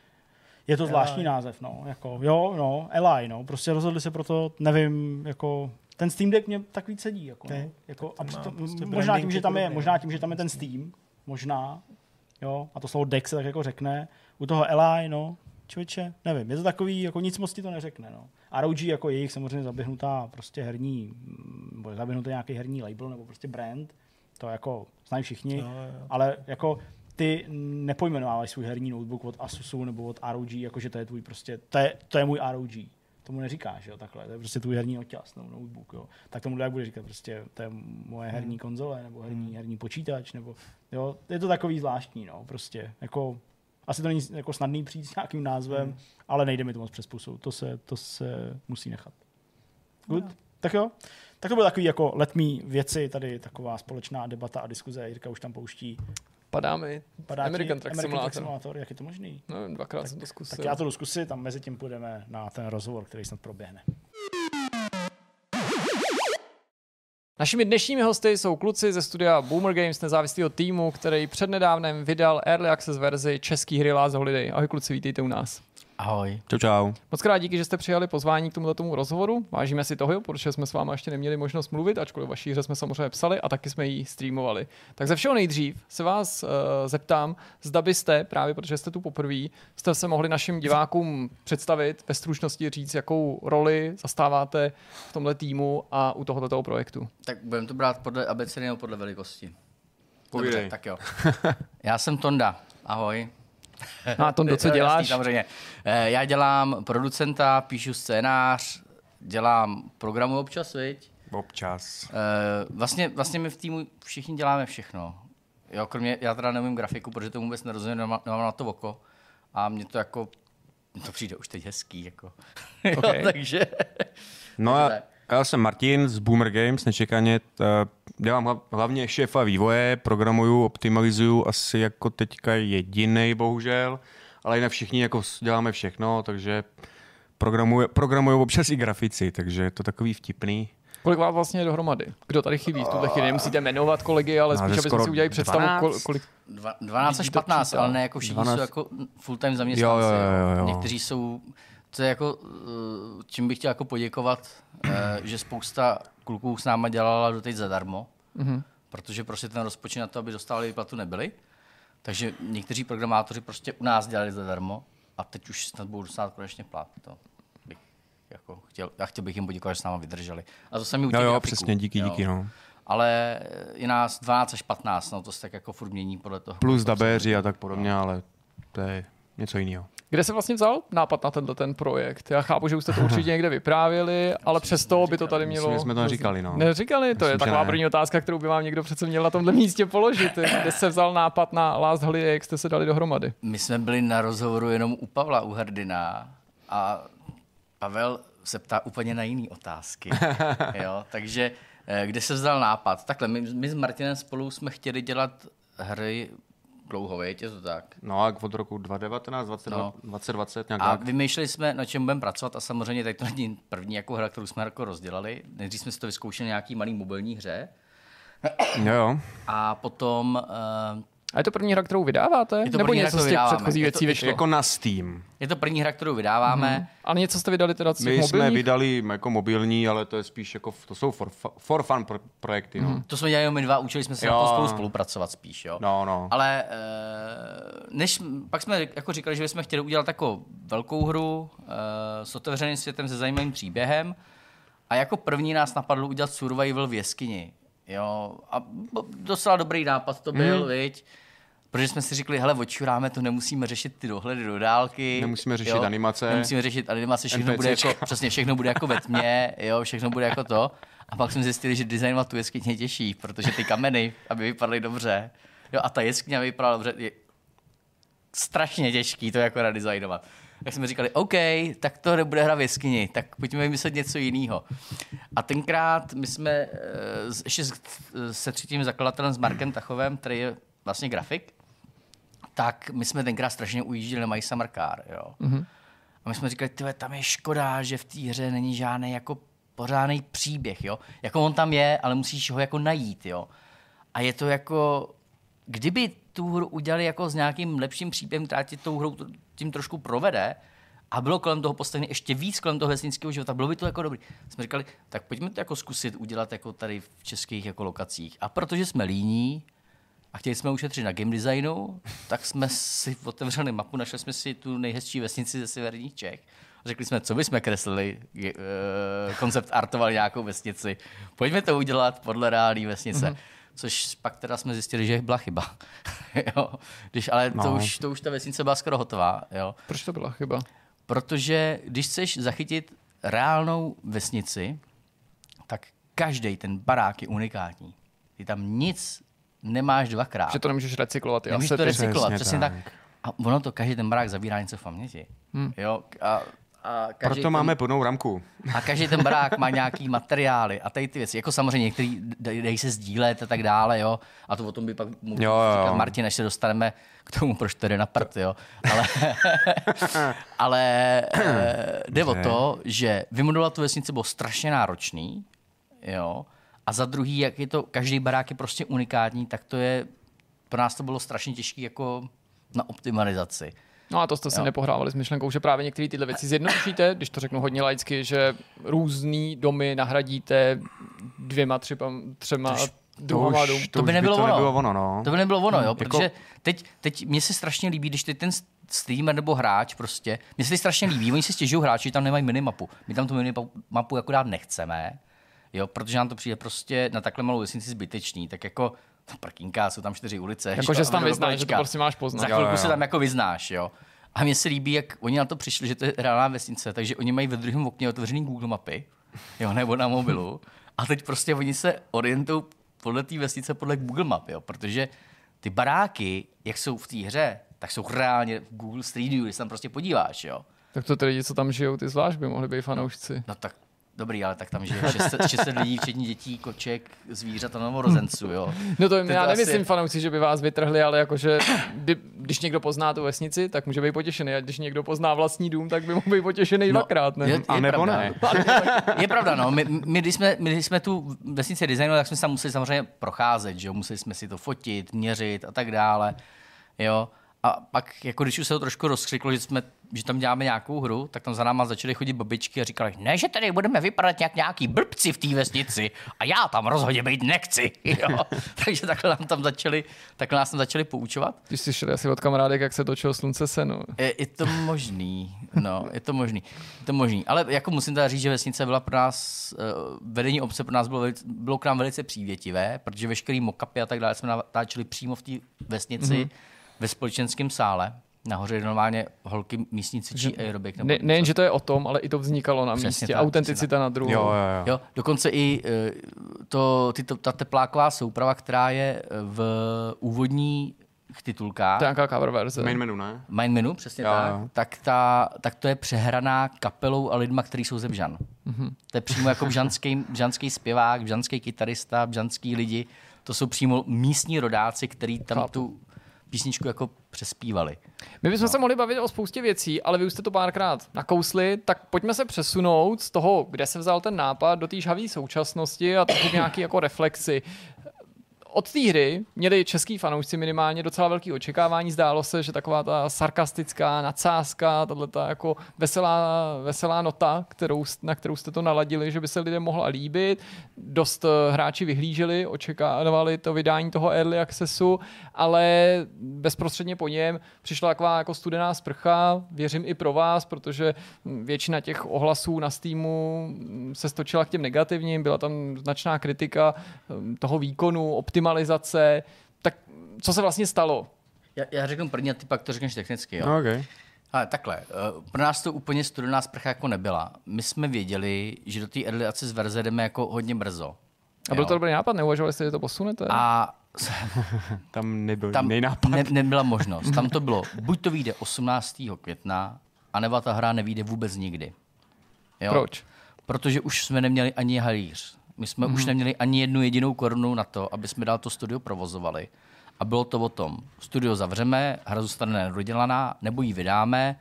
Je to zvláštní Eli. Název, no. Jako, jo, no, Eli, no. Prostě rozhodli se proto, nevím, jako ten Steam Deck mě tak víc sedí, jako, no. jako a přitom, prostě možná tím, že tam je, možná tím, že tam je ten Steam, možná, jo, a to slovo Deck se tak jako řekne. U toho Eli, no, člověče, nevím, je to takový, jako nic moc ti to neřekne, no. R O G jako jejich samozřejmě zaběhnutá prostě herní, nebo zaběhnutý nějaký herní label nebo prostě brand, to jako znají všichni, no, ale jako ty nepojmenovávají svůj herní notebook od Asusu nebo od R O G, jakože to je tvůj prostě, to je, to je můj R O G. tomu neříkáš, jo, takhle, to je prostě tvůj herní oťas, no, notebook, jo. Tak tomu jak bude říkat, prostě to je moje herní konzole, nebo herní, herní počítač, nebo, jo, je to takový zvláštní, no, prostě, jako, asi to není jako snadný přijít s nějakým názvem, hmm. ale nejde mi to moc přes pusu, to se, to se musí nechat. Good? No. Tak jo, tak to byly takový jako letmí věci, tady taková společná debata a diskuze, Jirka už tam pouští. Padá mi Padá American Truck Simulator. Simulator, jak je to možný? No, dvakrát tak, jsem to zkusil. Tak já to jdu zkusit a mezi tím půjdeme na ten rozhovor, který snad proběhne. Našimi dnešními hosty jsou kluci ze studia Boomer Games, nezávislého týmu, který přednedávnem vydal Early Access verzi český hry Last Holiday. Ahoj kluci, vítejte u nás. Ahoj. Čau, čau. Moc krát díky, že jste přijali pozvání k tomuto rozhovoru. Vážíme si toho, protože jsme s vámi ještě neměli možnost mluvit, ačkoliv o vaší hře jsme samozřejmě psali a taky jsme ji streamovali. Tak ze všeho nejdřív se vás uh, zeptám, zda byste, právě protože jste tu poprvé, jste se mohli našim divákům představit, ve stručnosti říct, jakou roli zastáváte v tomhle týmu a u tohoto projektu. Tak budeme to brát podle abecedy nebo podle velikosti. Povídej. Dobře, tak jo. Já jsem Tonda. Ahoj. No a Tondo, co děláš? Samozřejmě. Já dělám producenta, píšu scénář, dělám programu občas, viď? Občas. Vlastně, vlastně my v týmu všichni děláme všechno. Jo, kromě, já teda neumím grafiku, protože to vůbec nerozumím, nemám, nemám na to oko. A mě to jako, to přijde už teď hezký, jako. Okay. Jo, takže... No a já jsem Martin z Boomer Games, nečekaně. Dělám hlavně šéfa vývoje, programuju, optimalizuju asi jako teďka jedinej, bohužel, ale jinak všichni jako děláme všechno, takže programuju, programuju občas i grafici, takže je to takový vtipný. Kolik vás vlastně je dohromady? Kdo tady chybí v tuhle chvíli? Nemusíte jmenovat kolegy, ale spíš, abyste si udělali představu, kol, kolik... dvanáct až patnáct, ale ne jako všichni dvanáct jsou jako full-time zaměstnanci. Jo, jo, jo, jo. Někteří jsou... To je jako, čím bych chtěl jako poděkovat, že spousta kluků s náma dělala doteď zadarmo, mm-hmm. protože prostě ten rozpočet na to, aby dostali výplatu, nebyli. Takže někteří programátoři prostě u nás dělali zadarmo a teď už snad budou dostat konečně plat. To bych jako chtěl, já chtěl bych jim poděkovat, že s náma vydrželi. A to sami u těch jo, jo, grafiků, přesně, díky, jo. díky, no. Ale je nás dvanáct až patnáct, no to se tak jako furt mění podle toho. Plus dabéři a tak podobně, ale to je něco jiného. Kde se vlastně vzal nápad na tenhle ten projekt? Já chápu, že už jste to určitě někde vyprávěli, ale přesto by to tady mělo... Myslím, že jsme to neříkali, no. Neříkali? To Myslím, je taková ne. první otázka, kterou by vám někdo přece měl na tomhle místě položit. Kde se vzal nápad na Last Holiday, jak jste se dali dohromady? My jsme byli na rozhovoru jenom u Pavla, u Hrdina a Pavel se ptá úplně na jiné otázky. Jo? Takže kde se vzal nápad? Takhle, my, my s Martinem spolu jsme chtěli dělat hry dlouho, je to tak? No a od roku dva tisíce devatenáct, dvacet dvacet nějak A tak. vymýšleli jsme, na čem budeme pracovat a samozřejmě tady to není první jako hra, kterou jsme jako rozdělali. Nejdřív jsme si to vyzkoušeli nějaký malý mobilní hře. Jo, jo. A potom... Uh, A je to první hra, kterou vydáváte? Je to Nebo první něco hra, z těch vydáváme. předchozích Je věcí to- vyšlo? Jako na Steam. je to první hra, kterou vydáváme. Hmm. Ale něco jste vydali teda z těch My mobilních? jsme vydali jako mobilní, ale to je spíš jako, to jsou for, for fun pro, projekty, no. To jsme dělali my dva, učili jsme se Jo. na to spolu spolupracovat spíš, jo. No, no. Ale eh, než, pak jsme jako říkali, že bychom chtěli udělat jako velkou hru eh, s otevřeným světem se zajímavým příběhem a jako první nás napadlo udělat survival v jeskyni, jo. A bo- docela dobrý nápad to byl, mm. viď. Protože jsme si říkali, hele, odčuráme to, nemusíme řešit ty dohledy do dálky. Nemusíme řešit animace. Nemusíme řešit animace, všechno bude jako, přesně všechno bude jako ve tmě, jo, všechno bude jako to. A pak jsme zjistili, že designovat tu jeskyně je těžší, protože ty kameny, aby vypadaly dobře, jo, a ta jeskyně, aby vypadala dobře, je strašně těžký to jako nadizajnovat. Tak jsme říkali, OK, tak to nebude hra v jeskyni, tak pojďme vymyslet něco jiného. A tenkrát my jsme eh, ještě se třetím zakladatelem s Markem Tachovem, který je vlastně grafik, tak my jsme tenkrát strašně ujížděli na My Summer Car, jo. Mm-hmm. A my jsme říkali, tyhle, tam je škoda, že v té hře není žádný jako pořádný příběh, jo. Jako on tam je, ale musíš ho jako najít, jo. A je to jako, kdyby tu hru udělali jako s nějakým lepším příběhem, která tě tou hrou tím trošku provede a bylo kolem toho postavené ještě víc kolem toho vesnického života, bylo by to jako dobrý. Jsme říkali, tak pojďme to jako zkusit udělat jako tady v českých jako lokacích. A protože jsme líní, a chtěli jsme ušetřit na game designu, tak jsme si otevřeli mapu, našli jsme si tu nejhezčí vesnici ze severních Čech. Řekli jsme, co bychom kreslili, koncept artovali nějakou vesnici. Pojďme to udělat podle reální vesnice. Mm-hmm. Což pak teda jsme zjistili, že byla chyba. jo. Když, ale no. to, už, to už ta vesnice byla skoro hotová. Jo. Proč to byla chyba? Protože když chceš zachytit reálnou vesnici, tak každý ten barák je unikátní. Ty tam nic nemáš dvakrát. Že to nemůžeš recyklovat. Nemůžeš to recyklovat, přesně tak. tak. A ono to, každý ten barák zabírá něco v paměti. Hmm. Jo, a, a Proto ten, máme plnou ramku. A každý ten barák má nějaký materiály a tady ty věci. Jako samozřejmě některý dají se sdílet a tak dále, jo. A to o tom by pak mohl říkat Martin, až se dostaneme k tomu, proč to jde na prd, jo. Ale, ale eh, jde o to, že vymodulovat tu vesnici bylo strašně náročný, jo. A za druhý, jak je to, každý barák je prostě unikátní, tak to je, pro nás to bylo strašně těžké jako na optimalizaci. No a to jste si nepohrávali s myšlenkou, že právě některé tyhle věci zjednodušíte, když to řeknu hodně laicky, že různý domy nahradíte dvěma, třipa, třema druhama domů. To, to by nebylo by to ono. Nebylo ono no. To by nebylo ono, jo, protože jako... teď, teď mně se strašně líbí, když ty ten streamer nebo hráč prostě, mně se strašně líbí, oni si stěžují hráči, že tam nemají minimapu. My tam tu minimapu jako dát nechceme, jo, protože nám to přijde prostě na takhle malou vesnici zbytečný, tak jako prkínka, jsou tam čtyři ulice. Jako, že se tam vyznáš, že to prostě máš poznat. Za chvilku se tam jako vyznáš, jo. A mně se líbí, jak oni na to přišli, že to je reálná vesnice, takže oni mají ve druhém okně otevřený Google mapy, jo, nebo na mobilu. A teď prostě oni se orientují podle té vesnice, podle Google map, jo, protože ty baráky, jak jsou v té hře, tak jsou reálně v Google Street View, když se tam prostě podíváš, jo. Tak to ty lidi, co tam žijou, ty zvlášť by mohli být fanoušci. No tak dobrý, ale tak tam žije šest set lidí, včetně dětí, koček, zvířat a novorozenců, jo. No to já to nemyslím asi... fanoušci, že by vás vytrhli, ale jakože když někdo pozná tu vesnici, tak může být potěšený. A když někdo pozná vlastní dům, tak by mohl být potěšený no, dvakrát, ne? Je, je a nebo pravda. ne. Je pravda, no. My, my, když jsme, my, když jsme tu vesnici designovali, tak jsme se tam museli samozřejmě procházet, že jo. Museli jsme si to fotit, měřit a tak dále, jo. A pak, jako když už se to trošku rozkřiklo, že, jsme, že tam děláme nějakou hru, tak tam za náma začaly chodit babičky a říkali, ne, že tady budeme vypadat jak nějaký blbci v té vesnici a já tam rozhodně být nechci. Jo? Takže takhle nám tam začali, takhle nás tam začali poučovat. Když jsi šel asi od kamarádek, jak se točilo slunce seno. Je, je to možný, no, je to možný. Je to možný. Ale jako musím teda říct, že vesnice byla pro nás, vedení obce pro nás bylo, velice, bylo k nám velice přívětivé, protože veškerý mock-upy a tak dále jsme natáčeli přímo v té vesnici. Mm-hmm. Ve společenském sále. Nahoře normálně holky místní cvičí aerobik. Ne, nejen, že to je o tom, ale i to vznikalo na přesně místě. Tak, autenticita na druhou. Jo, jo, jo. Jo, dokonce i to, ty, to, ta tepláková souprava, která je v úvodních titulkách. To je nějaká cover verze. Main menu, ne? Main menu, přesně jo, tak. Jo. Tak, ta, tak to je přehraná kapelou a lidma, kteří jsou ze Bžan. Mm-hmm. To je přímo jako bžanský, bžanský zpěvák, bžanský kytarista, bžanský lidi. To jsou přímo místní rodáci, kteří tam Chápu. tu písničku jako přespívali. My bychom no. se mohli bavit o spoustě věcí, ale vy už jste to párkrát nakousli, tak pojďme se přesunout z toho, kde se vzal ten nápad, do té žhavé současnosti a trochu nějaký jako reflexy. Od té hry měli český fanoušci minimálně docela velký očekávání. Zdálo se, že taková ta sarkastická nadsázka, tato jako veselá, veselá nota, kterou, na kterou jste to naladili, že by se lidem mohla líbit. Dost hráči vyhlíželi, očekávali to vydání toho Early Accessu, ale bezprostředně po něm přišla taková jako studená sprcha. Věřím i pro vás, protože většina těch ohlasů na Steamu se stočila k těm negativním. Byla tam značná kritika toho výkonu, optimalizace, tak co se vlastně stalo? Já, já řeknu první a ty pak to řekneš technicky, jo? No, okay. Ale takhle, pro nás to úplně studená sprcha jako nebyla. My jsme věděli, že do té Early Access verze jdeme jako hodně brzo. A byl to dobrý nápad? Neuvažovali jste, že to posunete? A tam nebyl tam jiný nápad. Ne, nebyla možnost. Tam to bylo, buď to vyjde osmnáctého května, anebo ta hra nevyjde vůbec nikdy. Jo? Proč? Protože už jsme neměli ani halíř. My jsme mm. už neměli ani jednu jedinou korunu na to, aby jsme dál to studio provozovali. A bylo to o tom, studio zavřeme, hra zůstane nedodělaná, nebo ji vydáme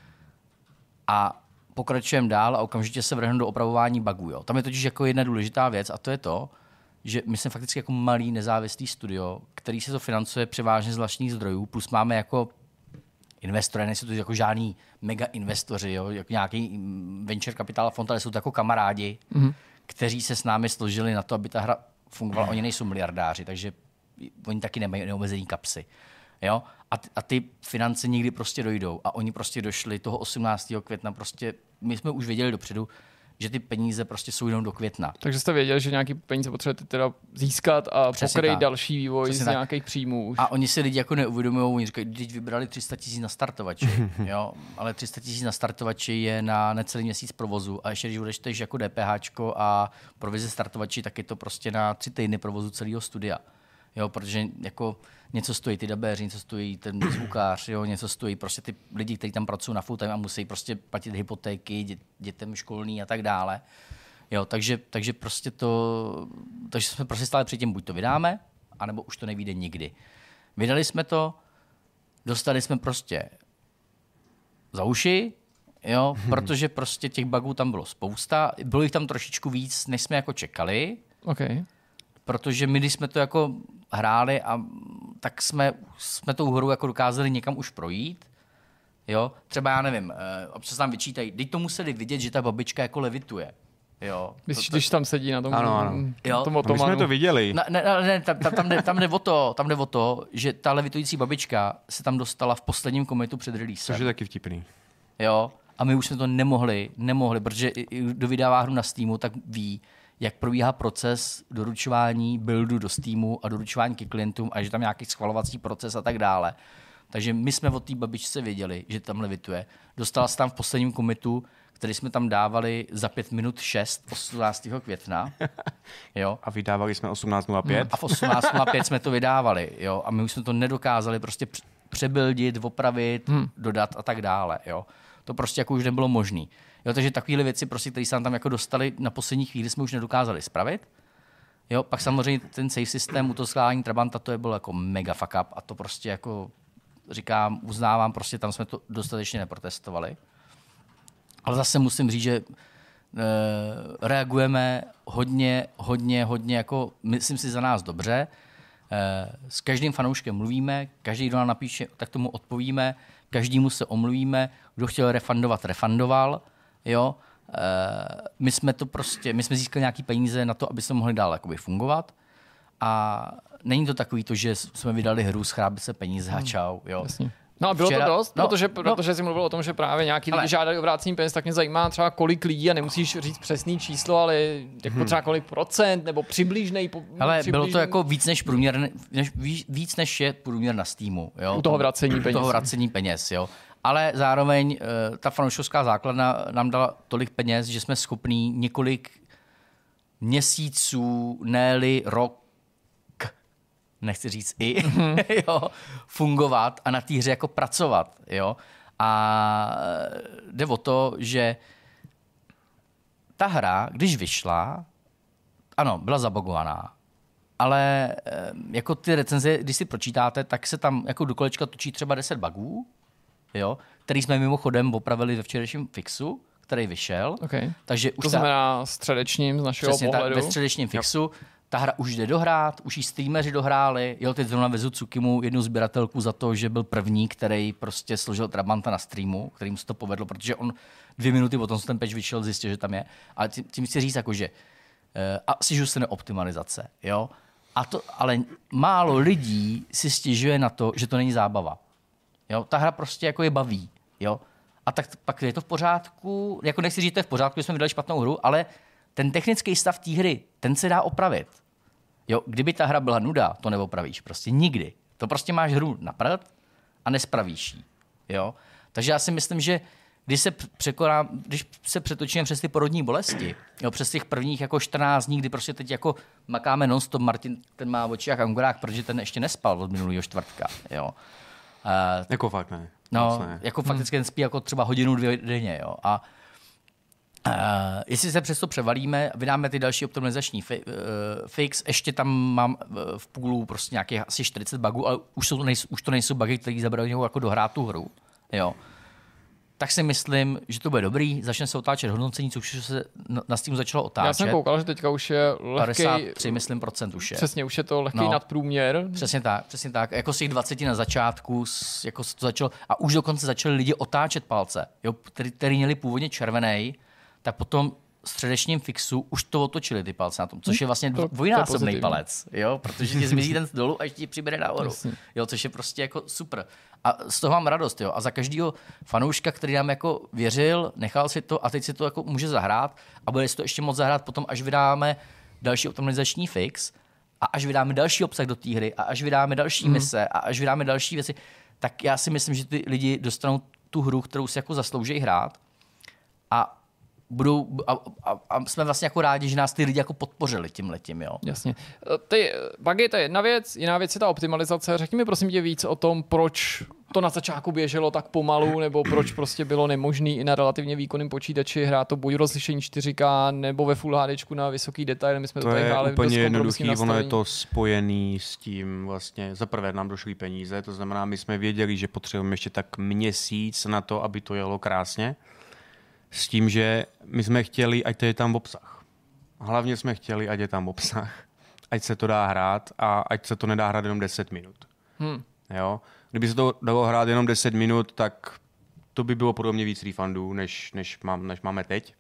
a pokračujeme dál a okamžitě se vrhneme do opravování bugů. Jo. Tam je totiž jako jedna důležitá věc a to je to, že my jsme fakticky jako malý nezávislý studio, který se to financuje převážně z vlastních zdrojů, plus máme jako investory, nejsou to jako žádný mega investoři, jo, jako nějaký venture capital fond, ale jsou to jako kamarádi, mm. kteří se s námi složili na to, aby ta hra fungovala. Oni nejsou miliardáři, takže oni taky nemají neomezený kapsy. Jo? A, t- a ty finance nikdy prostě dojdou. A oni prostě došli toho osmnáctého května. Prostě my jsme už věděli dopředu, že ty peníze prostě jsou jenom do května. Takže jste věděli, že nějaký peníze potřebujete teda získat a pokryt další vývoj Přesně z tak. nějakých příjmů už. A oni si lidi jako neuvědomují, oni říkají, když vybrali tři sta tisíc na startovači, jo, ale tři sta tisíc na startovači je na necelý měsíc provozu a ještě když budeš jako DPHčko a provize startovači, tak je to prostě na tři týdny provozu celého studia. Jo, protože jako něco stojí ty dabéři, něco stojí ten zvukář, jo, něco stojí prostě ty lidi, kteří tam pracují na full time a musí prostě platit hypotéky, dě, dětem školní a tak dále. Jo, takže, takže prostě to, takže jsme prostě stále při tím, buď to vydáme, anebo už to nevyjde nikdy. Vydali jsme to, dostali jsme prostě za uši, jo, hmm. protože prostě těch bugů tam bylo spousta, bylo jich tam trošičku víc, než jsme jako čekali. Okay. Protože my, když jsme to jako hráli, a tak jsme, jsme tou hrou jako dokázali někam už projít. Jo? Třeba já nevím, občas nám vyčítají, teď to museli vidět, že ta babička jako levituje. Jo? Když, to, když tam sedí na tom, ano, ano. Na tom otomanu. My jsme to viděli. Na, ne, ne, tam, tam, jde, tam, jde o to, tam jde o to, že ta levitující babička se tam dostala v posledním komitu před releasem. Což je taky vtipný. Jo? A my už jsme to nemohli, nemohli, protože kdo vydává hru na Steamu, tak ví, jak probíhá proces doručování buildu do Steamu a doručování ke klientům a že tam nějaký schvalovací proces a tak dále. Takže my jsme od té babičce věděli, že tam levituje. Dostala se tam v posledním commitu, který jsme tam dávali za pět minut šest, osmnáctého května. Jo. A vydávali jsme osmnáct nula pět. A v osmnáct nula pět jsme to vydávali. Jo. A my už jsme to nedokázali prostě přebuildit, opravit, hmm. dodat a tak dále. Jo. To prostě jako už nebylo možné. Jo, takže takovéhle věci, prostě, které se nám tam jako dostali na poslední chvíli, jsme už nedokázali spravit. Jo, pak samozřejmě ten save systém u toho schválení Trabanta, to je bylo jako mega fuck up a to prostě jako říkám, uznávám, prostě tam jsme to dostatečně neprotestovali. Ale zase musím říct, že e, reagujeme hodně, hodně, hodně, jako myslím si za nás dobře. E, s každým fanouškem mluvíme, každý, kdo nám napíše, tak tomu odpovíme, každému se omluvíme, kdo chtěl refundovat, refundoval. Jo, e, my jsme to prostě, my jsme získali nějaký peníze na to, aby jsme mohli dál jakoby fungovat a není to takový to, že jsme vydali hru, schrábí se peníze a čau, jo. Jasně. No a bylo Včera, to dost, no, protože, no, protože jsi mluvil o tom, že právě nějaký ale, lidi žádali o vrácení peněz, tak mě zajímá třeba kolik lidí a nemusíš říct přesný číslo, ale jako hmm. třeba kolik procent nebo přibližnej. Ale přibližnej... bylo to jako víc než průměr, než, víc než je průměr na Steamu. Jo? U toho vracení peněz. U toho vracení peněz, jo. Ale zároveň uh, ta fanouškovská základna nám dala tolik peněz, že jsme schopní několik měsíců, ne-li rok, nechci říct i, mm-hmm. jo, fungovat a na té hře jako pracovat. Jo. A jde o to, že ta hra, když vyšla, ano, byla zabugovaná, ale jako ty recenze, když si pročítáte, tak se tam jako do kolečka točí třeba deset bugů, jo, který jsme mimochodem opravili ve včerejším fixu, který vyšel. Okay. Takže už to znamená ta... středečním z našeho Přesně pohledu. Tak, ve středečním fixu. Jo. Ta hra už jde dohrát, už jí streameři dohráli. Jo, teď zrovna vezu Tsukimu, jednu sběratelku za to, že byl první, který prostě složil Trabanta na streamu, kterým se to povedlo, protože on dvě minuty potom, co ten patch vyšel, zjistil, že tam je. Ale tím, tím chci říct, jako, že uh, a stěžuje se na optimalizace. Jo? A to, ale málo lidí si stěžuje na to, že to není zábava. Jo? Ta hra prostě jako je baví. Jo? A tak pak je to v pořádku, jako nechci říct, to je v pořádku, že jsme vydali špatnou hru, ale ten technický stav té hry, ten se dá opravit. Jo, kdyby ta hra byla nuda, to neopravíš. Prostě nikdy. To prostě máš hru na prd a nespravíš ji. Jo? Takže já si myslím, že když se, překonám, když se přetočíme přes ty porodní bolesti, jo, přes těch prvních jako čtrnáct dní, kdy prostě teď jako makáme non-stop, Martin ten má v očích angorách, protože ten ještě nespal od minulého čtvrtka. Jo? Uh, jako fakt ne. No, ne. Jako fakticky ten spí jako třeba hodinu, dvě denně. Jo? A Uh, jestli se přesto převalíme, vydáme ty další optimalizační fi- uh, fix, ještě tam mám uh, v půlu prostě nějakých asi čtyřicet bugů, ale už, jsou to nejsou, už to nejsou bugy, které zabraňují jako dohrát tu hru. Jo. Tak si myslím, že to bude dobrý, začne se otáčet hodnocení, což se na Steamu začalo otáčet. Já jsem koukal, že teďka už je lehký... padesát tři, myslím, procent už je. Přesně, už je to lehký no, nadprůměr. Přesně tak, přesně tak. Jako z těch dvaceti na začátku, jako to začalo, a už dokonce začali lidi otáčet palce, jo, který, který měli původně červený, tak potom středečním fixu už to otočili ty palce na tom, což je vlastně dvojnásobný palec, jo, protože ti zmizí ten dolů a ještě ti přibere nahoru, jo, což je prostě jako super. A z toho mám radost, jo, a za každého fanouška, který nám jako věřil, nechal si to a teď si to jako může zahrát a bude si to ještě moc zahrát potom, až vydáme další optimalizační fix a až vydáme další obsah do té hry a až vydáme další mm. mise a až vydáme další věci, tak já si myslím, že ty lidi dostanou tu hru, kterou si jako zaslouží hrát a budou a, a, a jsme vlastně jako rádi, že nás ty lidi jako podpořili tím letím, jo. Jasně. Ty bugy, to je jedna věc, jiná věc je ta optimalizace. Řekni mi prosím tě víc o tom, proč to na začátku běželo tak pomalu, nebo proč prostě bylo nemožné i na relativně výkonném počítači hrát to buď rozlišení čtyři ká, nebo ve Full HDčku na vysoký detail. My jsme to, to tady hráli úplně jednoduchý, ono je to spojený s tím vlastně, za prvé nám došly peníze, to znamená, my jsme věděli, že potřebujeme ještě tak měsíc na to, aby to jelo krásně. S tím, že my jsme chtěli, ať to je tam obsah. Hlavně jsme chtěli, ať je tam obsah. Ať se to dá hrát a ať se to nedá hrát jenom deset minut. Hmm. Jo? Kdyby se to dalo hrát jenom deset minut, tak to by bylo podobně víc refundů, než, než, mám, než máme teď.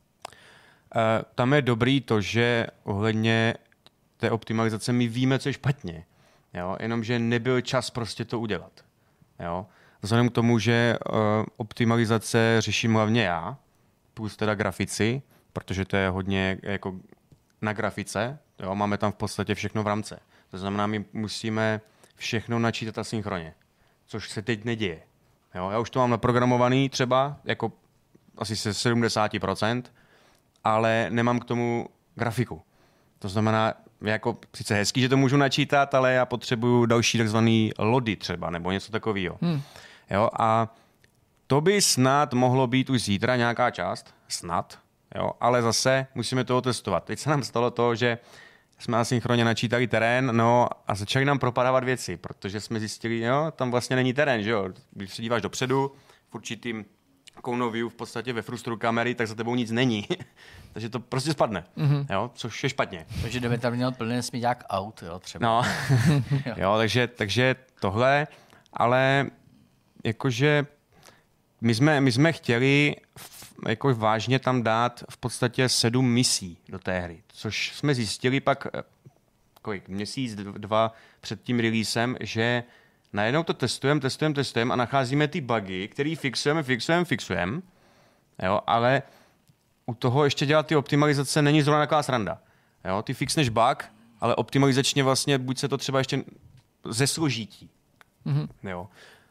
E, tam je dobrý to, že ohledně té optimalizace my víme, co je špatně. Jo? Jenomže nebyl čas prostě to udělat. Jo? Vzhledem k tomu, že uh, optimalizace řeším hlavně já, plus teda grafici, protože to je hodně jako na grafice, jo, máme tam v podstatě všechno v rámci. To znamená, my musíme všechno načítat asynchronně, což se teď neděje. Jo, já už to mám naprogramovaný třeba, jako asi se sedmdesát procent, ale nemám k tomu grafiku. To znamená, jako sice hezký, že to můžu načítat, ale já potřebuju další takzvaný lody třeba, nebo něco takového. Hmm. Jo, a to by snad mohlo být už zítra nějaká část, snad, jo, ale zase musíme toho testovat. Teď se nám stalo to, že jsme asynchronně načítali terén, no a začali nám propadávat věci, protože jsme zjistili, jo, tam vlastně není terén, že jo. Když se díváš dopředu, v určitým corner view v podstatě ve frustru kamery, tak za tebou nic není. Takže to prostě spadne, mm-hmm. jo, což je špatně. Takže kdyby tam měl plný směďák aut, jo, třeba. No, jo, takže, takže tohle, ale jakože my jsme, my jsme chtěli jako vážně tam dát v podstatě sedm misí do té hry, což jsme zjistili pak kolik, měsíc, dva před tím releasem, že najednou to testujeme, testujeme, testujeme a nacházíme ty bugy, který fixujeme, fixujeme, fixujeme, jo, ale u toho ještě dělat ty optimalizace není zrovna taková sranda. Jo, ty fixneš bug, ale optimalizačně vlastně buď se to třeba ještě zesložítí. Mm-hmm. Jo.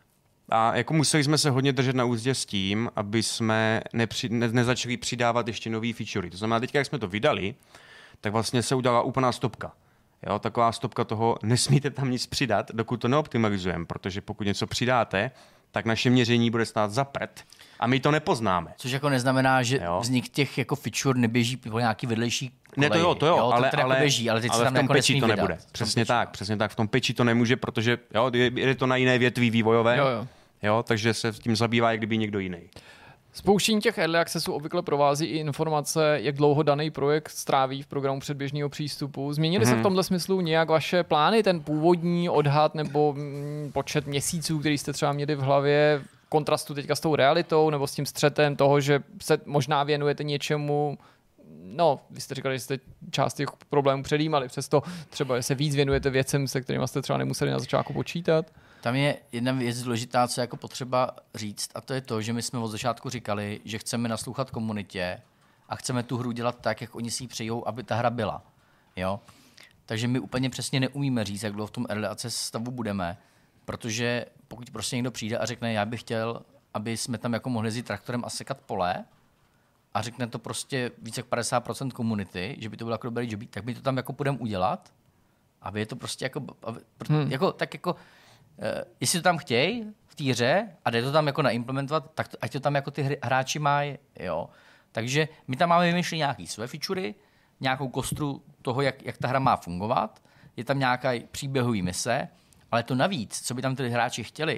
A jako museli jsme se hodně držet na úzdě s tím, aby jsme nepři, ne, nezačali přidávat ještě nový featurey. To znamená, teď, jak jsme to vydali, tak vlastně se udělala úplná stopka. Jo, taková stopka toho, nesmíte tam nic přidat, dokud to neoptimalizujeme, protože pokud něco přidáte, tak naše měření bude stát za prd a my to nepoznáme. Což jako neznamená, že jo? Vznik těch jako feature neběží po nějaký vedlejší koleji. Ne, to jo, to jo, jo ale, to ale, jako běží, ale, teď ale tam v tom jako peči to nebude. Vydat. Přesně tak, přesně tak. V tom peči to nemůže, protože jo, je to na jiné větví vývojové, jo, jo. Jo, takže se tím zabývá, jak kdyby někdo jiný. Spouštění těch early accessů obvykle provází i informace, jak dlouho daný projekt stráví v programu předběžného přístupu. Změnily hmm. se v tomhle smyslu nějak vaše plány, ten původní odhad nebo mm, počet měsíců, který jste třeba měli v hlavě, v kontrastu teďka s tou realitou nebo s tím střetem toho, že se možná věnujete něčemu, no, vy jste říkali, že jste část těch problémů předjímali, přesto třeba se víc věnujete věcem, se kterými jste třeba nemuseli na začátku počítat. Tam je jedna věc důležitá, co je jako potřeba říct, a to je to, že my jsme od začátku říkali, že chceme naslouchat komunitě a chceme tu hru dělat tak, jak oni si ji přejou, aby ta hra byla. Jo? Takže my úplně přesně neumíme říct, jak dlouho v tom early access stavu budeme, protože pokud prostě někdo přijde a řekne, já bych chtěl, aby jsme tam jako mohli jít traktorem a sekat pole, a řekne to prostě více jak padesát procent komunity, že by to bylo jako dobrý job, tak my to tam jako půjdeme udělat, aby je to prostě jako, aby, hmm. jako tak jako Uh, jestli to tam chtějí v té hře a jde to tam jako naimplementovat, tak to, ať to tam jako ty hry, hráči mají, jo. Takže my tam máme vymýšlet nějaký své featurey, nějakou kostru toho, jak, jak ta hra má fungovat, je tam nějaká příběhový mise, ale to navíc, co by tam ty hráči chtěli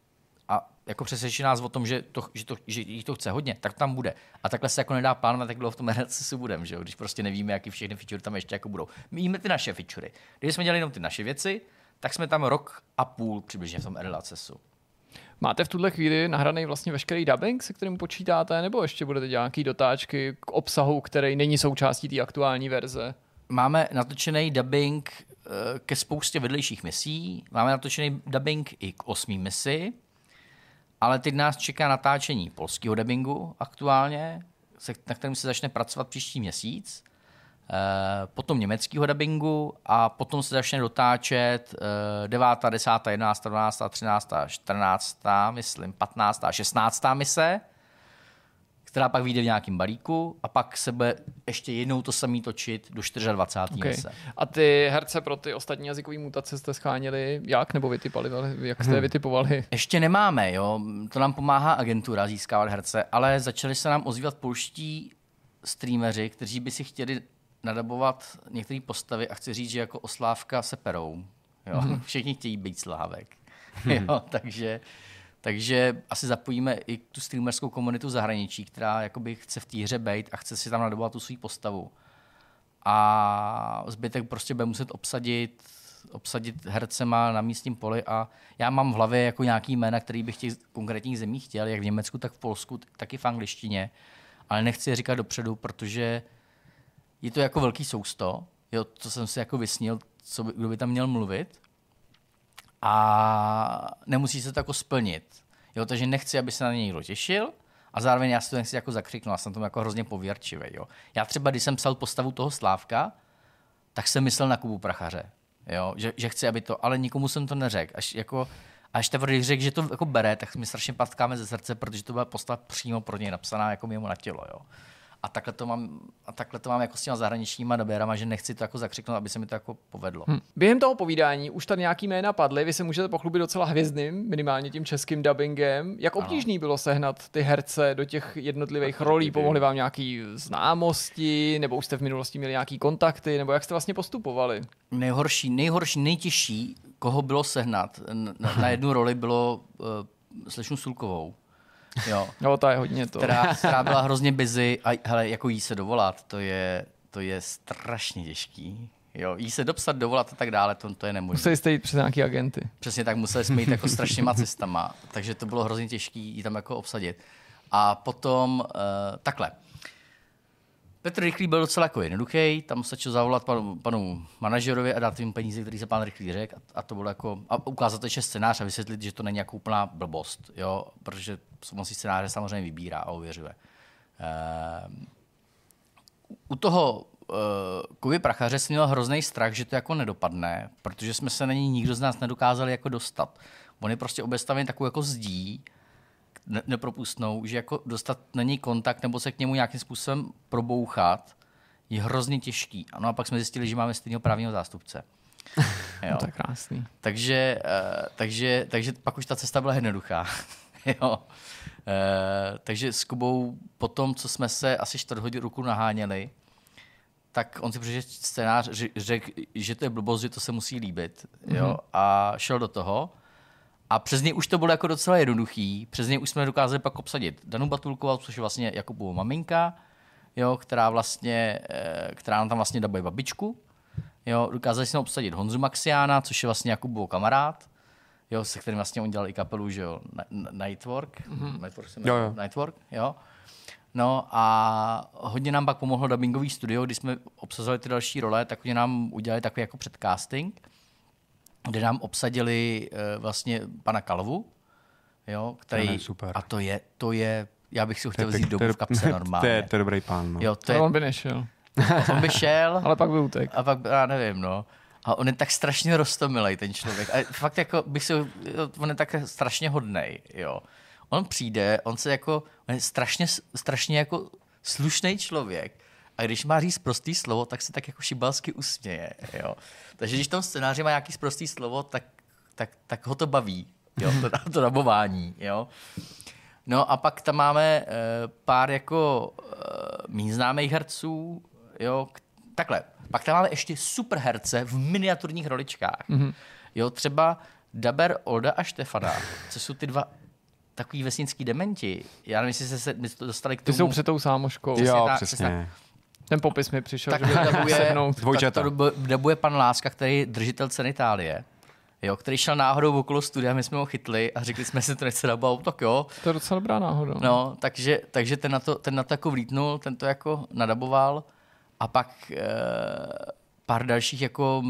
a jako přesvědčí nás o tom, že, to, že, to, že jich to chce hodně, tak to tam bude. A takhle se jako nedá plánovat, tak dlouho v tom R C S budeme, že jo, když prostě nevíme, jaký všechny featurey tam ještě jako budou. My jíme ty naše featurey. Když jsme dělali jenom ty naše věci, tak jsme tam rok a půl přibližně v tom early accessu. Máte v tuhle chvíli nahraný vlastně veškerý dubbing, se kterým počítáte, nebo ještě budete dělat nějaký dotáčky k obsahu, který není součástí té aktuální verze? Máme natočený dubbing ke spoustě vedlejších misí, máme natočený dubbing i k osmý misi, ale teď nás čeká natáčení polského dubbingu aktuálně, na kterém se začne pracovat příští měsíc, potom německého dubbingu a potom se začne dotáčet devátá, desátá, jedenáctá, dvanáctá, třináctá, čtrnáctá, myslím, patnáctá, šestnáctá mise, která pak vyjde v nějakém balíku a pak se bude ještě jednou to samý točit do dvacáté čtvrté okay. mise. A ty herce pro ty ostatní jazykové mutace jste schánili jak nebo vytipali? Jak jste je vytipovali? Ještě nemáme, jo. To nám pomáhá agentura získávat herce, ale začali se nám ozývat polští streameři, kteří by si chtěli nadabovat některé postavy a chci říct, že jako Oslávka se perou. Jo. Hmm. Všichni chtějí být Slávek. Jo, takže... Takže asi zapojíme i tu streamerskou komunitu v zahraničí, která jakoby chce v té hře bejt a chce si tam nadobovat tu svou postavu. A zbytek prostě bude muset obsadit, obsadit hercema na místním poli a já mám v hlavě jako nějaký jména, který bych v těch konkrétních zemích chtěl, jak v Německu, tak v Polsku, tak i v angličtině. Ale nechci je říkat dopředu, protože je to jako velký sousto, jo, co jsem si jako vysnil, co by, kdo by tam měl mluvit. A nemusí se to jako splnit. Jo, takže nechci, aby se na něj někdo těšil a zároveň já si to nechci jako zakřiknout. Já jsem tomu jako hrozně pověrčivý. Jo. Já třeba, když jsem psal postavu toho Slávka, tak jsem myslel na Kubu Prachaře. Jo, že, že chci, aby to, ale nikomu jsem to neřekl. Až, jako, až teprve řekl, že to jako bere, tak mi strašně patkáme ze srdce, protože to byla postava přímo pro něj napsaná jako mimo na tělo. Jo. A takhle to mám, a takhle to mám jako s těma zahraničníma dobérama, že nechci to jako zakřiknout, aby se mi to jako povedlo. Hmm. Během toho povídání už tady nějaký jména padly, vy se můžete pochlubit docela hvězdným, minimálně tím českým dubbingem. Jak obtížný ano. bylo sehnat ty herce do těch jednotlivých tak rolí? Pomohly vám nějaký známosti, nebo už jste v minulosti měli nějaký kontakty, nebo jak jste vlastně postupovali? Nejhorší, nejhorší, nejtěžší, koho bylo sehnat na, na jednu roli, bylo uh, slečnu Sulkovou. Jo. No, ta je hodně to. Která, která byla hrozně busy a hele, jako jí se dovolat, to je, to je strašně těžký. Jo, jí se dopsat, dovolat a tak dále, to, to je nemožné. Museli jste jít přes nějaký agenty. Přesně tak, museli jsme jít jako strašněma cestama, takže to bylo hrozně těžké jí tam jako obsadit. A potom uh, takhle. Petr Rychlý byl docela jako jednoduchý, tam stačilo zavolat panu, panu manažerovi a dát jim peníze, který se pán Rychlý řekl a, a to bylo jako, a ukázat ještě scénář a vysvětlit, že to není jako úplná blbost, jo, protože pomocí scénáře samozřejmě vybírá a ověřuje. Uh, u toho uh, Kuby Prachaře jsem měl hrozný strach, že to jako nedopadne, protože jsme se na něj nikdo z nás nedokázali jako dostat. On je prostě obestavený takovou jako zdí, ne- nepropustnou, že jako dostat na něj kontakt nebo se k němu nějakým způsobem probouchat je hrozně těžký. Ano, a pak jsme zjistili, že máme stejného právního zástupce. Jo. No, to je krásný. Takže, uh, takže, takže pak už ta cesta byla jednoduchá. jo. Uh, takže s Kubou po tom, co jsme se asi čtvrt hodinu ruku naháněli, tak on si přečetl scénář, řekl, že to je blbost, že to se musí líbit. Mm-hmm. Jo? A šel do toho. A přes něj už to bylo jako docela jednoduchý. Přes něj už jsme dokázali pak obsadit Danu Batulkovou, což je vlastně Jakubova maminka, jo, která vlastně, která nám tam vlastně dabuje babičku. Jo, dokázali jsme obsadit Honzu Maxiána, což je vlastně Jakubův kamarád, jo, se kterým vlastně on dělal i kapelu, že jo, Nightwork. Mm-hmm. Nightwork, jo, jo. Nightwork, jo. No a hodně nám pak pomohlo dubbingový studio, když jsme obsazili ty další role, tak oni nám udělali takový jako předcasting, kde nám obsadili uh, vlastně pana Kalvu, jo, který, to je super. A to je, to je, já bych si ho chtěl vzít domů v kapse normálně. To je, to je dobrý pán. No. Jo, to je, on by nešel. On by šel. Ale pak by utek. A pak, já nevím, no. A on je tak strašně roztomilej, ten člověk. A fakt jako bych si, on je tak strašně hodnej, jo. On přijde, on se jako, on je strašně, strašně jako slušný člověk. A když má říct prostý slovo, tak se tak jako šibalsky usměje, jo. Takže když v tom scénáři má nějaký prostý slovo, tak, tak, tak ho to baví, jo, to, to dabování, jo. No a pak tam máme uh, pár jako uh, méně známých herců, jo, k- takhle. Pak tam máme ještě super herce v miniaturních roličkách. Mm-hmm. Jo, třeba Daber, Olda a Štefana, co jsou ty dva takový vesnický dementi. Já nevím, jestli jste se dostali k tomu. Ty jsou před tou sámoškou. Přesně jo, tak, přesně. přesně. Ten popis mi přišel, Tak že by dabuje, sednout. tak to dabuje pan Láska, který je držitel ceny Itálie. jo, který šel náhodou okolo studia, my jsme ho chytli a řekli jsme si, to nechce dabovat, tak jo. To je docela dobrá náhoda. No, takže, takže ten, na to, ten na to jako vlítnul, ten to jako nadaboval a pak e, pár dalších jako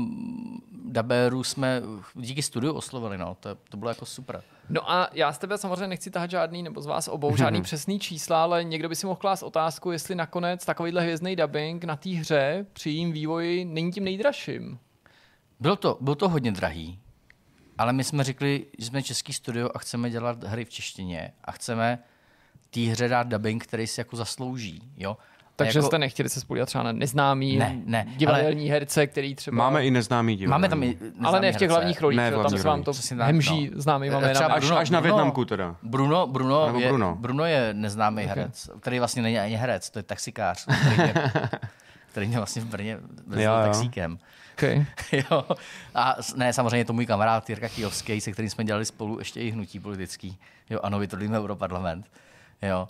dabérů jsme díky studiu oslovili, no, to, to bylo jako super. No a já z tebe samozřejmě nechci tahat žádný, nebo z vás obou, žádný přesný čísla, ale někdo by si mohl klást otázku, jestli nakonec takovýhle hvězdný dubbing na té hře při jím vývoji není tím nejdražším. Bylo to, bylo to hodně drahý, ale my jsme řekli, že jsme český studio a chceme dělat hry v češtině a chceme té hře dát dubbing, který si jako zaslouží, jo. Takže jako... jste nechtěli se spolíhat třeba na neznámý ne, ne, divadelní ale... herce, který třeba... Máme i neznámý divadelní. Máme tam i neznámý ale ne v těch herce. hlavních rolích, ne, tam se vám to hemží no. známý. Máme třeba až, až na Vietnamku teda. Bruno, Bruno, je, Bruno. Bruno je neznámý okay. herec, který vlastně není ani herec, to je taxikář, který mě, který mě vlastně v Brně vezl taxíkem. Okay. Jo. A ne, samozřejmě je to můj kamarád Jirka Kijovský, se kterým jsme dělali spolu ještě i hnutí politický. Jo, ano, vytvoříme Europarlament. Jo.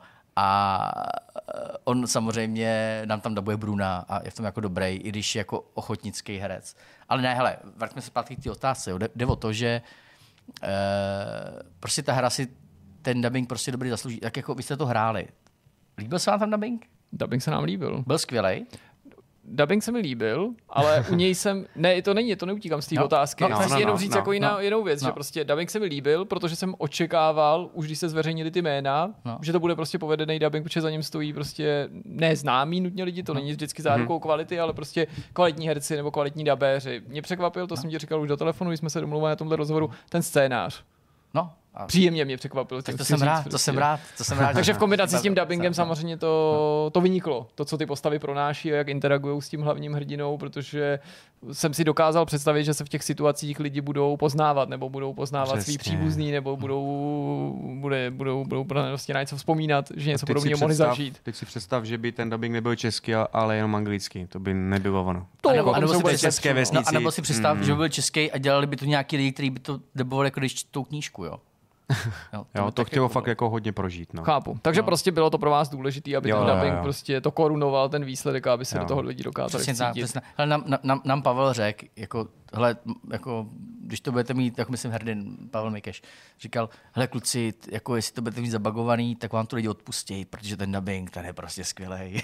A on samozřejmě nám tam dabuje Bruna a je v tom jako dobrý, i když jako ochotnický herec. Ale ne, hele, vraťme se zpátky k té otázce. Jde, jde o to, že e, prostě ta hra si ten dubbing prostě dobrý zaslouží. Tak jako vy jste to hráli. Líbil se vám tam dubbing? Dubbing se nám líbil. Byl skvělej? Dubbing se mi líbil, ale u něj jsem... Ne, to není, to neutíkám z té no, otázky. No, Chci no, no, jenom no, říct no, jako jiná, no, jinou věc, no. že prostě dubbing se mi líbil, protože jsem očekával, už když se zveřejnili ty jména, no. že to bude prostě povedený dubbing, protože za ním stojí prostě neznámí nutně lidi, to no. není vždycky zárukou mm-hmm. kvality, ale prostě kvalitní herci nebo kvalitní dabéři. Mě překvapil, to no. jsem ti říkal už do telefonu, když jsme se domluvili na tomhle rozhovoru, ten scénář. No. A příjemně mě překvapilo. Tak to jsem, rád, prostě. to jsem rád, to jsem rád. Takže v kombinaci s tím dubbingem samozřejmě to, to vyniklo. To, co ty postavy pronáší a jak interagují s tím hlavním hrdinou, protože jsem si dokázal představit, že se v těch situacích lidi budou poznávat, nebo budou poznávat Přesně. svý příbuzný, nebo budou, bude, budou, budou prostě na něco vzpomínat, že něco podobného mohli zažít. Teď si představ, že by ten dubbing nebyl český, ale jenom anglický. To by nebylo ono. To, a nebo, a nebo, si, české vesnici. No, a nebo si představ, mm. že by byl český a dělali by to nějaký lidi, kteří by to dubovali, jako když čtou knížku, jo. Jo, to, jo, to chtělo fakt bylo. Jako hodně prožít. No. Chápu. Takže no. prostě bylo to pro vás důležité, aby jo, ten dubbing jo. prostě to korunoval ten výsledek, aby se jo. do toho lidi dokázali vcítit. Hele, nám, nám, nám Pavel řekl, jako, hele, jako, když to budete mít, jako myslím hrdin, Pavel Mikeš, říkal, hele kluci, jako, jestli to budete mít zabagovaný, tak vám to lidi odpustí, protože ten dubbing, ten je prostě skvělej.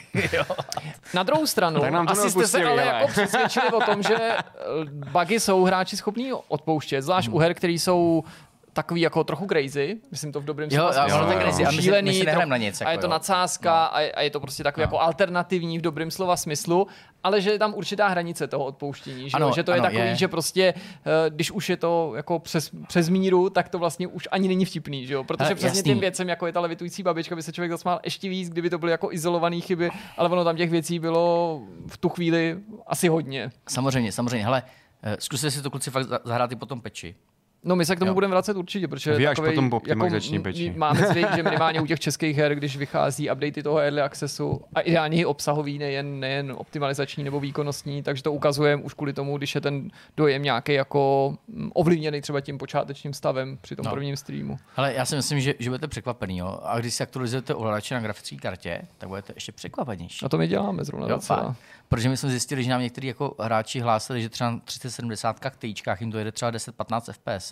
Na druhou stranu, asi jste se ale jako přesvědčili o tom, že bugy jsou hráči schopní odpouštět, zvlášť hmm. u her, který jsou takový jako trochu crazy, myslím to v dobrém slova smyslu. Jo, crazy, šílený, my si, my si na nic, a je to jo. nadsázka no. a, je, a je to prostě takový no. jako alternativní v dobrém slova smyslu, ale že je tam určitá hranice toho odpouštění, že, ano, že to ano, je takový, je. že prostě když už je to jako přes, přes míru, tak to vlastně už ani není vtipný, že jo? Protože ale, přesně jasný. Těm věcem, jako je ta levitující babička, by se člověk zasmál ještě víc, kdyby to byly jako izolované chyby, ale ono tam těch věcí bylo v tu chvíli asi hodně. Samozřejmě, samozřejmě, hele, zkuste si to kluci fakt zahrát i po tom peči. No my se k tomu jo. budeme vracet určitě, protože takovej, jako máme zvyk, že minimálně u těch českých her, když vychází updaty toho early accessu a ideálně i obsahový, nejen, nejen optimalizační nebo výkonnostní, takže to ukazujeme už kvůli tomu, když je ten dojem nějaký jako ovlivněný třeba tím počátečním stavem při tom no. prvním streamu. Ale já si myslím, že, že budete překvapený, jo? A když si aktualizujete ovladače na grafické kartě, tak budete ještě překvapenější. A to my děláme zrovna. Jo, protože my jsme zjistili, že nám některý jako hráči hlásili, že třeba třicet sedmdesát k téčkách jim to jede třeba deset patnáct F P S.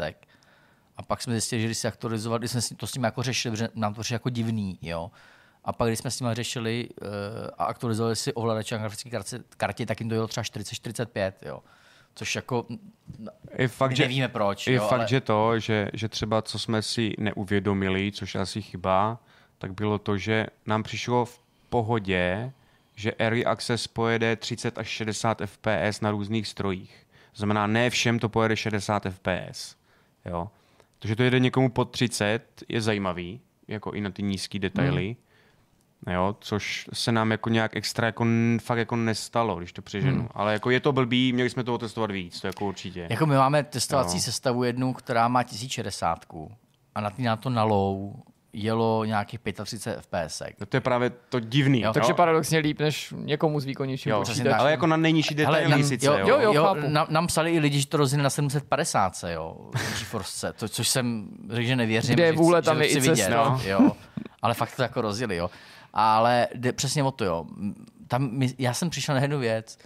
A pak jsme zjistili, že když se aktualizovali, když jsme to s tím jako řešili, že nám to přišlo jako divný, jo. A pak, když jsme s tím řešili uh, a aktualizovali si ovladače na grafické kartě, kartě, tak jim to jelo třeba čtyřicet čtyřicet pět, jo. Což jako je fakt, my nevíme proč. Je jo, fakt, ale... že to, že, že třeba co jsme si neuvědomili, což je asi chyba, tak bylo to, že nám přišlo v pohodě, že Early Access pojede třicet až šedesát F P S na různých strojích. To znamená, ne všem to pojede šedesát F P S. Jo. To, že to jede někomu pod třicet, je zajímavý, jako i na ty nízké detaily, hmm. jo, což se nám jako nějak extra jako fakt jako nestalo, když to přeženu. Hmm. Ale jako je to blbý, měli jsme toho testovat víc, to jako určitě. Jako my máme testovací jo. sestavu jednu, která má tisíc šedesát a na, tý, na to na low jelo nějakých třicet pět F P S. No to je právě to divný. Jo. Takže paradoxně líp než někomu z výkonnějším počítačem. Ale jako na nejnižší detaily sice, jo. Jo, jo, jo nám, nám psali i lidi, že to rozjede na sedm set padesát, jo, GeForce, to, což jsem řekl, že nevěřím, kde je vůle, že, tam že je i cesta. No. Jo. Ale fakt to jako rozjeli, jo. Ale jde přesně o to, jo. Tam my, já jsem přišel na jednu věc,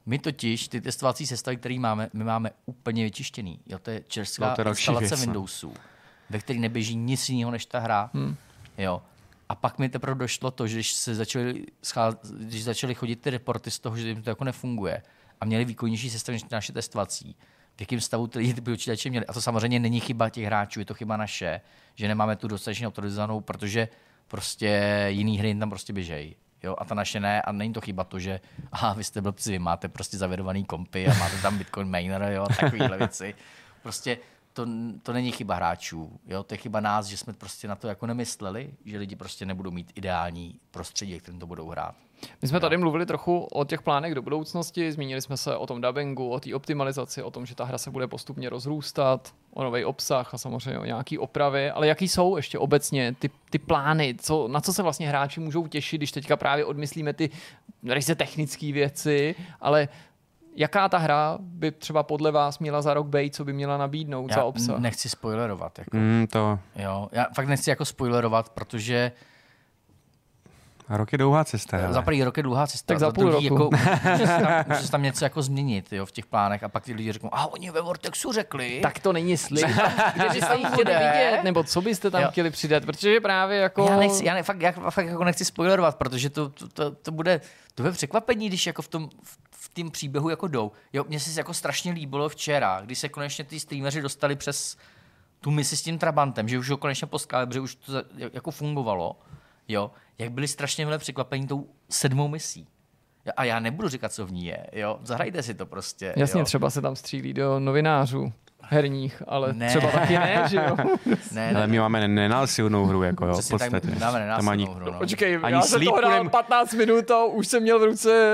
My totiž ty testovací sestavy, které máme, my máme úplně vyčištěný. Jo, to je čerstvá no, instalace Windowsů, ve který neběží nic jiného než ta hra. Hmm. Jo. A pak mi teprve došlo to, že když se začali, když začali chodit ty reporty z toho, že jim to jako nefunguje a měli výkonnější sestavy než naše testovací, v jakém stavu ty, ty počítače měli. A to samozřejmě není chyba těch hráčů, je to chyba naše, že nemáme tu dostatečně autorizovanou, protože prostě jiný hry tam prostě běžejí. Jo, a ta naše ne, a není to chyba to, že aha, vy jste blbci, vy máte prostě zavědovaný kompy a máte tam Bitcoin miner, jo, takovýhle věci. Prostě to, to není chyba hráčů, jo, to je chyba nás, že jsme prostě na to jako nemysleli, že lidi prostě nebudou mít ideální prostředí, kterým to budou hrát. My jsme tady mluvili trochu o těch plánech do budoucnosti, zmínili jsme se o tom dubbingu, o té optimalizaci, o tom, že ta hra se bude postupně rozrůstat, o nový obsah a samozřejmě o nějaký opravy, ale jaký jsou ještě obecně ty, ty plány, co, na co se vlastně hráči můžou těšit, když teďka právě odmyslíme ty ryze technické věci, ale jaká ta hra by třeba podle vás měla za rok být, co by měla nabídnout já za obsah? Nechci spoilerovat. Jako. Mm, to. Jo, já fakt nechci jako spoilerovat, protože a rok je dlouhá cesta. Za první rok je dlouhá cesta. Tak za půl roku. Jako, může, se tam, může se tam něco jako změnit, jo, v těch plánech a pak ty lidi řeknou, a oni ve Vortexu řekli. Tak to není slib. Kde byste jich chtěli vidět, nebo co byste tam jo. chtěli přidat, protože právě jako... Já, nechci, já, ne, fakt, já fakt jako nechci spoilerovat, protože to, to, to, to bude to bude překvapení, když jako v tom v, v tým příběhu jako jdou. Jo, mně se jako strašně líbilo včera, když se konečně ty streameři dostali přes tu misi s tím Trabantem, že už ho konečně poskali, protože už to jako fungovalo. Jo, jak byli strašně milé překvapení tou sedmou misí. A já nebudu říkat, co v ní je. Jo, zahrajte si to prostě. Jasně, jo. Třeba se tam střílí do novinářů herních, ale ne. třeba taky ne, že jo? ne, ne, ale my máme nenásilnou hru, jako jo, v podstatě. Tak máme nenásilnou ani, hru, no. Počkej, ani já jsem to hrál nem... patnáct minut a už jsem měl v ruce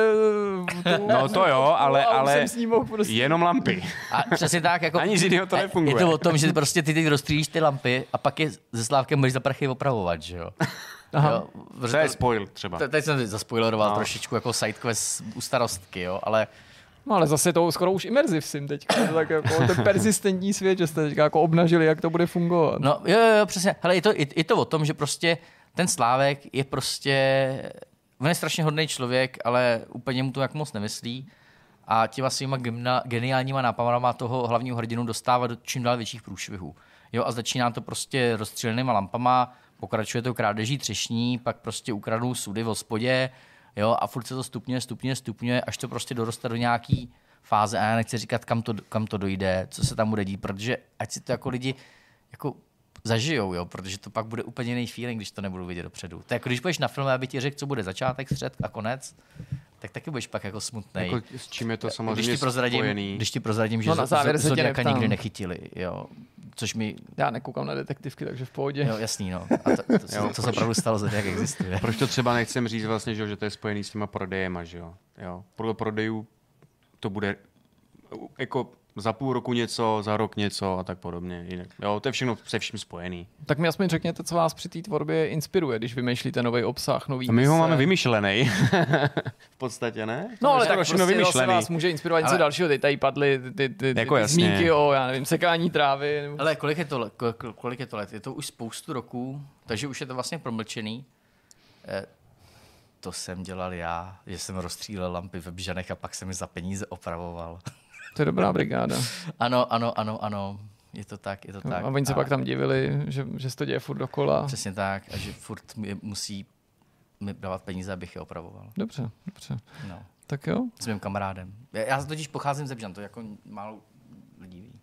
tu, no to jo, ale, ale prostě... jenom lampy. A přesně tak, jako... Ani z jiného to nefunguje. Je to o tom, že prostě ty teď rozstřílíš ty lampy a pak je ze Slávkem budeš za prachy opravovat, že jo? Aha. Jo, to je spoil třeba. Teď jsem zaspoileroval no. trošičku jako sidequest u starostky, jo, ale... No ale zase to skoro už immersive sim teďka, tak jako ten persistentní svět, že jste teďka jako obnažili, jak to bude fungovat. No jo, jo, přesně. Hele, je to, je, je to o tom, že prostě ten Slávek je prostě... On je strašně hodný člověk, ale úplně mu to jak moc nemyslí a těma svýma gymna, geniálníma nápadama toho hlavního hrdinu dostává do čím dál větších průšvihů. Jo, a začíná to prostě rozstřílenýma lampama, pokračuje to krádeží třešní, pak prostě ukradnou sudy v hospodě, jo, a furt se to stupňuje, stupňuje, stupňuje, až to prostě doroste do nějaký fáze a já nechci říkat, kam to, kam to dojde, co se tam bude dít, protože ať si to jako lidi jako zažijou, jo, protože to pak bude úplně jiný feeling, když to nebudu vidět dopředu. To je jako když budeš na filmu, aby ti řekl, co bude začátek, střed a konec, tak taky budeš pak jako smutnej. Jako s čím je to samozřejmě když ti prozradím, spojený. Když ti prozradím, že no, Zodiaka nikdy nechytili, jo. Což mi... Já nekoukám na detektivky, takže v pohodě. Jo, jasný, no. A to, to, to, jo, to se opravdu stalo, Zodiak existuje. Proč to třeba nechcem říct vlastně, že, že to je spojený s těma prodejema, že jo. jo. Podle prodejů to bude jako za půl roku něco, za rok něco a tak podobně. Jinak. Jo, to je všechno se vším spojený. Tak mi aspoň řekněte, co vás při té tvorbě inspiruje, když vymýšlíte nový obsah, nový. A my ho máme vymyšlený. V podstatě, ne? No, ale tak prostě zase vás může inspirovat něco ale... dalšího. Teď tady padly ty, ty, ty, jako ty zmínky o, já nevím, sekání trávy. Nebo... Ale kolik je, to, kolik je to let? Je to už spoustu roků, takže už je to vlastně promlčený. Eh, to jsem dělal já, že jsem rozstřílel lampy ve Bžanech a pak jsem je za peníze opravoval. To je dobrá brigáda. Ano, ano, ano, ano. Je to tak, je to tak. A oni se a... pak tam divili, že, že se to děje furt dokola. Přesně tak. A že furt musí mi dávat peníze, abych je opravoval. Dobře, dobře. No. Tak jo. S mým kamarádem. Já totiž pocházím ze Bžan, to jako málo lidí ví.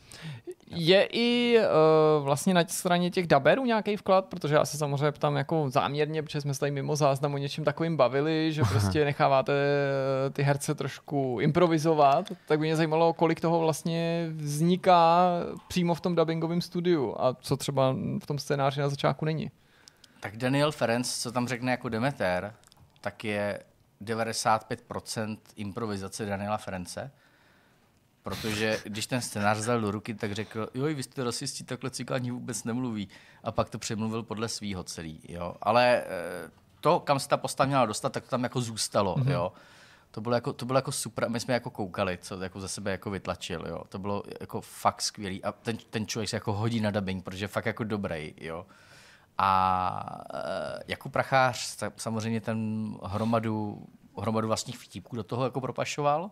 Je i uh, vlastně na straně těch daberů nějaký vklad, protože já se samozřejmě ptám jako záměrně, protože jsme se tady mimo záznam o něčem takovým bavili, že prostě necháváte ty herce trošku improvizovat, tak by mě zajímalo, kolik toho vlastně vzniká přímo v tom dabingovém studiu a co třeba v tom scénáři na začátku není. Tak Daniel Ferenc, co tam řekne jako Demeter, tak je devadesát pět procent improvizace Daniela Ference. Protože když ten scénář vzal do ruky, tak řekl, jo, vy jste rasisti, takhle cikáni vůbec nemluví. A pak to přemluvil podle svýho celý. Jo. Ale to, kam se ta postava měla dostat, tak to tam jako zůstalo. Mm-hmm. Jo. To bylo jako, to bylo jako super. My jsme jako koukali, co jako ze sebe jako vytlačil. Jo. To bylo jako fakt skvělý. A ten, ten člověk se jako hodí na dubbing, protože je fakt jako dobrý. Jo. A Jakub Prachář samozřejmě ten hromadu hromadu vlastních vtípků do toho jako propašoval.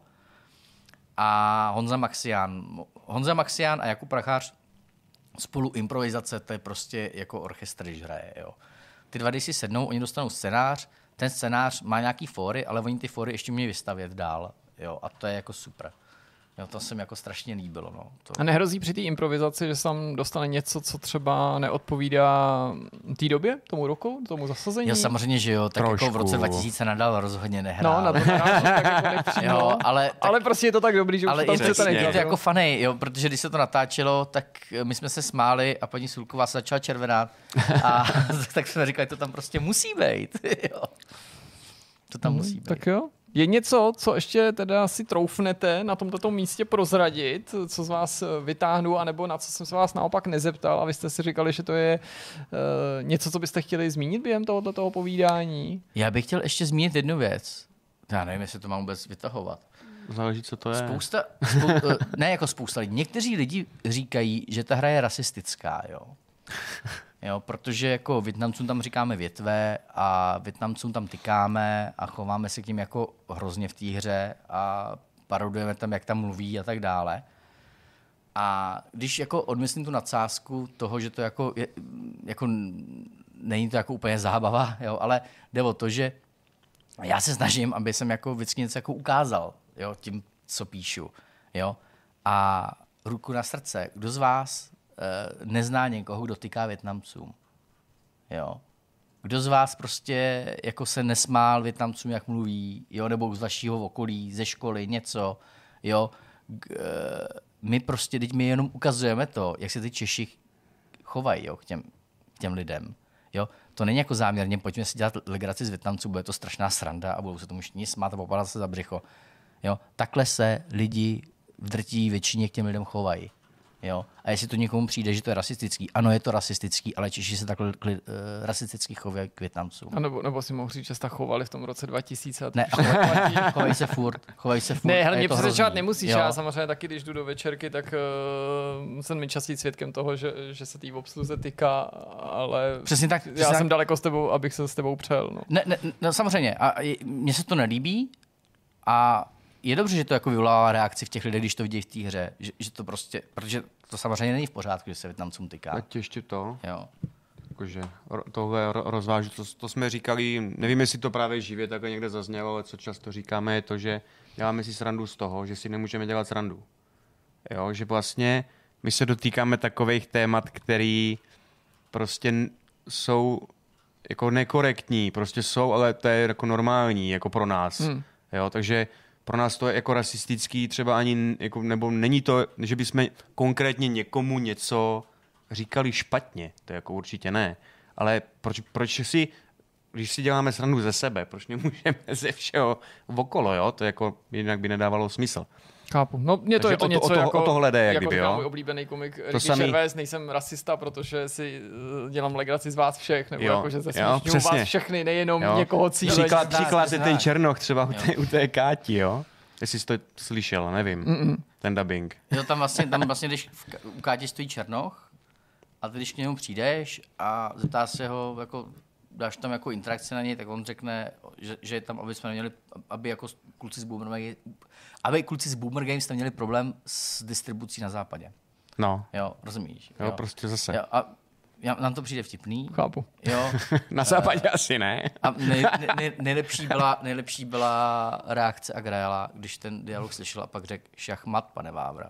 A Honza Maxián. Honza Maxián a Jakub Prachář spolu improvizace, to je prostě jako orchestr, když hraje. Jo. Ty dva, když si sednou, oni dostanou scénář, ten scénář má nějaký fóry, ale oni ty fóry ještě mějí vystavět dál. Jo. A to je jako super. Jo, to se mi jako strašně líbilo. No. To... A nehrozí při té improvizaci, že se tam dostane něco, co třeba neodpovídá té době, tomu roku, tomu zasazení? Jo, samozřejmě, že jo. Tak Trošku. jako v roce dva tisíce Nadal rozhodně nehrál. No, na to narážím, tak jako nepřímo. Jo, ale, tak, ale prostě je to tak dobrý, že ale už tam je, chcete to, je nechat. to jako funny, jo, protože když se to natáčelo, tak my jsme se smáli a paní Sulková se začala červenat a tak jsme říkali, to tam prostě musí být. Jo. To tam musí být. Tak jo. Je něco, co ještě teda si troufnete na tomto místě prozradit, co z vás vytáhnu, anebo na co jsem se vás naopak nezeptal a vy jste si říkali, že to je uh, něco, co byste chtěli zmínit během tohoto toho povídání? Já bych chtěl ještě zmínit jednu věc. Já nevím, jestli to mám vůbec vytahovat. Záleží, co to je. Spousta, spou, ne jako spousta lidí. Někteří lidi říkají, že ta hra je rasistická, jo. Jo, protože jako Vietnamcům tam říkáme větve a Vietnamcům tam tykáme a chováme se k ním jako hrozně v té hře a parodujeme tam, jak tam mluví a tak dále. A když jako odmyslím tu nadsázku toho, že to jako, je, jako není to jako úplně zábava, jo, ale jde o to, že já se snažím, aby jsem jako vždycky něco jako ukázal, jo, tím, co píšu. Jo. A ruku na srdce, kdo z vás nezná někoho, kdo tyká Vietnamcům. Jo. Kdo z vás prostě jako se nesmál Vietnamcům, jak mluví, jo, nebo z vašího okolí, ze školy, něco, jo. My prostě, teď my jenom ukazujeme to, jak se ty Češi chovají, jo, k těm, k těm lidem. Jo. To není jako záměrně, pojďme si dělat legraci z Vietnamců, bude to strašná sranda a budou se tomu všichni smát a popadat se za břicho. Jo. Takhle se lidi v drtí většině k těm lidem chovají. Jo? A jestli to někomu přijde, že to je rasistický, ano, je to rasistický, ale Češi se takhle uh, rasisticky chovají k Vietnamcům. A nebo, nebo si mohu říct, že se tak chovali v tom roce dva tisíce. Ne, chovají, chovají se furt. Chovají se furt. Ne, hele, mě přesvědčovat nemusíš. Jo? Já samozřejmě taky, když jdu do večerky, tak uh, jsem mi častý svědkem toho, že, že se tý obsluze týká, ale přesně tak, přesně já tak. jsem daleko s tebou, abych se s tebou přel. No, ne, ne, no samozřejmě. A mně se to nelíbí a je dobře, že to jako vyvolává reakci v těch lidech, když to vidí v té hře, že, že to prostě, protože to samozřejmě není v pořádku, že se Vietnamcům tyká. Ať ještě to, jo. Jakože tohle rozvážu, to, to jsme říkali, nevím, jestli to právě živě takhle někde zaznělo, ale co často říkáme je to, že děláme si srandu z toho, že si nemůžeme dělat srandu. Jo, že vlastně my se dotýkáme takových témat, který prostě jsou jako nekorektní, prostě jsou, ale to je jako normální, jako pro nás. Hmm. Jo, takže pro nás to je jako rasistický, třeba ani, jako, nebo není to, že bychom konkrétně někomu něco říkali špatně, to jako určitě ne, ale proč, proč si, když si děláme srandu ze sebe, proč nemůžeme ze všeho okolo, jo, to jako jinak by nedávalo smysl. Chápu. No, mě to Takže je to o to, něco o to, jako, o tohle jde, jak jako kdyby, říká jo. můj oblíbený komik To Ricky samý... Gervais, nejsem rasista, protože si uh, dělám legraci z vás všech, nebo jo, jako, že se jo, směšňuju vás všechny, nejenom jo. někoho cíleně. Příklad, Znáš, příklad je znáš. ten Černoch třeba u té, u té Káti, jo. Jestli jsi to slyšel, nevím, Mm-mm. ten dubbing. Jo, tam vlastně, tam vlastně, když v, u Káti stojí Černoch a ty, když k němu přijdeš a zeptáš se ho, jako, dáš tam jako interakci na něj, tak on řekne, že, že tam, aby jsme neměli, aby jako kluci z Boomer Games, aby kluci z Boomer Games tam měli problém s distribucí na západě. No. Jo, rozumíš? Jo, jo. prostě zase. Jo, a já, nám to přijde vtipný. Chápu. Jo. Na západě asi ne. A nej, nej, nejlepší, byla, nejlepší byla reakce Agraela, když ten dialog slyšel a pak řekl šachmat, pane Vávra.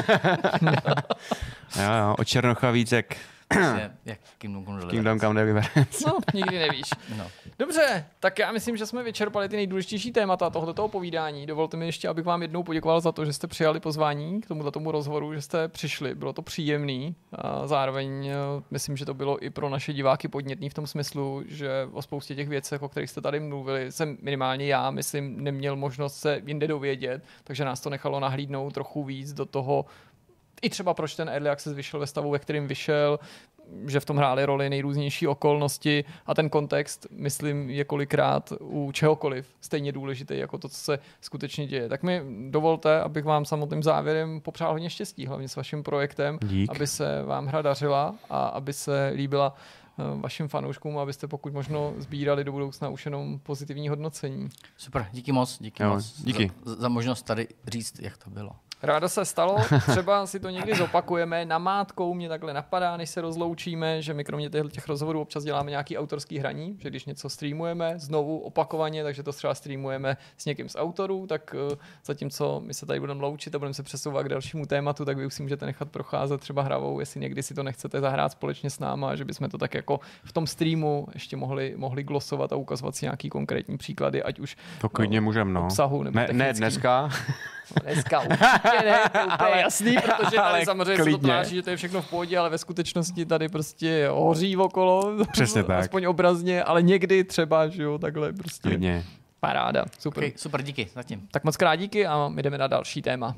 Jo, jo, o Černocha víc jak Vlastně, jak Kingdom Come Deliverance. Kingdom Come Deliverance. No, nikdy nevíš. No. Dobře, tak já myslím, že jsme vyčerpali ty nejdůležitější témata tohoto povídání. Dovolte mi ještě, abych vám jednou poděkoval za to, že jste přijali pozvání k tomuto tomu rozhovoru, že jste přišli. Bylo to příjemný. A zároveň myslím, že to bylo i pro naše diváky podnětný v tom smyslu, že o spoustě těch věcech, o kterých jste tady mluvili, jsem minimálně já, myslím, neměl možnost se jinde dovědět, takže nás to nechalo nahlídnout trochu víc do toho, i třeba proč ten Early Access vyšel ve stavu, ve kterým vyšel, že v tom hrály roli nejrůznější okolnosti a ten kontext, myslím, je kolikrát u čehokoliv stejně důležitý jako to, co se skutečně děje. Tak mi dovolte, abych vám samotným závěrem popřál hodně štěstí, hlavně s vaším projektem, Dík. aby se vám hra dařila a aby se líbila vašim fanouškům, abyste pokud možno sbírali do budoucna už jenom pozitivní hodnocení. Super, díky moc, díky jo, moc díky. Za, za možnost tady říct, jak to bylo. Ráda se stalo, třeba si to někdy zopakujeme, namátkou mě takhle napadá, než se rozloučíme, že my kromě těch rozhovorů občas děláme nějaký autorský hraní, že když něco streamujeme znovu opakovaně, takže to třeba streamujeme s někým z autorů, tak uh, zatímco my se tady budeme loučit a budeme se přesouvat k dalšímu tématu, tak vy už si můžete nechat procházet třeba hravou, jestli někdy si to nechcete zahrát společně s náma, že bychom to tak jako v tom streamu ještě mohli, mohli glosovat a ukazovat si nějaký konkrétní příklady, ať už to klidně no, můžeme, no. obsahu nebo ne, ne dneska. Dneska určitě ne, to je úplně ale, jasný, protože tady samozřejmě klidně. Se to tváří, že to je všechno v pohodě, ale ve skutečnosti tady prostě hoří okolo. Přesně tak. Aspoň obrazně, ale někdy třeba, že jo, takhle prostě. Klidně. Paráda, super. Okay, super, díky zatím. Tak moc krát díky a my jdeme na další téma.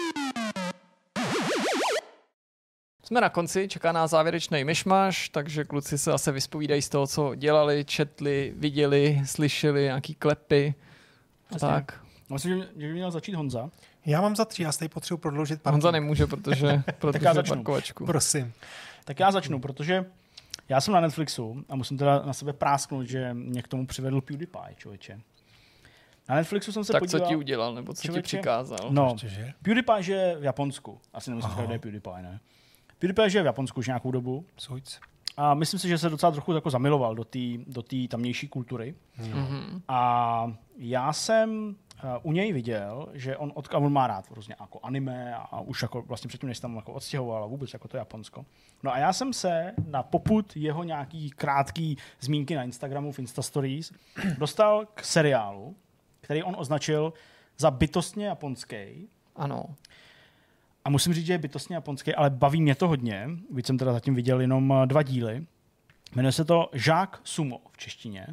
Jsme na konci, čeká nás závěrečný myšmaš, takže kluci se zase vyspovídají z toho, co dělali, četli, viděli, slyšeli, nějaký klepy. Tak. Myslím, že by měl začít Honza. Já mám za tři, já tady potřebuji prodloužit parking. Honza nemůže, protože, protože je parkovačku. Prosím. Tak já začnu, protože já jsem na Netflixu a musím teda na sebe prásknout, že mě k tomu přivedl PewDiePie, člověče. Na Netflixu jsem se tak podíval... Tak co ti udělal, nebo co člověče? Ti přikázal? No, Ještě, PewDiePie žije v Japonsku. Asi nemusím říkat, kde je PewDiePie, ne? PewDiePie žije v Japonsku už nějakou dobu. Sujc. A myslím si, že se docela trochu jako zamiloval do té do té tamnější kultury. Mm-hmm. A já jsem u něj viděl, že on, od, on má rád různě jako anime a už jako vlastně předtím, než se tam jako odstěhoval a vůbec jako to Japonsko. No a já jsem se na popud jeho nějaký krátký zmínky na Instagramu, v Instastories, dostal k seriálu, který on označil za bytostně japonský. Ano. A musím říct, že je bytostně japonský, ale baví mě to hodně. Víc jsem teda zatím viděl jenom dva díly. Jmenuje se to Žák sumo v češtině.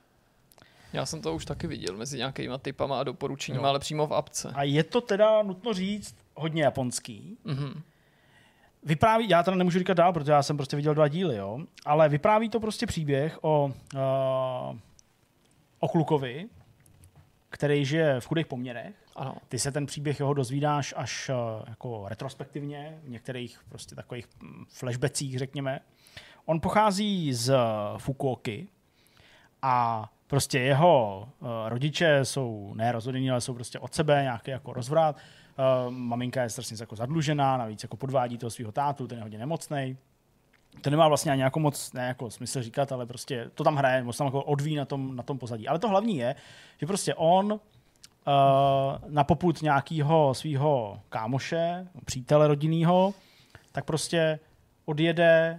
Já jsem to už taky viděl mezi nějakýma typama a doporučeníma, ale přímo v apce. A je to teda, nutno říct, hodně japonský. Mm-hmm. Vypráví, já teda nemůžu říkat dál, protože já jsem prostě viděl dva díly, jo, ale vypráví to prostě příběh o, uh, o klukovi, který žije v chudých poměrech. Ano. Ty se ten příběh jeho dozvídáš až uh, jako retrospektivně, v některých prostě takových flashbackích, řekněme. On pochází z Fukuoky a prostě jeho uh, rodiče jsou ne rozhodení, ale jsou prostě od sebe, nějaký jako rozvrat. Uh, maminka je strašně jako zadlužená, navíc jako podvádí toho svého tátu, ten je hodně nemocnej. To nemá vlastně ani jako moc ne, jako smysl říkat, ale prostě to tam hraje, moc tam jako odvíjí na tom, na tom pozadí. Ale to hlavní je, že prostě on uh, na popud nějakého svého kámoše, přítele rodinného, tak prostě odjede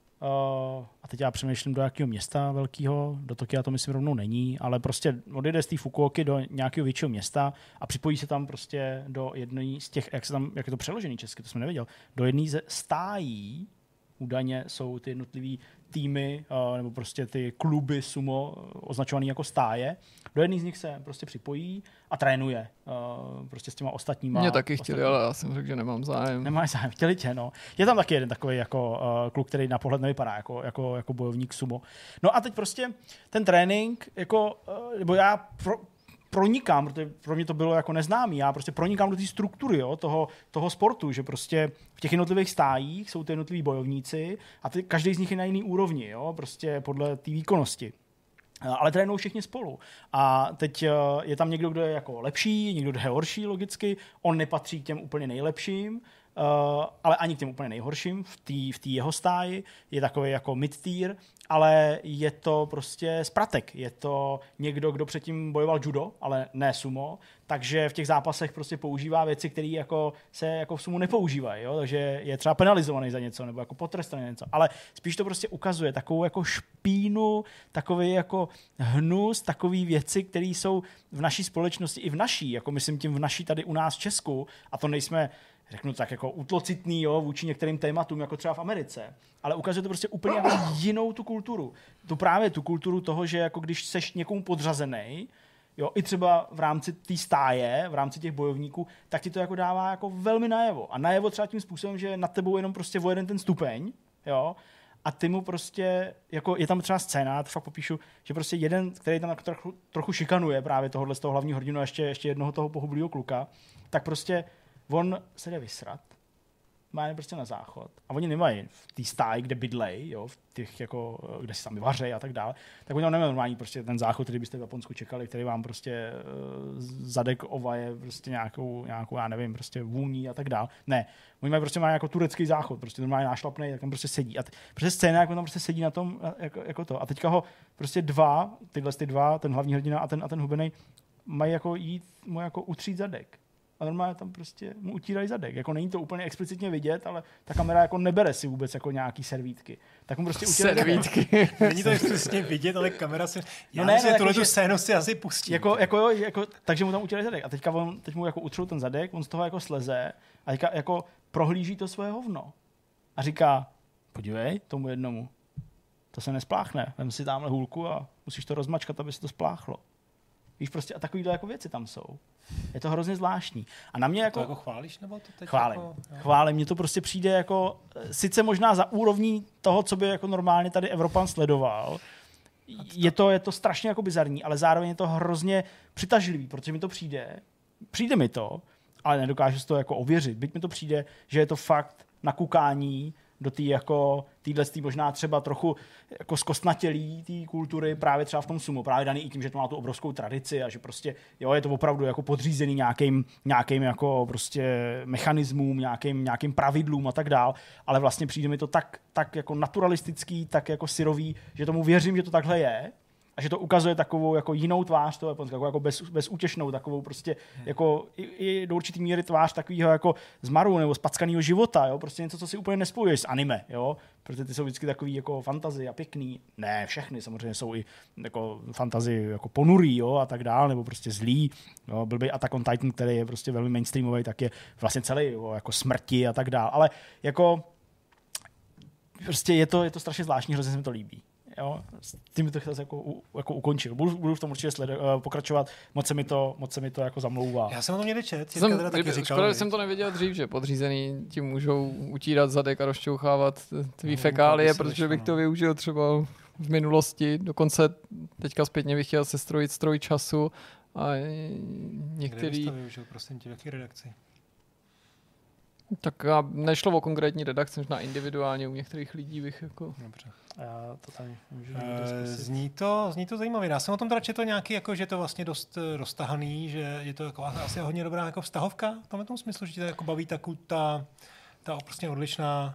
Uh, a teď já přemýšlím, do jakého města velkého, do Tokia to myslím rovnou není, ale prostě odjede z té Fukuoky do nějakého většího města a připojí se tam prostě do jedné z těch, jak, se tam, jak je to přeložený česky, to jsem nevěděl, do jedné ze stájí, údajně jsou ty jednotlivý týmy uh, nebo prostě ty kluby sumo označované jako stáje. Do jedné z nich se prostě připojí a trénuje uh, prostě s těma ostatníma. Mě taky chtěli, ostatníma. ale já jsem řekl, že nemám zájem. Nemáš zájem, chtěli tě, no. Je tam taky jeden takový jako uh, kluk, který na pohled nevypadá jako, jako, jako bojovník sumo. No a teď prostě ten trénink, jako, uh, nebo já pro, pronikám, protože pro mě to bylo jako neznámý, já prostě pronikám do té struktury, jo, toho, toho sportu, že prostě v těch jednotlivých stájích jsou ty jednotliví bojovníci a ty, každý z nich je na jiný úrovni, jo, prostě podle té výkonnosti. Ale trénují všichni spolu. A teď je tam někdo, kdo je jako lepší, někdo, kdo je horší logicky, on nepatří k těm úplně nejlepším, Uh, ale ani k těm úplně nejhorším v té v té jeho stáji, je takový jako mid-tier, ale je to prostě spratek, je to někdo, kdo předtím bojoval judo, ale ne sumo, takže v těch zápasech prostě používá věci, které jako se jako v sumo nepoužívají, jo? Takže je třeba penalizovaný za něco nebo jako potrestaný za něco, ale spíš to prostě ukazuje takovou jako špínu, takový jako hnus, takový věci, které jsou v naší společnosti i v naší, jako myslím tím v naší tady u nás v Česku, a to nejsme řeknu tak jako útlocitný, jo, vůči některým tématům, jako třeba v Americe. Ale ukazuje to prostě úplně jako jinou tu kulturu. Tu právě tu kulturu toho, že jako když seš někomu podřazený, jo, i třeba v rámci té stáje, v rámci těch bojovníků, tak ti to jako dává jako velmi najevo. A najevo třeba tím způsobem, že nad tebou jenom prostě o jeden ten stupeň, jo, a ty mu prostě, jako je tam třeba scéna, to fakt popíšu, že prostě jeden, který tam jako trochu, trochu šikanuje právě tohohle z toho hlavního hrdinu a ještě, ještě jednoho toho pohublýho kluka, tak prostě on se jde vysrat mají prostě na záchod. A oni nemají v té stáji, kde bydlej, jo, v těch jako, kde si sami vařejí a tak dále, tak oni tam nemají normální prostě ten záchod, který byste v Japonsku čekali, který vám prostě uh, zadek ovaje prostě nějakou, nějakou, já nevím, prostě vůní a tak dále. Ne, oni mají prostě mají jako turecký záchod, prostě normálně nášlapnej, tak tam prostě sedí. A t- prostě scéna, jak on tam prostě sedí na tom, jako, jako to. A teďka ho prostě dva, tyhle ty dva, ten hlavní hrdina a ten, a ten hubenej, mají jako jít mu jako utřít zadek. A normálně tam prostě mu utírají zadek. Jako není to úplně explicitně vidět, ale ta kamera jako nebere si vůbec jako nějaký servítky. Tak mu prostě utírají servítky. Není to explicitně vidět, ale kamera si... Já no ne, myslím, no, že tuhle že... tu scénu si asi pustí. Jako, jako, jo, jako, takže mu tam utírají zadek. A teďka on, teď mu jako utřou ten zadek, on z toho jako sleze a teďka jako prohlíží to svoje hovno. A říká, podívej, tomu jednomu, to se nespláchne. Vem si tamhle hůlku a musíš to rozmačkat, aby se to spláchlo. Víš, prostě a takovýhle jako věci tam jsou. Je to hrozně zvláštní. A na mě jako... To jako chválíš, nebo to teď chválím. Jako, chválím. Mně to prostě přijde jako... Sice možná za úrovní toho, co by jako normálně tady Evropan sledoval. Je to, je to strašně jako bizarní, ale zároveň je to hrozně přitažlivý, protože mi to přijde. Přijde mi to, ale nedokážu si to jako ověřit. Byť mi to přijde, že je to fakt na kukání do té jako týhle možná třeba trochu jako zkostnatělý té kultury právě třeba v tom sumo, právě daný i tím, že to má tu obrovskou tradici a že prostě jo, je to opravdu jako podřízený nějakým, nějakým jako prostě mechanismům, nějakým, nějakým pravidlům a tak dál, ale vlastně přijde mi to tak, tak jako naturalistický, tak jako syrový, že tomu věřím, že to takhle je. A že to ukazuje takovou jako jinou tvář toho Japonska, jako, jako bez, bezútěšnou, takovou prostě hmm. jako i, i do určitý míry tvář takového jako zmaru nebo spackaného života, jo, prostě něco, co si úplně nespojuješ s anime, jo, protože ty jsou vždycky takový jako fantasy a pěkný, ne všechny, samozřejmě jsou i jako fantasy jako ponurý, jo, a tak dál, nebo prostě zlý, jo, byl by Attack on Titan, který je prostě velmi mainstreamový, tak je vlastně celý, jo, jako smrti a tak dál, ale jako prostě je to, je to strašně zvláštní, hrozně se mi to líbí. Jo, s tím to chtěl jako, jako ukončil. Budu, budu v tom určitě sled, uh, pokračovat, moc se mi to, moc se mi to jako zamlouvá. Já jsem o tom někde čet, jsem, teda taky říkal. Škoda, že jsem to nevěděl dřív, že podřízený tím můžou utírat zadek a rozčouchávat tvý no, fekálie, protože bych to využil třeba v minulosti. Dokonce teďka zpětně bych chtěl sestrojit stroj času a některý... Kde bys to využil, prosím tě, v jaký redakci? Tak nešlo o konkrétní redakci, možná individuálně u některých lidí bych jako... Dobře. Já to tady můžu e, zní, to, zní to zajímavě. Já jsem o tom teda četl nějaký, jako, že je to vlastně dost roztahaný, že je to jako, asi hodně dobrá jako vztahovka v tomhle tom smyslu, že tě to jako baví taková ta, ta prostě odlišná...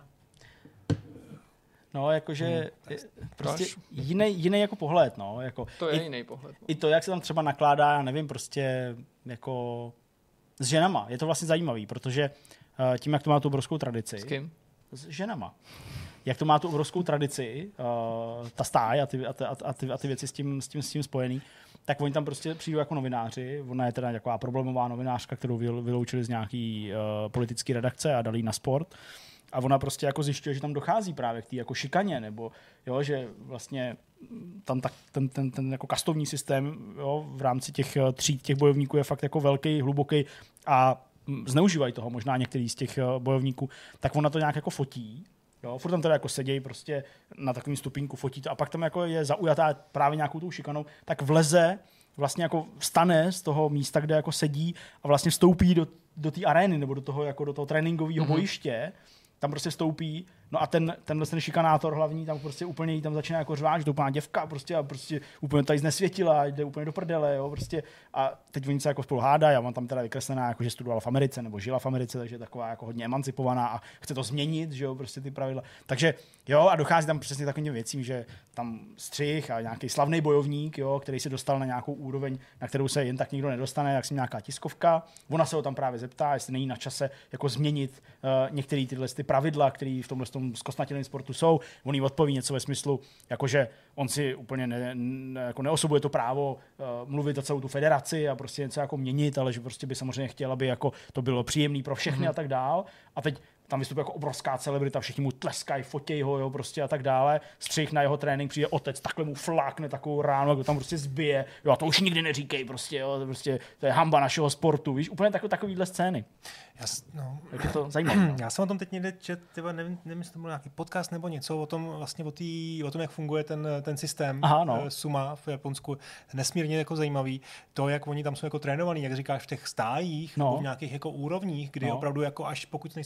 No, jakože hmm, prostě jiný, jiný jako pohled, no. Jako, to je i, jiný pohled. No. I to, jak se tam třeba nakládá, já nevím, prostě jako s ženama. Je to vlastně zajímavý, protože tím, jak to má tu obrovskou tradici. S kým? S ženama. Jak to má tu obrovskou tradici, uh, ta stáj a ty, a, ty, a, ty, a ty věci s tím, s, tím, s tím spojený, tak oni tam prostě přijdou jako novináři. Ona je teda taková problémová novinářka, kterou vyloučili z nějaký uh, politické redakce a dali ji na sport. A ona prostě jako zjišťuje, že tam dochází právě k té jako šikaně, nebo jo, že vlastně tam tak, ten, ten, ten jako kastovní systém, jo, v rámci těch tříd těch bojovníků je fakt jako velký, hluboký a zneužívají toho možná některý z těch bojovníků, tak ona to nějak jako fotí. Jo, furt tam teda jako sedějí prostě na takovým stupínku, fotí to a pak tam jako je zaujatá právě nějakou tou šikanou, tak vleze, vlastně jako vstane z toho místa, kde jako sedí a vlastně vstoupí do, do té arény nebo do toho, jako do toho tréninkového mm-hmm. bojiště, tam prostě vstoupí, no a ten, tenhle ten šikanátor hlavní tam prostě úplně jí tam začíná jako řvát, že to úplná děvka prostě a prostě úplně tady znesvětila, jde úplně do prdele, jo, prostě a teď oni se jako spolu hádají a on tam teda vykreslená, jako že studovala v Americe nebo žila v Americe, takže je taková jako hodně emancipovaná a chce to změnit, že jo, prostě ty pravidla. Takže jo, a dochází tam přesně takovým věcím, že tam střih a nějaký slavný bojovník, jo, který se dostal na nějakou úroveň, na kterou se jen tak nikdo nedostane, jak si nějaká tiskovka. Ona se ho tam právě zeptá, jestli není na čase jako změnit uh, některé tyhle ty pravidla, které v tomhle tom zkostnatělém sportu jsou. On jí odpoví něco ve smyslu, jakože on si úplně ne, ne, jako neosobuje to právo uh, mluvit za celou tu federaci a prostě něco jako měnit, ale že prostě by samozřejmě chtěl, aby jako to bylo příjemný pro všechny mm-hmm. a tak dál. A teď tam vystupuje jako obrovská celebrita, všichni mu tleskají, fotějí ho, jo, prostě a tak dále. Střih na jeho trénink, přijde otec, takhle mu flákne takovou ránu, jako tam prostě zbije. Jo, a to už nikdy neříkej, prostě, jo, to, prostě, to je hamba našeho sportu, víš, úplně takové, takovýhle scény. Já, no, jak je to zajímavé. Já jsem o tom teď někde čet, tyba, nevím, nevím, jestli to byl nějaký podcast nebo něco o tom, vlastně o, tý, o tom, jak funguje ten, ten systém. Aha, no. Suma v Japonsku. Nesmírně jako zajímavý. To, jak oni tam jsou jako trénovaní, jak říkáš, v těch stájích, no. nebo v nějakých jako úrovních, kdy no. opravdu jako až pokud nejsi v té poslední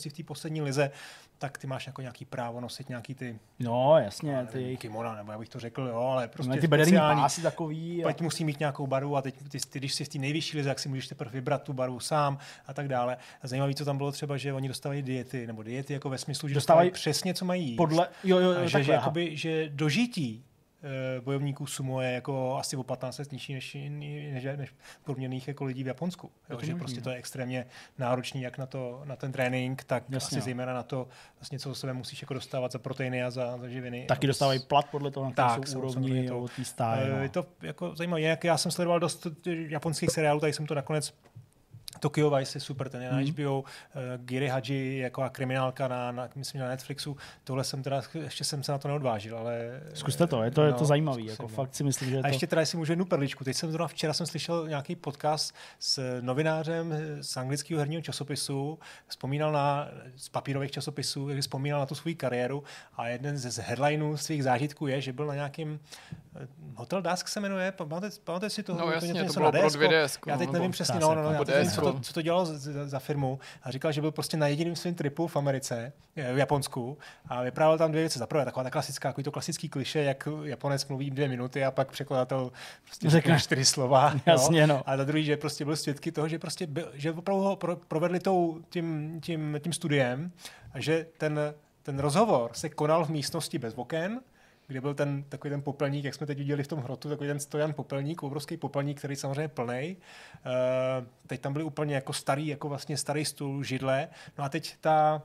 poslední lize, tak ty máš jako nějaký právo nosit nějaký ty... No, jasně. Nevím, ty kimona, nebo já bych to řekl, jo, ale prostě ty bederní pásy takový. A... musí mít nějakou barvu a teď ty, ty, když jsi v té nejvyšší lize, tak si můžeš teprve vybrat tu barvu sám a tak dále. A zajímavé, co tam bylo třeba, že oni dostávají diety, nebo diety jako ve smyslu, že dostávají, dostávají přesně, co mají jíst. Podle... Jo, jo, jo, a že, že, jakoby, že dožití bojovníků sumo je jako asi o patnáct let nižší než, než, než průměrných jako lidí v Japonsku. Jo, že prostě to je extrémně náročný jak na, to, na ten trénink, tak Jasně. asi zejména na to, vlastně, co sebe musíš jako dostávat za proteiny a za, za živiny. Taky dostávají plat podle toho, na které jsou úrovni to, té stáje. Je to jako zajímavé. Jak já jsem sledoval dost japonských seriálů, tady jsem to nakonec Tokyo Vice je super, ten je na H B O, uh, Giri Haji jako kriminálka na, na, myslím, na Netflixu. Tohle jsem teda, ještě jsem se na to neodvážil, ale... Zkuste to, je to, no, je to zajímavý, jako fakt si myslím, že je A to... ještě teda si můžu jednu perličku. Teď jsem zrovna včera jsem slyšel nějaký podcast s novinářem z anglického herního časopisu, vzpomínal na, z papírových časopisů, jak vzpomínal na tu svou kariéru a jeden ze headlineů svých zážitků je, že byl na nějakým Hotel Dusk se jmenuje, pamatujete si toho? No jasně, to, to bylo pro dvě D S. Já teď no, nevím přesně, no, no, no, já teď nevím, co, to, co to dělalo za, za firmu a říkal, že byl prostě na jediném svém tripu v Americe, v Japonsku a vyprávěl tam dvě věci. Za prvé taková ta klasická, takový to klasický kliše, jak Japonec mluví dvě minuty a pak překladatel prostě řekne čtyři slova. Jasně, no. A za druhý, že prostě byl svědky toho, že prostě byl, že opravdu ho pro, provedli tou, tím, tím, tím studiem a že ten, ten rozhovor se konal v místnosti bez oken, kde byl ten takový ten popelník, jak jsme teď viděli v tom hrotu, takový ten stojan popelník, obrovský popelník, který samozřejmě plnej. Uh, teď tam byly úplně jako starý, jako vlastně starý stůl, židle. No a teď ta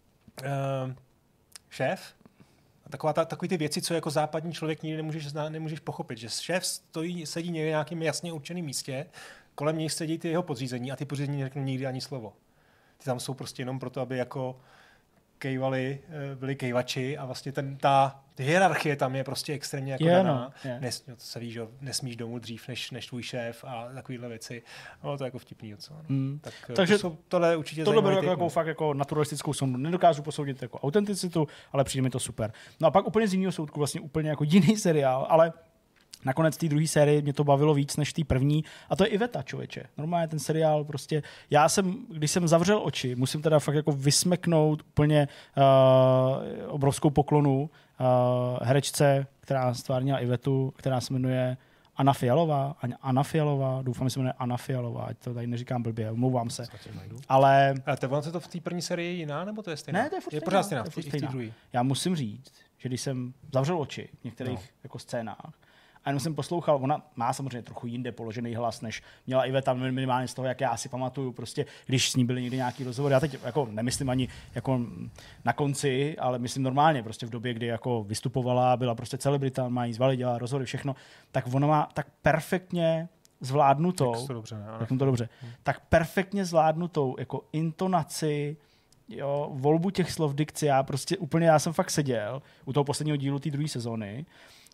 uh, šéf, taková ta, takový ty věci, co jako západní člověk nikdy nemůžeš, zna, nemůžeš pochopit, že šéf stojí, sedí někde v nějakém jasně určeném místě, kolem něj sedí ty jeho podřízení a ty podřízení neřeknou nikdy ani slovo. Ty tam jsou prostě jenom proto, aby jako kejvali, byli kejvači a vlastně ten, ta hierarchie tam je prostě extrémně jako yeah, daná. No, yeah. Nes, to se ví, že nesmíš domů dřív než, než tvůj šéf a takovýhle věci. No to je jako vtipný. Co? Mm. Tak, Takže to jsou, tohle určitě tohle bylo jako, jako fakt jako naturalistickou sondu. Nedokážu posoudit jako autenticitu, ale přijde mi to super. No a pak úplně z jiného soudku, vlastně úplně jako jiný seriál, ale nakonec té druhé série mě to bavilo víc než té první. A to je Iveta, člověče. Normálně ten seriál prostě... Já jsem, když jsem zavřel oči, musím teda fakt jako vysmeknout úplně uh, obrovskou poklonu uh, herečce, která stvárnila Ivetu, která se jmenuje Anna Fialová. Anna Fialová, doufám, že se jmenuje Anna Fialová, ať to tady neříkám blbě, omlouvám se. Ale... A to ono to v té první sérii jiná, nebo to je stejná? Ne, to je furt je stejná. Pořád stejná, je furt stejná. stejná. Já musím říct, že když jsem zavřel oči v některých no. jako scénách, a jenom jsem poslouchal, ona má samozřejmě trochu jinde položený hlas, než měla Iveta minimálně z toho, jak já si pamatuju, prostě, když s ní byly někdy nějaký rozhovory. Já teď jako nemyslím ani jako na konci, ale myslím normálně, prostě v době, kdy jako vystupovala, byla prostě celebrita, má jí zvali, dělala rozhovory, všechno, tak ona má tak perfektně zvládnutou, to dobře, tak to dobře, hmm. tak perfektně zvládnutou jako intonaci, jo, volbu těch slov, dikci, já prostě úplně, já jsem fakt seděl u toho posledního dílu té druhé sezóny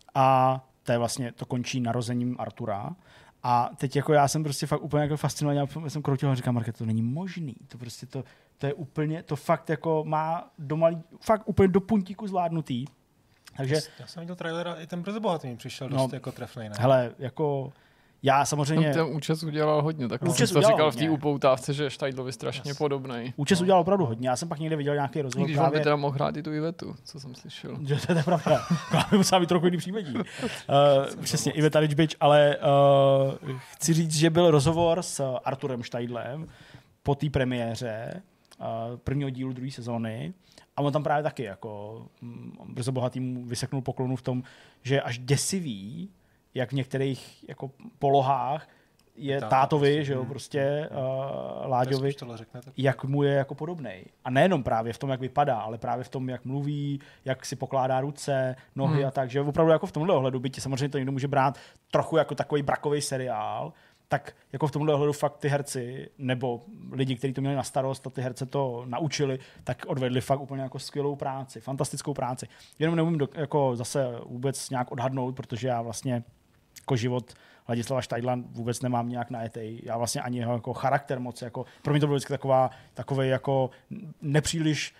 a to je vlastně, to končí narozením Artura. A teď jako já jsem prostě fakt úplně jako fascinovaný, já jsem kroutil a říkám, Marke, to není možný, to prostě to, to je úplně, to fakt jako má do malý, fakt úplně do puntíku zvládnutý. Takže... Já jsem viděl trailera, i ten Brzo bohatý mi přišel dost no, jako trefnej, ne? Hele, jako... Já samozřejmě... Ten účes udělal hodně, tak no. jsem to říkal v té upoutávce, že je Štajdlovi strašně yes. podobnej. Účes no. udělal opravdu hodně, já jsem pak někde viděl nějaký rozhovor. Když právě... on by teda mohl hrát i tu Ivetu, co jsem slyšel. Že to je pravda, by musela být trochu jiný příjmení. uh, přesně, Iveta Ličbič, ale uh, chci říct, že byl rozhovor s Arturem Štajdlem po té premiéře uh, prvního dílu druhé sezóny a on tam právě taky jako um, Brzo bohatý mu vyseknul poklonu v tom, že je až děsivý, jak v některých jako polohách je Táta, tátovi, prostě, že jo, prostě uh, Láďovi, řekne, tak... jak mu je jako podobnej. A nejenom právě v tom, jak vypadá, ale právě v tom, jak mluví, jak si pokládá ruce, nohy hmm. a tak, že opravdu jako v tomhle ohledu, byť samozřejmě to někdo může brát trochu jako takový brakový seriál, tak jako v tomhle ohledu fakt ty herci, nebo lidi, kteří to měli na starost a ty herce to naučili, tak odvedli fakt úplně jako skvělou práci, fantastickou práci. Jenom neumím do, jako zase vůbec nějak odhadnout, protože já vlastně jako život Ladislava Štajdla vůbec nemám nějak najetej. Já vlastně ani jeho jako charakter moc, jako, pro mě to bylo vždycky taková, takovej jako nepříliš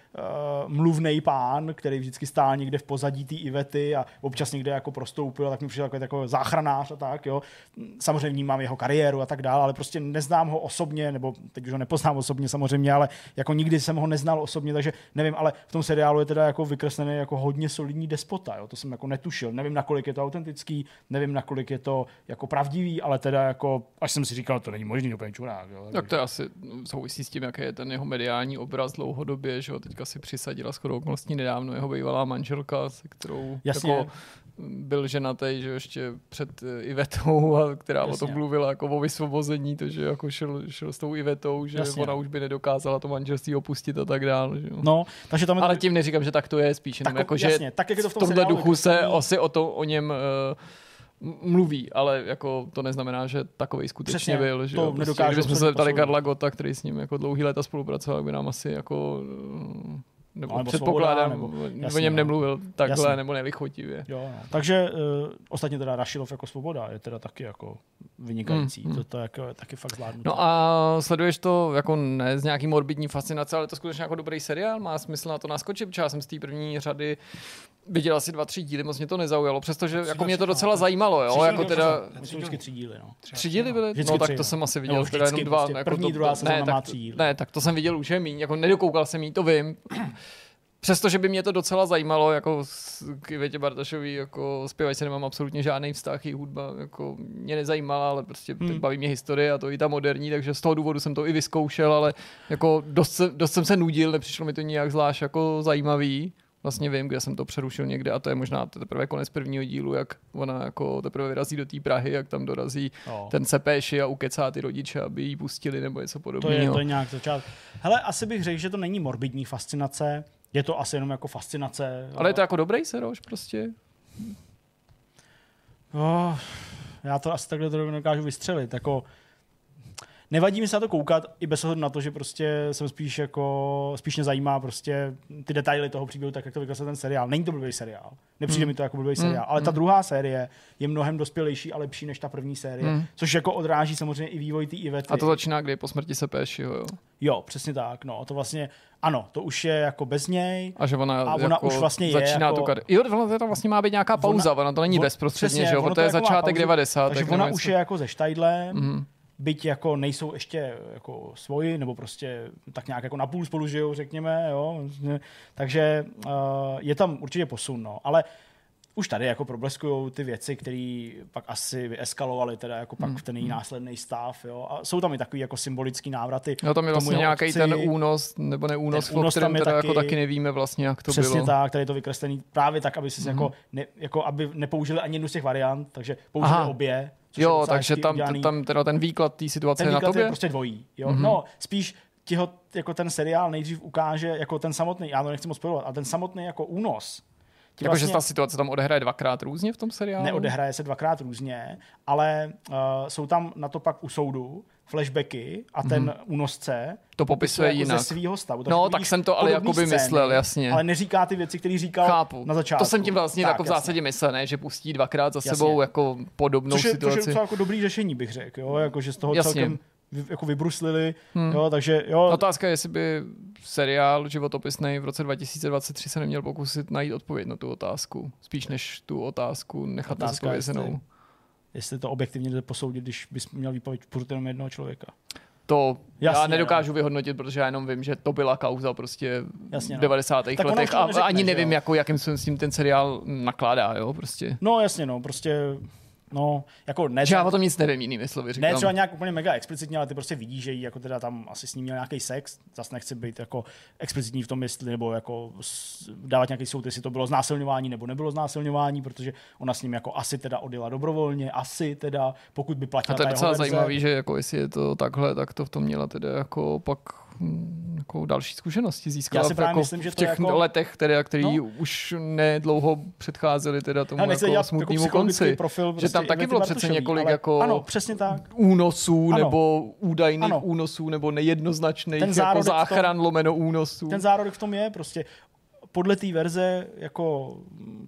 uh, mluvnej pán, který vždycky stál někde v pozadí té Ivety a občas někde jako prostoupil a tak mi přišel takový jako záchranář a tak, jo. Samozřejmě vnímám jeho kariéru a tak dále, ale prostě neznám ho osobně, nebo teď už ho nepoznám osobně samozřejmě, ale jako nikdy jsem ho neznal osobně, takže nevím, ale v tom seriálu je teda jako vykreslený jako hodně solidní despota, jo. To jsem jako netušil. Nevím, nakolik je to autentický, nevím, nakolik je to jako pravdivý, ale teda jako, až jsem si říkal, to není možný, úplně čurák, jo. Tak to je asi souvisí s tím, jaký je ten jeho mediální obraz dlouhodobě, že jo, teďka si přisadila shodou okolností nedávno jeho bývalá manželka, se kterou Jasně. jako byl ženatý, že ještě před Ivetou, a která Jasně. o tom mluvila jako o vysvobození, to, že jako šel, šel s tou Ivetou, že Jasně. ona už by nedokázala to manželství opustit a tak dále. Že jo. No, takže tam je ale to... tím neříkám, že tak to je, spíš jenom jako, jasně, že tak, jak je to v, v tomhle seriálu, duchu se to... asi o, to, o něm uh, mluví, ale jako to neznamená, že takovej skutečně Přesně, byl. Že to jo, prostě, kdybychom se zeptali Karla Gotta, který s ním jako dlouhý léta spolupracoval, by nám asi jako... nebo, nebo předpokládám, nebo, nebo o něm nemluvil takhle, jasně. nebo nelichotivě. Jo, no. Takže uh, ostatně teda Rašilov jako Svoboda je teda taky jako vynikající. Mm, mm. To, to jako, je taky fakt zvládnutý. No a sleduješ to jako ne z nějaký morbidní fascinace, ale to skutečně jako dobrý seriál, má smysl na to naskočit, protože já jsem z té první řady viděl asi dva, tři díly, moc mě to nezaujalo, přestože jako mě to docela zajímalo, jo, jako teda... Vždycky tři díly, no. Tři díly byly? Vždycky no tak tři, to no. jsem asi viděl, teda jenom dva. Prostě jako první, to, druhá sezóna ne, má tak, tři díly. Ne, tak to jsem viděl už je míň, jako nedokoukal jsem jí, to vím. Přestože by mě to docela zajímalo, jako k Ivetě Bartašový, jako zpěvačce nemám absolutně žádný vztah, její hudba jako mě nezajímala, ale prostě hmm. baví mě historie a to i ta moderní, takže z toho důvodu jsem to i vyzkoušel, ale jako dost, dost jsem se nudil, nepřišlo mi to nijak zvlášť jako zajímavý. Vlastně vím, kde jsem to přerušil někde a to je možná teprve konec prvního dílu, jak ona jako teprve vyrazí do té Prahy, jak tam dorazí oh. ten Cepéši a ukecá ty rodiče, aby jí pustili nebo něco podobného. To je, to je nějak začát. Hele, asi bych řekl, že to není morbidní fascinace, je to asi jenom jako fascinace. Ale je to jako dobrý seroš prostě? Oh, já to asi takhle to nedokážu vystřelit, jako nevadí mi se na to koukat i bez ohledu na to, že prostě jsem spíš jako, spíš mě zajímá prostě ty detaily toho příběhu, tak jak to vykreslil ten seriál. Není to blbý seriál. Nepřijde mm. mi to jako blbý mm. seriál, ale mm. ta druhá série je mnohem dospělejší a lepší než ta první série, mm. což jako odráží samozřejmě i vývoj té Ivety. A to začíná kdy po smrti Sepéšiho, jo? Jo, přesně tak, no, to vlastně ano, to už je jako bez něj. A že ona, a ona jako už vlastně začíná je jako... tu kar... Jo, to tam vlastně má být nějaká pauza, ona, ona to není on, bezprostředně, že jo, to, to je jako začátek devadesátých. Takže ona už je jako ze Štajdlem, mm. byť jako nejsou ještě jako svoji, nebo prostě tak nějak jako napůl spolu žijou, řekněme, jo. Takže uh, je tam určitě posun, no. Ale už tady jako probleskujou ty věci, které pak asi vyeskalovaly teda jako pak v ten její následný stav, jo. A jsou tam i takový jako symbolický návraty. Jo, tam je vlastně nějaký otci, ten únos, nebo neúnos, o kterém teda taky, jako taky nevíme vlastně, jak to přesně bylo. Přesně tak, tady je to vykreslený právě tak, aby si mm-hmm. jako, ne, jako aby nepoužili ani jednu z těch variant, takže použili Aha. obě. Jo, takže tam, udělaný, tam teda ten výklad té situace ten je na tobě? Ten výklad je prostě dvojí. Jo? Mm-hmm. No, spíš tiho, jako ten seriál nejdřív ukáže jako ten samotný, já to nechci moc spojovat, a ten samotný jako únos. Jakože vlastně, ta situace tam odehraje dvakrát různě v tom seriálu? Neodehraje se dvakrát různě, ale uh, jsou tam na to pak u soudu flashbacky a ten mm-hmm. únosce to popisuje jako jinak. Ze svýho stavu. No, tak jsem to ale jakoby scény, myslel, jasně. Ale neříká ty věci, které říkal Chápu. na začátku. To jsem tím vlastně tak, jako v zásadě myslel, ne? Že pustí dvakrát za jasně. sebou jako podobnou což je, situaci. Což je docela jako dobrý řešení, bych řekl, jo? Jako, že z toho jasně. celkem jako vybruslili, hmm. jo, takže jo. Otázka je, jestli by seriál životopisný v roce dva tisíce dvacet tři se neměl pokusit najít odpověď na tu otázku. Spíš než tu otázku nechat nezodpovězenou. Jestli, jestli to objektivně jde posoudit, když bys měl výpověď furt jenom jednoho člověka. To jasně, já nedokážu no. vyhodnotit, protože já jenom vím, že to byla kauza prostě jasně, v devadesátých no. letech a neřekne, ani nevím, jako, jakým s tím ten seriál nakládá, jo, prostě. No jasně, no, prostě no, jako ne. Že já o tom nic nevím, jinými slovy říkám. Ne třeba nějak úplně mega explicitně, ale ty prostě vidíš, že jí jako teda tam asi s ním měl nějaký sex. Zas nechci být jako explicitní v tom, jestli nebo jako dávat nějaký soud, jestli to bylo znásilňování nebo nebylo znásilňování, protože ona s ním jako asi teda odjela dobrovolně, asi teda, pokud by platila. A to je docela zajímavý, že jako jestli je to takhle, tak to v tom měla teda jako pak jako další zkušenosti získala jako myslím, že v těch jako... letech, které, který no. už nedlouho předcházeli teda tomu jako smutnému jako konci. Profil, prostě že tam taky bylo přece několik ale... jako ano, přesně tak. únosů ano. nebo údajných ano. únosů nebo nejednoznačných jako záchran tom, lomeno únosů. Ten zárodek v tom je prostě podle té verze jako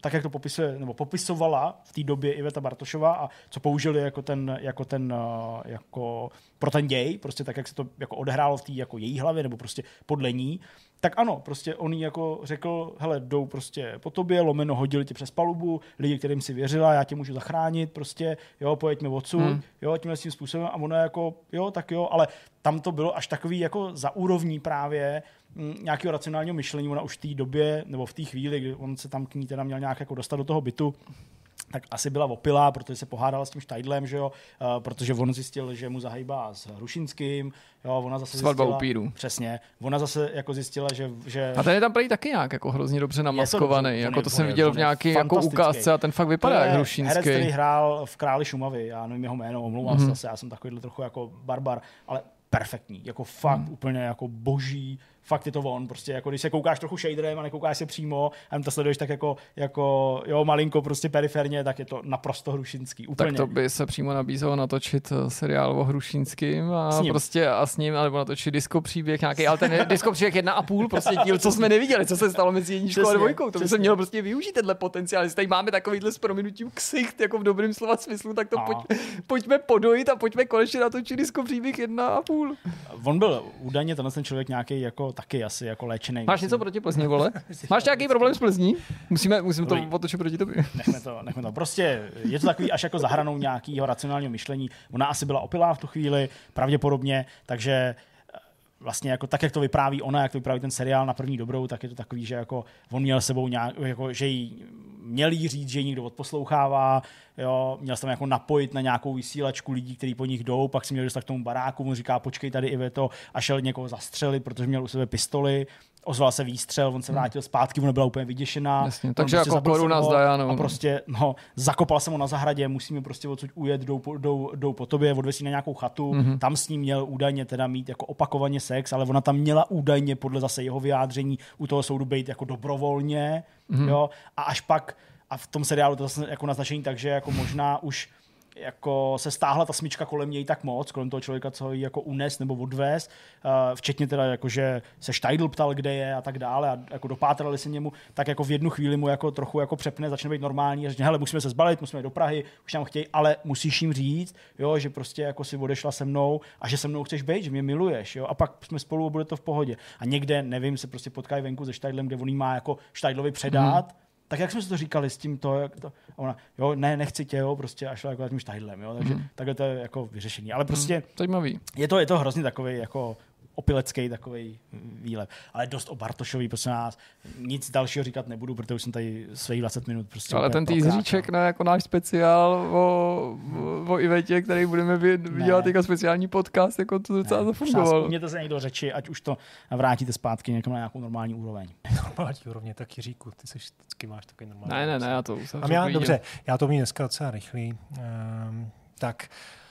tak jak to popisuje, nebo popisovala v té době Iveta Bartošová a co použili jako ten, jako ten, jako pro ten děj, prostě tak, jak se to jako odehrálo v té jako její hlavě, nebo prostě podle ní, tak ano, prostě on jí jako řekl, hele, jdou prostě po tobě, lomeno hodili tě přes palubu, lidi, kterým si věřila, já tě můžu zachránit, prostě, jo, pojeďme odsud, hmm. jo, tímhle tím způsobem a ona jako, jo, tak jo, ale tam to bylo až takový jako za úrovní právě m, nějakého racionálního myšlení, ona už v té době, nebo v té chvíli, kdy on se tam k ní teda měl nějak jako dostat do toho bytu, tak asi byla opilá, protože se pohádala s tím Štajdlem, že jo, uh, protože on zjistil, že mu zahýbá s Hrušinským, jo, ona zase Svatba zjistila, upíru. Přesně, ona zase jako zjistila, že... že a ten je tam prý taky nějak jako hrozně dobře namaskovaný, dobře, jako to je, jsem je, viděl v nějaké jako ukázce a ten fakt vypadá jak Hrušínský. Herec, který hrál v Králi Šumavy, já nevím jeho jméno, omlouvám mm-hmm. se zase, já jsem takovýhle trochu jako barbar, ale perfektní, jako fakt mm. úplně jako boží, fakt je to on, prostě jako když se koukáš trochu shaderem a nekoukáš se přímo a to sleduješ tak jako, jako jo, malinko prostě periferně, tak je to naprosto Hrušínský, úplně. Tak to by se přímo nabízelo natočit seriál o Hrušínským a s prostě a s ním, alebo natočit disco příběh nějaký, ale ten disco příběh jedna a půl, prostě díl, co jsme neviděli, co se stalo mezi jedničkou a dvojkou, to by se mělo prostě využít tenhle potenciál, jestli tady máme takovýhle s prominutím ksicht, jako v dobrým slova smyslu, tak to pojď, pojďme podojit a pojďme konečně natočit disco příběh jedna a půl. On byl údajně tenhle ten člověk nějaký jako taky asi jako léčený. Máš něco proti Plzni, vole? Máš nějaký problém s Plzní? Musíme, musíme to otočit proti tobě. Nechme to, nechme to. Prostě je to takový až jako za hranou nějakého racionálního myšlení. Ona asi byla opilá v tu chvíli, pravděpodobně, takže vlastně jako tak, jak to vypráví ona, jak to vypráví ten seriál na první dobrou, tak je to takový, že jako on měl sebou nějak, jako, že jí měl jí říct, že ji někdo odposlouchává, jo, měl jsem jako napojit na nějakou vysílačku lidí, kteří po nich jdou, pak si měl dostat k tomu baráku, on říká, počkej tady Iveto, a šel někoho zastřelit, protože měl u sebe pistoli, ozval se výstřel, on se vrátil zpátky, ona byla úplně vyděšená. Jasně, takže prostě jako koruna s Dianou. A prostě, no, zakopal jsem ho na zahradě, musíme prostě odsud ujet, jdou po, jdou, jdou po tobě, odvesí na nějakou chatu, mm-hmm. tam s ním měl údajně teda mít jako opakovaně sex, ale ona tam měla údajně podle zase jeho vyjádření u toho soudu být jako dobrovolně, mm-hmm. jo, a až pak, a v tom seriálu to zase jako naznačení tak, že jako možná už jako se stáhla ta smyčka kolem něj tak moc, kolem toho člověka, co ho jí jako unes nebo odvést, uh, včetně teda jako, že se Štajdl ptal, kde je a tak dále a jako dopátrali se němu, tak jako v jednu chvíli mu jako trochu jako přepne, začne být normální a řekne, hele, musíme se zbalit, musíme jít do Prahy, už tam chtějí, ale musíš jim říct, jo, že prostě jako si odešla se mnou a že se mnou chceš být, že mě miluješ, jo, a pak jsme spolu a bude to v pohodě. A někde, nevím, se prostě potkají venku se Štajdlem, kde on jí má jako Štajdlovi předat, mm. Tak jak jsme si to říkali s tím to, jak to a ona, jo, ne, nechci tě, jo, prostě a šla jako tím Štajdlem, jo, takže mm. takhle to je jako vyřešení. Ale prostě mm, zajímavý. Je to, je to hrozně takový jako opilecký takový výlet. Ale dost o Bartošovi, prosím nás. Nic dalšího říkat nebudu, protože už jsem tady svých dvacet minut prostě. Ale ten týzříček na jako náš speciál o, o Ivetě, který budeme vydělat jako speciální podcast, jako to docela zafungovalo. Umějte se někdo řeči, ať už to vrátíte zpátky někam na nějakou normální úroveň. Normální úrovně, tak Jiříku, ty seš, vždycky máš takový normální. Ne, ne, ne, já to už A já, dobře, já to umím dneska docela rychlý. Um, tak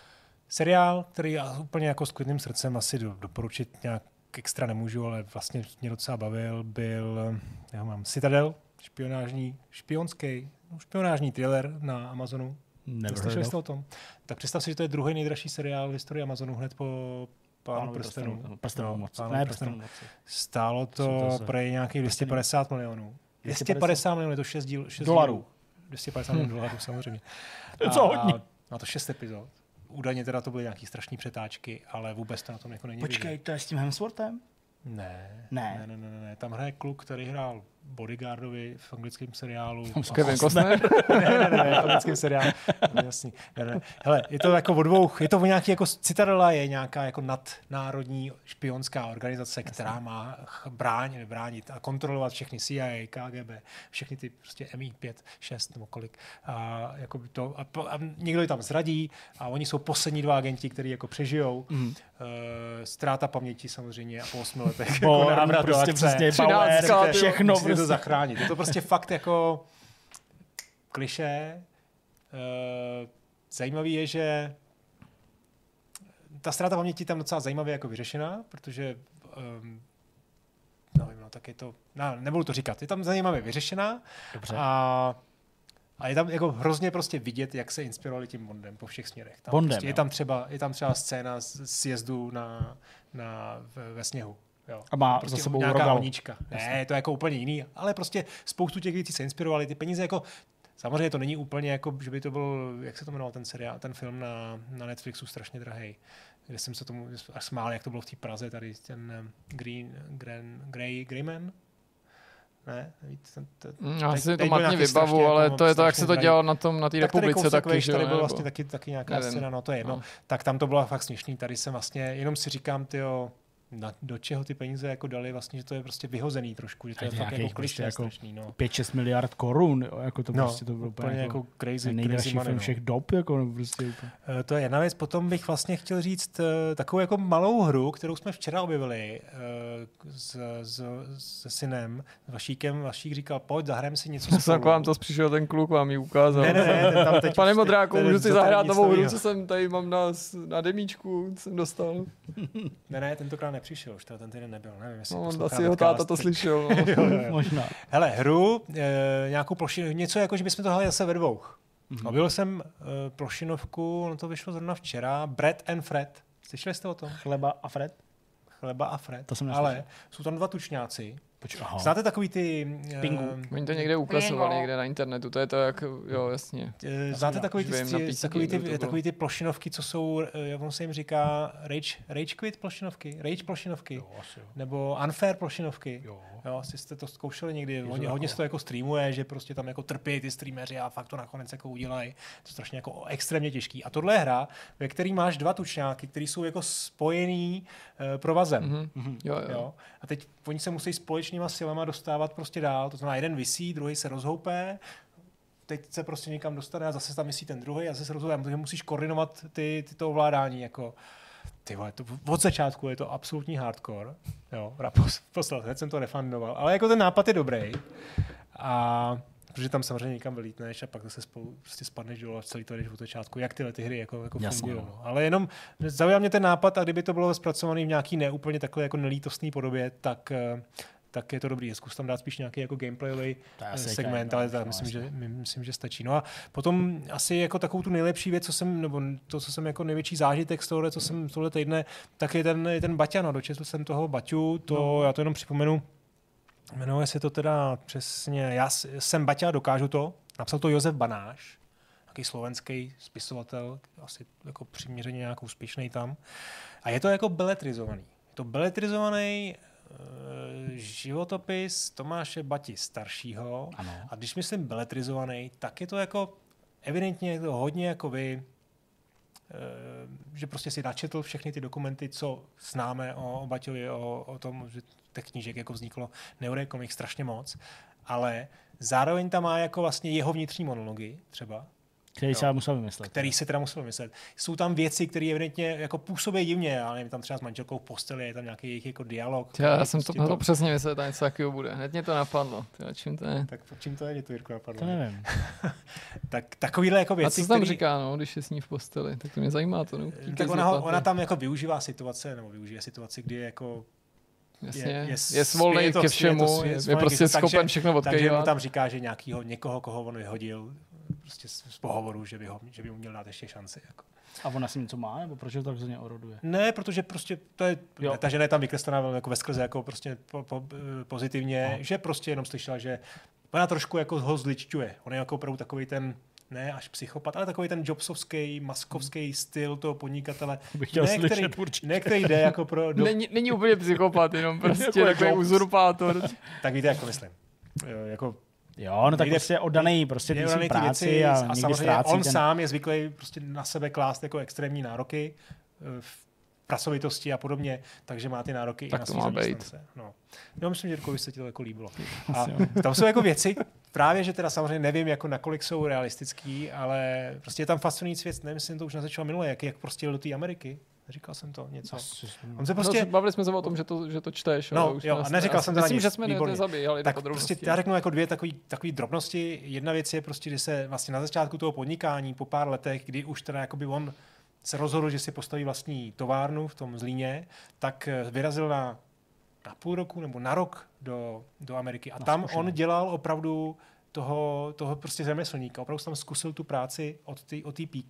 seriál, který já úplně jako s klidným srdcem asi do, doporučit nějak extra nemůžu, ale vlastně mě docela bavil, byl, já mám Citadel, špionážní, špionský, špionážní thriller na Amazonu. Slyšeli jste o tom? Tak představ si, že to je druhý nejdražší seriál v historii Amazonu hned po Pánu prstenů. Prstenů. Ne, prstenů. Stálo to prej nějakých dvě stě padesát milionů. dvě stě padesát milionů, je to šest díl. Dolarů. dvě stě padesát milionů dolarů, samozřejmě. Co hodně. Má to šest epizod. Údajně teda to byly nějaký strašný přetáčky, ale vůbec to na tom jako není. Počkej, vidět. to je s tím Hemsworthem? Ne. Ne. Ne, ne, ne, ne. Tam hraje kluk, který hrál Bodyguardovi v anglickém seriálu. Kevin Costner? ne, ne, ne, ne, v anglickém seriálu. Jasný. Ne, ne. Hele, je to jako o dvou, je to o nějaký, jako Citadela je nějaká jako nadnárodní špionská organizace, která má bránit, bránit a kontrolovat všechny C I A, K G B, všechny ty prostě M I pět, šest nebo kolik. A, jako to, a, a někdo je tam zradí a oni jsou poslední dva agenti, kteří jako přežijou. Mm. Uh, ztráta paměti samozřejmě a po osmi letech. Bo, jako ano, prostě přesně power, všechno prostě to zachránit. Je to prostě fakt jako klišé. Uh, zajímavý je, že ta ztráta paměti tam docela zajímavě jako vyřešená, protože um, nevím, no, tak je to, no, nebudu to říkat, je tam zajímavě vyřešená. Dobře. A A je tam jako hrozně prostě vidět, jak se inspirovali tím Bondem po všech směrech. Tam Bondem, prostě je, tam třeba, je tam třeba scéna z sjezdu na, na, ve, ve sněhu. Jo. A má prostě za sebou nějaká Rogal. honíčka. Ne, je to jako úplně jiný, ale prostě spoustu těch věcí se inspirovali, ty peníze jako samozřejmě to není úplně jako, že by to byl, jak se to jmenoval ten seriál, ten film na, na Netflixu strašně drahej, kde jsem se tomu až smál, jak to bylo v té Praze, tady ten Green, Green, Grey, Greyman? Ne? Ten, ten, Já si to matně vybavu, ale jako, to je to, jak se to dělalo na tom, na té republice taky, že tady byl vlastně taky, taky nějaká nevím. scéna, no to je jedno. No. Tak tam to bylo fakt směšný, tady jsem vlastně, jenom si říkám, tyjo, na, do čeho ty peníze jako dali vlastně, že to je prostě vyhozený trošku, že to je fakt jako klišé jako strašný, no. pět šest miliard korun, jo, jako to no, prostě to bylo úplně jako, jako crazy, nejdražší crazy film no. všech dob, jako no, prostě úplně. Uh, to je jedna věc, potom bych vlastně chtěl říct uh, takovou jako malou hru, kterou jsme včera objevili uh, s, s, se synem, s Vašíkem. Vašík říkal, pojď, zahrajeme si něco spolu. Jsem k vám to přišel, ten kluk vám ji ukázal. Ne, ne, ne, ten tam teď Pane Modráku, můžu si zahrát novou hru, novýho. co jsem tady mám na, na demíčku, jsem dostal. Ne, ne, tentokrát nepřišel, už ten týden nebyl, nevím, jestli No, poslouchá asi jeho táta to slyšel. No. jo, jo, jo. Možná. Hele, hru, e, nějakou plošinu, něco jako, že bychom to hráli zase ve dvou. Mm-hmm. Objevil jsem e, plošinovku, no to vyšlo zrovna včera, Bread and Fred. Slyšeli jste o tom? Chleba a Fred? Chleba a Fred. To jsem neslyšel. Ale jsou tam dva tučňáci. Poč- aha. Znáte takový ty... Pingu. Uh, Oni to někde ukazovali, někde na internetu, to je to jak, jo, jasně. uh, znáte takový ty, Už vím, na stři- písni, takový, kde to ty, bylo. takový ty plošinovky, co jsou, uh, jak on se jim říká, rage, rage quit plošinovky? Rage plošinovky? Jo, asi jo. Nebo unfair plošinovky? Jo. Jo, asi jste to zkoušeli někdy. to Hodně, jako- hodně se to jako streamuje, že prostě tam jako trpí ty streameři a fakt to nakonec jako udělají. To je strašně jako extrémně těžký. A tohle je hra, ve který máš dva tučňáky, který jsou jako spojený uh, provazem. Mhm. Jo, jo. Jo? A teď oni se musí společnýma silama dostávat prostě dál. To znamená, jeden visí, druhý se rozhoupe, teď se prostě někam dostane a zase tam myslí ten druhý a zase se rozhoupe. Takže musíš koordinovat ty, ty to ovládání. Jako. Ty vole, to, od začátku je to absolutní hardcore. Jo, poslal, hned jsem to refundoval. Ale jako ten nápad je dobrý. A protože tam samozřejmě někam vylítneš a pak zase spolu prostě spadneš dolů a celý to jdeš od začátku. Jak tyhle ty hry jako, jako fungují. No. Ale jenom zaujal mě ten nápad a kdyby to bylo zpracované v nějaký neúplně takhle jako nelítostný podobě, tak tak je to dobrý. Zkus tam dát spíš nějaký jako gameplayový segment, ale tak myslím, že, myslím, že stačí. No a potom asi jako takovou tu nejlepší věc, co jsem, nebo to, co jsem jako největší zážitek z tohle, co jsem tohle týdne, tak je ten, je ten Baťa. No. Dočetl jsem toho Baťu, to, no. Já to jenom připomenu, jmenuje se to teda přesně, já jsem Baťa, dokážu to, napsal to Josef Banáš, nějaký slovenský spisovatel, asi jako přiměřeně nějak úspěšný tam. A je to jako beletrizovaný. Je to beletrizovaný životopis Tomáše Bati staršího. Ano. A když myslím beletrizovaný, tak je to jako evidentně to hodně jako vy, že prostě si načetl všechny ty dokumenty, co známe o, o Baťovi, o, o tom, že těch knížek jako vzniklo Neurocomics strašně moc, ale zároveň tam má jako vlastně jeho vnitřní monology třeba, který se musel vymyslet. Který se teda musel vymyslet. Jsou tam věci, které evidentně jako působí divně, ale je tam třeba s manželkou v posteli, je tam nějaký jejich jako dialog. Já, já jsem prostě to, to přesně myslel, že něco takového bude. Hned mě to napadlo. Tyhle, čím to je? Tak čím to je, že to Jirko napadlo? To nevím. tak takovýhle jako věci, a co tam který... říká, no, když je s ní v posteli? Tak to mě zajímá. To, no, tak ona, ho, ona tam jako využívá situace, nebo využije situaci, kdy je jako Jasně, je, je, je svolný ke všemu, je, je prostě schopen všechno odkejvat. Takže mu tam říká, že nějakýho, někoho, koho on vyhodil prostě z, z pohovoru, že by, ho, že by mu měl dát ještě šanci. Jako. A ona si něco má, nebo proč to tak ně oroduje? Ne, protože prostě to je, ne, ta žena je tam vykreslená jako veskrze jako prostě po, po, pozitivně, no. Že prostě jenom slyšela, že ona trošku jako ho zličťuje. On je jako opravdu takový ten ne až psychopat, ale takový ten jobsovský, maskovský hmm. styl toho podnikatele. Bych chtěl ne, slyšet který, určitě. Ne, který jde jako pro... Do... Není, není úplně psychopat, jenom prostě takový uzurpátor. Tak víte, jak to myslím. Jo, jako Jo, no tak nejde, prostě oddaný prostě ty svý práci věci, a, a samozřejmě on ten... sám je zvyklý prostě na sebe klást jako extrémní nároky v pracovitosti a podobně, takže má ty nároky tak i na svý zaměstnance. No. Já myslím, že Jirkovi se ti to jako líbilo. A tam jsou jako věci, právě, že teda samozřejmě nevím, jako nakolik jsou realistický, ale prostě je tam fascinující věc, nevím, jestli to už nazačalo minule, jak, jak prostě jel do té Ameriky. Říkal jsem to něco. On se prostě... No, bavili jsme se o tom, že to, že to čteš. No, už jo, a neříkal jsem to myslím, nic. Že jsme nezabíjali tak prostě já řeknu jako dvě takové takový drobnosti. Jedna věc je prostě, že se vlastně na začátku toho podnikání, po pár letech, kdy už teda jakoby on se rozhodl, že si postaví vlastní továrnu v tom Zlíně, tak vyrazil na, na půl roku nebo na rok do, do Ameriky. A na tam zkušenou. On dělal opravdu toho, toho prostě řemeslníka. Opravdu tam zkusil tu práci od té od píky.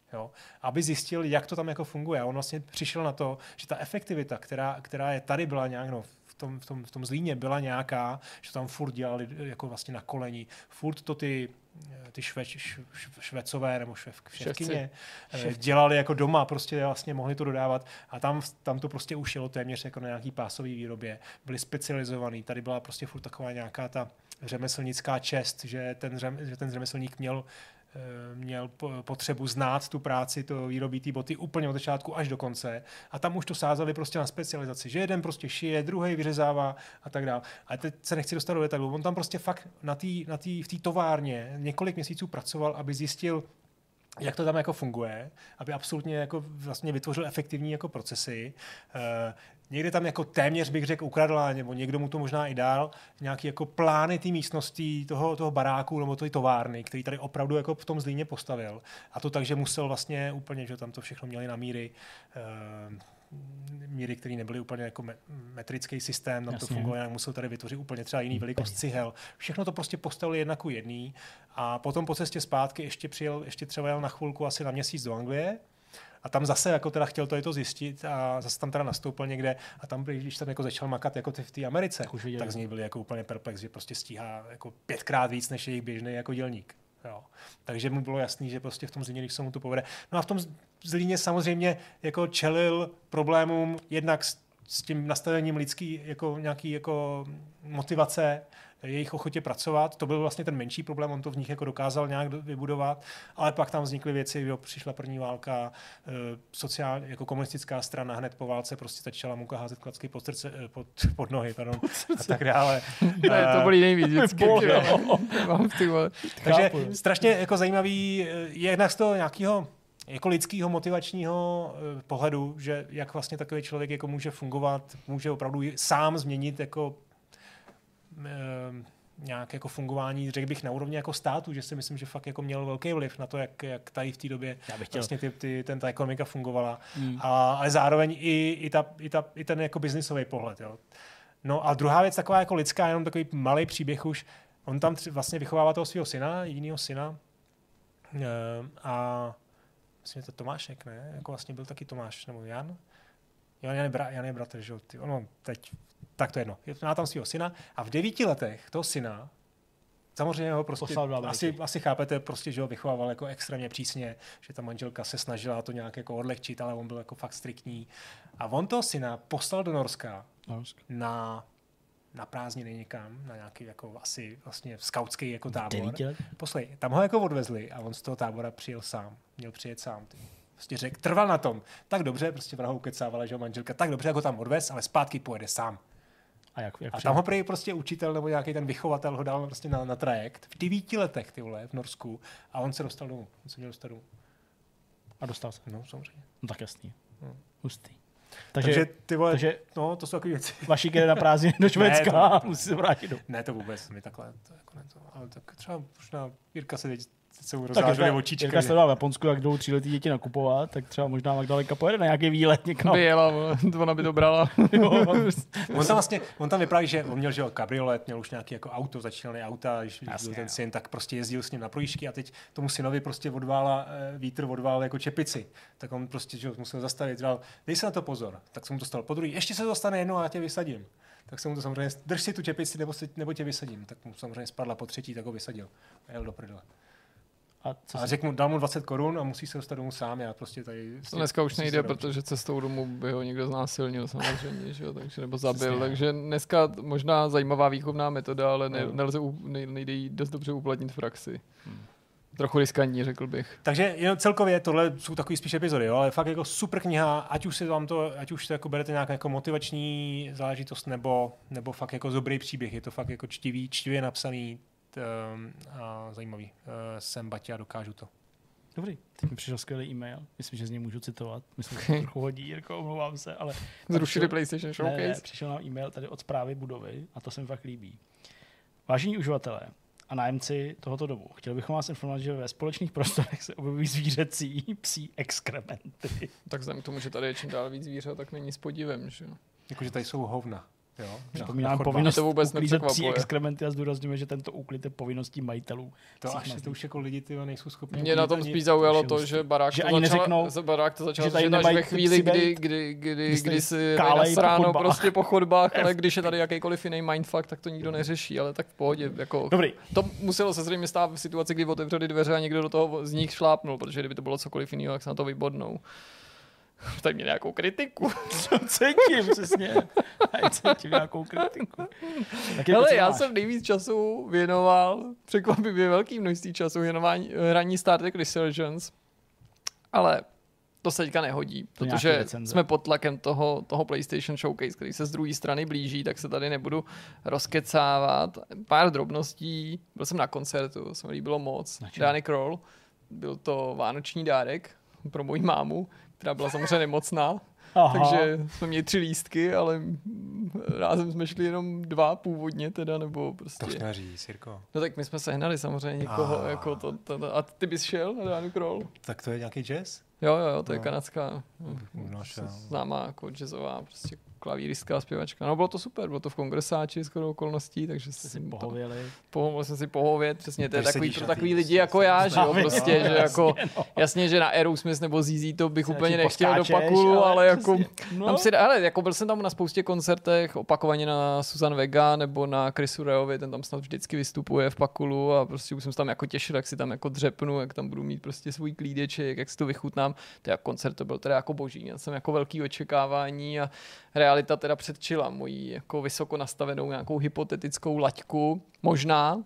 Jo? Aby zjistil, jak to tam jako funguje. A on vlastně přišel na to, že ta efektivita, která, která je tady byla nějak, no, v tom, v tom, v tom Zlíně byla nějaká, že tam furt dělali jako vlastně na koleni. Furt to ty, ty šve, šve, švecové nebo švef, švečkyně dělali jako doma, prostě vlastně mohli to dodávat. A tam, tam to prostě už jelo téměř jako na nějaký pásový výrobě. Byli specializovaný. Tady byla prostě furt taková nějaká ta řemeslnická čest, že ten, řem, že ten řemeslník měl měl potřebu znát tu práci, to výrobí té boty úplně od začátku až do konce a tam už to sázeli prostě na specializaci, že jeden prostě šije, druhý vyřezává a tak dále. A teď se nechci dostat do detailů. On tam prostě fakt na tý, na tý, v té továrně několik měsíců pracoval, aby zjistil, jak to tam jako funguje, aby absolutně jako vlastně vytvořil efektivní jako procesy. E, někde tam jako téměř bych řekl ukradl, nebo někdo mu to možná i dál, nějaký jako plány té místnosti, toho, toho baráku nebo té továrny, který tady opravdu jako v tom Zlíně postavil. A to tak, že musel vlastně úplně, že tam to všechno měli na míry, e, míry, které nebyly úplně jako metrický systém, tam Jasně. to fungovalo, jak musel tady vytvořit úplně třeba jiný velikost cihel. Všechno to prostě postavili jedna ku jedný a potom po cestě zpátky ještě přijel, ještě třeba jel na chvilku asi na měsíc do Anglie a tam zase jako teda chtěl to, to zjistit a zase tam teda nastoupil někde a tam, když tam jako začal makat jako v té Americe, tak z něj byli jako úplně perplex, že prostě stíhá jako pětkrát víc než jejich běžný jako dělník. Jo. Takže mu bylo jasný, že prostě v tom Zlíně, když se mu to povede. No a v tom Zlíně samozřejmě jako čelil problémům jednak s, s tím nastavením lidský jako nějaký jako motivace, jejich ochotě pracovat. To byl vlastně ten menší problém, on to v nich jako dokázal nějak vybudovat, ale pak tam vznikly věci, jo, přišla první válka, sociální, jako komunistická strana hned po válce prostě začala mu házet klacky pod, srdce, pod, pod nohy, pardon, a tak dále. Ne, to byly nejvíc vždycky. Takže strašně jako zajímavý je jednak z toho nějakého jako lidského motivačního pohledu, že jak vlastně takový člověk jako může fungovat, může opravdu sám změnit jako nějak jako fungování, řekl bych, na úrovni jako státu, že si myslím, že fakt jako měl velký vliv na to, jak, jak tady v té době vlastně ty, ty, ten, ta ekonomika fungovala. Hmm. A, ale zároveň i, i, ta, i, ta, i ten jako biznisový pohled. Jo. No a druhá věc, taková jako lidská, jenom takový malý příběh už, on tam tři, vlastně vychovává toho svého syna, jedinýho syna a myslím, to Tomášek, ne? Jako vlastně byl taky Tomáš, nebo Jan? Jo, Jan je, bra, Jan je bratr, že jo? Ono teď tak to je jedno. Má tam svého syna a v devíti letech toho syna samozřejmě ho prostě asi, asi chápete, prostě, že ho vychovával jako extrémně přísně, že ta manželka se snažila to nějak jako odlehčit, ale on byl jako fakt striktní. A on toho syna poslal do Norska Norsk. na, na prázdniny někam, na nějaký jako asi vlastně skautský jako tábor. Poslej, tam ho jako odvezli a on z toho tábora přijel sám. Měl přijet sám. Ty. Prostě řekl, trval na tom. Tak dobře, prostě v Prahu kecávala, že ho manželka, tak dobře, jako tam odvez, ale zpátky pojede sám. A, jak, jak a tam ho prý prostě učitel nebo nějaký ten vychovatel ho dal prostě na, na trajekt v devíti letech, ty vole, v Norsku a on se dostal domů. On se měl dostat domů. A dostal se? No, samozřejmě. No tak jasný. No. Hustý. Takže, takže, ty vole, takže no, to jsou takové věci. Vaši jde na prázdniny do Švédska a musí se vrátit do. Ne, to vůbec, my takhle, to jako ne to, ale tak třeba možná Jirka se teď se mu rozhářili očička. Jirka se dá v Japonsku, jak jdou tříletý děti nakupovat, tak třeba možná Magdalenka pojede na nějaký výlet někam. By jela, ona by to brala. on tam vlastně, on tam vypráví, že on měl, že jo, kabriolet, měl už nějaký jako auto, začínaný auta, když byl ten syn, tak prostě jezdil s ním na projížďky a teď tomu synovi prostě odvála, vítr odvál jako čepici. Tak on prostě, že jo, musel zastavit, dal, dej se na to pozor. Tak jsem mu to stal po druhý, ještě se to stane jednou a já tě vysadím. Tak jsem mu to samozřejmě, drž si tu čepici, nebo, si, nebo tě vysadím. Tak mu samozřejmě spadla po třetí, tak ho vysadil. A jel do prdele. A, a řekl mu, dal mu dvacet korun a musí se dostat domů sám. Já prostě tady... To dneska už nejde, protože cestou domů by ho někdo znásilnil samozřejmě, že jo, takže, nebo zabil. Přesně. Takže dneska možná zajímavá výchovná metoda, ale ne, nelze, ne, nejde jí dost dobře uplatnit v praxi. Hmm. Trochu riskantní, řekl bych. Takže jenom celkově tohle jsou takový spíš epizody, jo, ale fakt jako super kniha, ať už si vám to, ať už to jako berete nějak jako motivační záležitost, nebo, nebo fakt jako dobrý příběh, je to fakt jako čtivý, čtivě napsaný t, a zajímavý. Uh, jsem Baťa, dokážu to. Dobrý, teď mi přišel skvělý e-mail, myslím, že z něj můžu citovat, myslím, že to trochu hodí, Jirko, omlouvám se, ale... Zrušili PlayStation Showcase? Ne, ne, přišel nám e-mail tady od Správy budovy a to se mi fakt líbí. Vážení uživatelé a nájemci tohoto domu, chtěl bychom vás informovat, že ve společných prostorech se objevují zvířecí psí exkrementy. Tak vzhledem k tomu, že tady je čím dál víc zvířat, tak není s podívem, že jo? Jakože tady jsou hovna. Jo, připomínám povinnost to vůbec uklízet psí exkrementy a zdůrazňujeme, že tento úklid je povinností majitelů. To až to už jako lidi tyjo, nejsou schopni. Mě na tom spíš zaujalo to, že barák že to ani začal, neřeknou, barák to začal, že, že až ve chvíli, kdy, kdy, kdy, kdy si nasráno po prostě po chodbách, ale když je tady jakýkoliv jiný mindfuck, tak to nikdo neřeší, ale tak v pohodě. Jako, Dobrý. To muselo se zřejmě stát v situaci, kdy otevřeli dveře a někdo do toho z nich šlápnul, protože kdyby to bylo cokoliv jiného, tak se na to vybodnou. Tady mě nějakou kritiku. Cítím, přesně. Já cítím nějakou kritiku. Hele, já máš? jsem nejvíc času věnoval, překvapivě velký množství času věnování hraní Star Trek Resurgence, ale to se teďka nehodí, to protože jsme pod tlakem toho, toho PlayStation Showcase, který se z druhé strany blíží, tak se tady nebudu rozkecávat. Pár drobností, byl jsem na koncertu, se mi líbilo moc. Danny Kroll, byl to vánoční dárek pro moji mámu, která byla samozřejmě nemocná, Aha. takže jsme měli tři lístky, ale rázem jsme šli jenom dva původně teda, nebo prostě... To snaží, Sirko. No tak my jsme sehnali samozřejmě někoho, a... jako to, to, to, a ty bys šel na Danny Kroll? Tak to je nějaký jazz? Jo, jo, jo, to je no. kanadská, no, známá jako jazzová, prostě klavíristka, zpěvačka. No bylo to super, bylo to v Kongresáči shodou okolností, takže jsme si pohověli. Pomohli jsme si pohovět, přesně, to je takový pro takový lidi jako já, že jo, prostě, že jako, jasně, že na Aerosmith nebo Z Z to bych úplně nechtěl do Pakulu, ale jako, tam si, hele, jako byl jsem tam na spoustě koncertech, opakovaně na Susan Vega nebo na Chrisu Reovi, ten tam snad vždycky vystupuje v Pakulu a prostě už jsem se tam jako těšil, jak si tam jako dřepnu, jak tam budu mít prostě svůj klídeček, jak si to vychutnám. To jako koncert to byl teda jako boží, měl jsem jako velký očekávání a realita teda předčila moji jako vysoko nastavenou nějakou hypotetickou laťku. Možná,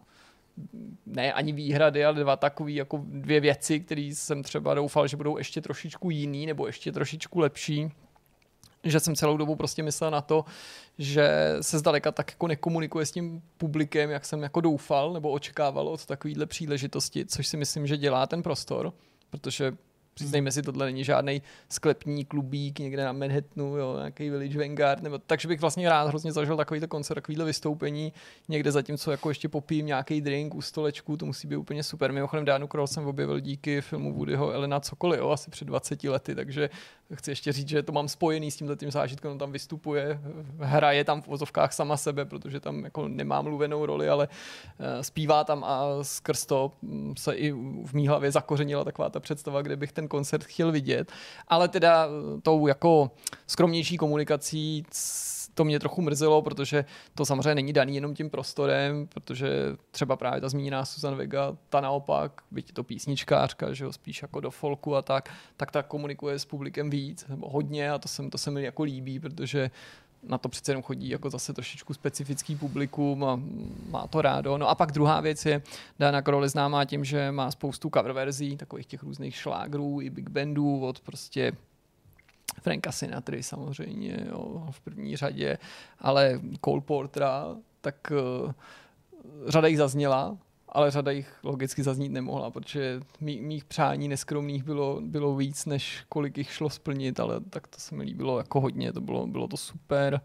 ne ani výhrady, ale dva takový jako dvě věci, které jsem třeba doufal, že budou ještě trošičku jiný nebo ještě trošičku lepší. Že jsem celou dobu prostě myslel na to, že se zdaleka tak jako nekomunikuje s tím publikem, jak jsem jako doufal nebo očekával od takovýhle příležitosti, což si myslím, že dělá ten prostor, protože přiznejme si, tohle není žádný sklepní klubík někde na Manhattanu, jo, nějaký Village Vanguard, nebo, takže bych vlastně rád hrozně zažil takovýto koncert, takovýhle vystoupení někde, zatímco jako ještě popijím nějaký drink u stolečku, to musí být úplně super. Mimochodem Danu Kroll jsem objevil díky filmu Woodyho Elena Cokoli, jo, asi před dvaceti lety, takže chci ještě říct, že to mám spojený s tímhletím zážitkem, on tam vystupuje, hraje tam v vozovkách sama sebe, protože tam jako nemá mluvenou roli, ale uh, zpívá tam a skrz to se i v mý hlavě zakořenila taková ta představa, kde bych ten koncert chtěl vidět, ale teda tou jako skromnější komunikací to mě trochu mrzelo, protože to samozřejmě není daný jenom tím prostorem, protože třeba právě ta zmíněná Susan Vega, ta naopak, byť je to písničkářka, že jo, spíš jako do folku a tak, tak ta komunikuje s publikem víc, nebo hodně a to se, to se mi jako líbí, protože na to přece jenom chodí jako zase trošičku specifický publikum a má to rádo. No a pak druhá věc je, Dana Kroll je známá tím, že má spoustu cover verzí, takových těch různých šlágrů i big bandů od prostě Franka Sinatry samozřejmě, jo, v první řadě, ale Cole Portera, tak uh, řada jich zazněla, ale řada jich logicky zaznít nemohla, protože mý, mých přání neskromných bylo, bylo víc, než kolik jich šlo splnit, ale tak to se mi líbilo jako hodně, to bylo, bylo to super.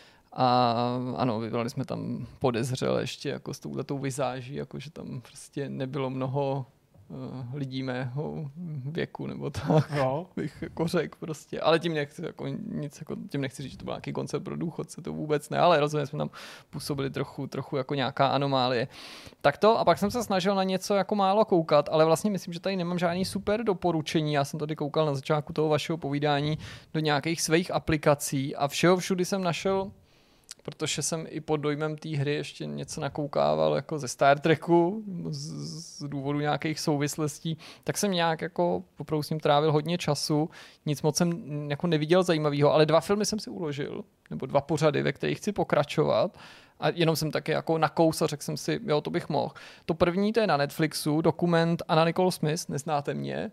A ano, vybrali jsme tam podezřele ještě jako s touhletou vizáží, jako že tam prostě nebylo mnoho uh, lidí mého věku, nebo tak, no. bych jako řekl prostě. Ale tím nechci, jako, nic, jako, tím nechci říct, že to byl nějaký koncert pro důchodce, to vůbec ne, ale rozhodně jsme tam působili trochu, trochu jako nějaká anomálie. Tak to, a pak jsem se snažil na něco jako málo koukat, ale vlastně myslím, že tady nemám žádný super doporučení. Já jsem tady koukal na začátku toho vašeho povídání do nějakých svých aplikací a všeho všudy jsem našel, protože jsem i pod dojmem té hry ještě něco nakoukával jako ze Star Treku z, z důvodu nějakých souvislostí, tak jsem nějak jako opravdu s ním trávil hodně času, nic moc jsem jako neviděl zajímavého, ale dva filmy jsem si uložil, nebo dva pořady, ve kterých chci pokračovat a jenom jsem taky jako nakous a řekl jsem si, jo, to bych mohl. To první, to je na Netflixu, dokument Anna Nicole Smith, Neznáte mě.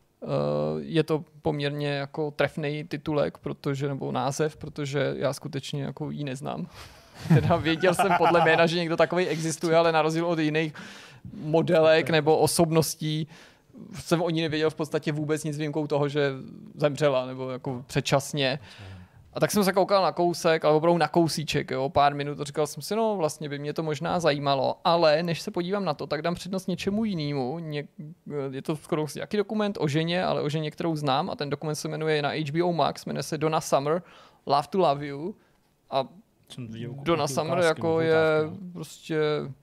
Je to poměrně jako trefný titulek, protože, nebo název, protože já skutečně jako ji neznám. Teda věděl jsem podle jména, že někdo takový existuje, ale na rozdíl od jiných modelek nebo osobností jsem o ní nevěděl v podstatě vůbec nic výjimkou toho, že zemřela nebo jako předčasně. A tak jsem se koukal na kousek, ale opravdu na kousíček, jo, pár minut, a říkal jsem si, no vlastně by mě to možná zajímalo, ale než se podívám na to, tak dám přednost něčemu jinému. Ně, je to skoro jaký dokument o ženě, ale o ženě, kterou znám, a ten dokument se jmenuje na H B O Max, jmenuje se Donna Summer, Love to Love You, a Donna Summer jako je prostě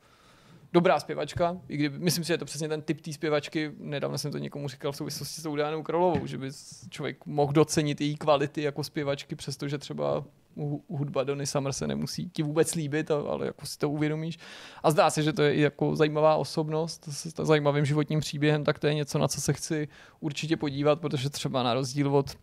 dobrá zpěvačka, i kdyby, myslím si, že je to přesně ten typ té zpěvačky, nedávno jsem to někomu říkal v souvislosti s tou Dianou Královou, že by člověk mohl docenit její kvality jako zpěvačky, přestože třeba hudba Donny Summer se nemusí ti vůbec líbit, ale jako si to uvědomíš. A zdá se, že to je i jako zajímavá osobnost s zajímavým životním příběhem, tak to je něco, na co se chci určitě podívat, protože třeba na rozdíl od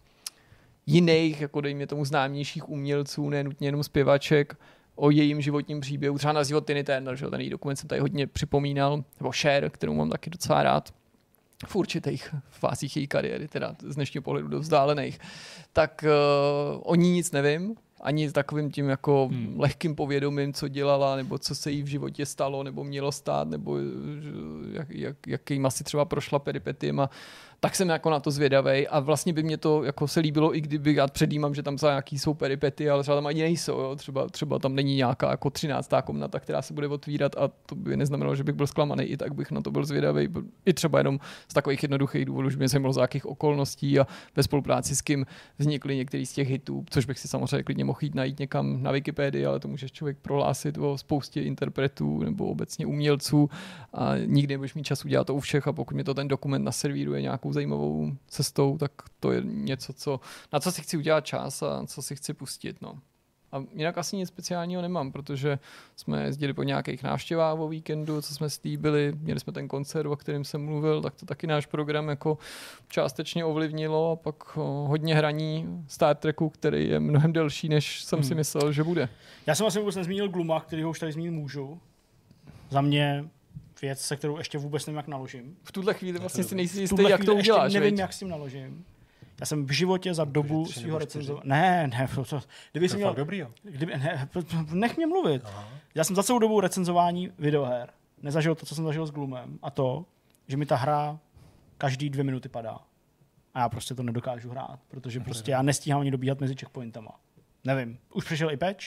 jiných, jako dejme tomu známějších umělců, ne nutně jenom zpěvaček, o jejím životním příběhu, třeba na život Tiny Turner, že ten její dokument jsem tady hodně připomínal, nebo Cher, kterou mám taky docela rád, v určitých fázích její kariéry, teda z dnešního pohledu do vzdálených, tak uh, o ní nic nevím, ani s takovým tím jako hmm. lehkým povědomím, co dělala, nebo co se jí v životě stalo, nebo mělo stát, nebo jak, jak, jakým asi třeba prošla peripetiem, tak jsem jako na to zvědavej a vlastně by mě to jako se líbilo, i kdyby já předjímám, že tam za nějaký jsou peripety, ale třeba tam ani nejsou, jo? Třeba, třeba tam není nějaká jako třináctá komnata, která se bude otvírat a to by neznamenalo, že bych byl zklamaný, i tak bych na to byl zvědavej, i třeba jenom z takových jednoduchých důvodů, že mě zajímalo, z jakých okolností a ve spolupráci s kým vznikly některý z těch hitů, což bych si samozřejmě klidně mohl jít najít někam na Wikipedii, ale to můžeš člověk prohlásit o spoustě interpretů nebo obecně umělců a nikdy nebudeš mít čas udělat to u všech a pokud mi to ten dokument naservíruje nějakou zajímavou cestou, tak to je něco, co, na co si chci udělat čas a co si chci pustit. No. A jinak asi nic speciálního nemám, protože jsme jezdili po nějakých návštěvách o víkendu, co jsme slíbili, měli jsme ten koncert, o kterém jsem mluvil, tak to taky náš program jako částečně ovlivnilo a pak hodně hraní Star Treku, který je mnohem delší, než jsem hmm. si myslel, že bude. Já jsem vlastně vůbec nezmínil Gluma, kterýho už tady zmínit můžu. Za mě věc, se kterou ještě vůbec nevím, jak naložím. V tuhle chvíli vlastně si nejsi jistý, jak to uděláš. Nevím, jak s tím naložím. Já jsem v životě za dobu svého recenzování... Ne, ne, to, kdyby to jsem měl... Dobrý, kdyby, ne, nech mě mluvit. Aha. Já jsem za celou dobu recenzování videoher nezažil to, co jsem zažil s Gloomem. A to, že mi ta hra každý dvě minuty padá. A já prostě to nedokážu hrát, protože prostě já nestíhám ani dobíhat mezi checkpointama. Nevím. Už přišel i patch.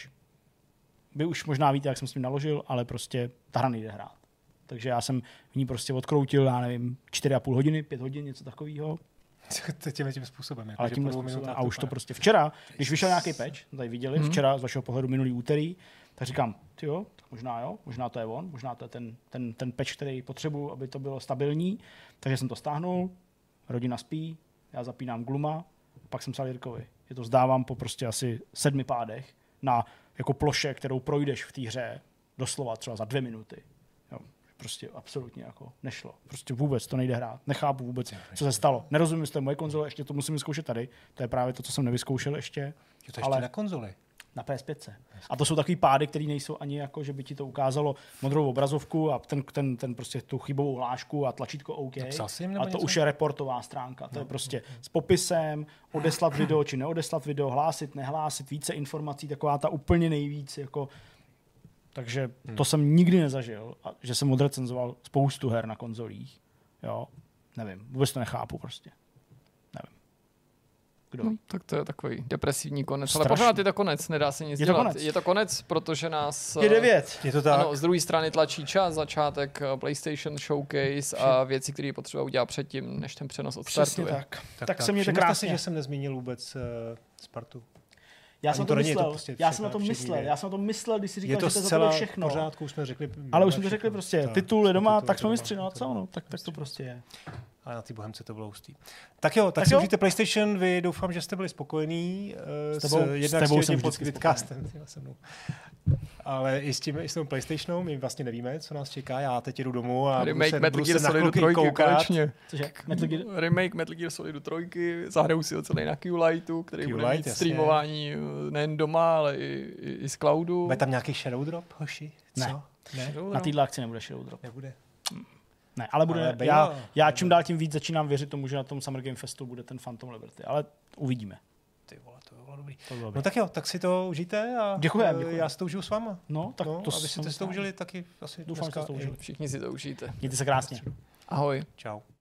Vy už možná víte, jak jsem s tím naložil, ale prostě ta hra nejde hrát. Takže já jsem v ní prostě odkroutil, já nevím, čtyři a půl hodiny, pět hodin, něco takového. Tím tím způsobem. Jako, ale tímhle způsobem. A už to prostě včera, když vyšel nějaký patch, tady viděli, hmm. včera z vašeho pohledu minulý úterý, tak říkám, ty jo, tak možná jo, možná to je on, možná to je ten, ten, ten patch, který potřebuju, aby to bylo stabilní. Takže jsem to stáhnul, rodina spí, já zapínám Gluma, pak jsem psal Jirkovi. Je to zdávám po prostě asi sedmi pádech na jako ploše, kterou projdeš v té hře doslova třeba za dvě minuty. Jo, prostě absolutně jako nešlo. Prostě vůbec to nejde hrát. Nechápu vůbec, co se stalo. Nerozumím, jestli to je moje konzole, ještě to musím vyzkoušet tady. To je právě to, co jsem nevyzkoušel ještě. Je to ještě ale na konzoli? Na P S pět. A to jsou takový pády, které nejsou ani jako, že by ti to ukázalo modrou obrazovku a ten, ten, ten prostě tu chybovou hlášku a tlačítko OK. A to něco? Už je reportová stránka. To no, je prostě no. s popisem, odeslat video či neodeslat video, hlásit, nehlásit, více informací, taková ta úplně nejvíc jako. Takže hmm. to jsem nikdy nezažil, a že jsem odrecenzoval spoustu her na konzolích. Jo, nevím, vůbec to nechápu prostě. Nevím. Kdo? No, tak to je takový depresivní konec. Strašný. Ale pořád je to konec, nedá se nic je dělat. To konec. Je to konec, protože nás... Je devět. Je to tak. Ano, z druhé strany tlačí čas, začátek PlayStation Showcase a věci, které je potřeba udělat předtím, než ten přenos odstartuje. Tak. Tak, tak, tak tak. se mějte krásně. Si, že jsem nezmínil vůbec uh, Spartu. Já jsem, to myslel, to prostě já jsem na to myslel, já jsem na to myslel, když si říkal, je to že to je všechno. Pořádku, už jsme řekli. Ale už jsme to řekli prostě, ta, titul je doma, tak jsme mistři, no co, no, tak, tak to prostě je. Ale na té Bohemce to bylo hustý. Tak jo, tak, tak si užijte PlayStation, vy doufám, že jste byli spokojení uh, s, tebou, s, jednak s tebou s tím podcastem. Ale i s tím, i s tím PlayStationem, my vlastně nevíme, co nás čeká, já teď jdu domů a remake se, Metal Gear Solidu trojky, konečně. Cože? Metal Gear? Remake Metal Gear Solidu trojky, zahraju si ho celý na Q-Lightu, který Q-Light, bude mít streamování nejen doma, ale i, i, i z cloudu. Bude tam nějaký Shadow Drop, hoši? Ne. Co? Ne? Na téhle akci nebude Shadow Drop. Nebude. Ne, ale bude. Ale já, já čím dál tím víc začínám věřit tomu, že na tom Summer Game Festu bude ten Phantom Liberty, ale uvidíme. Ty vole, to bylo dobrý. To bylo no tak jo, tak si to užijte a děkujem, děkujem. Já si to užiju s váma. No, tak no, to aby si to užili taky asi doufám, že to užili. Všichni si to užijte. Mějte se krásně. Ahoj. Čau.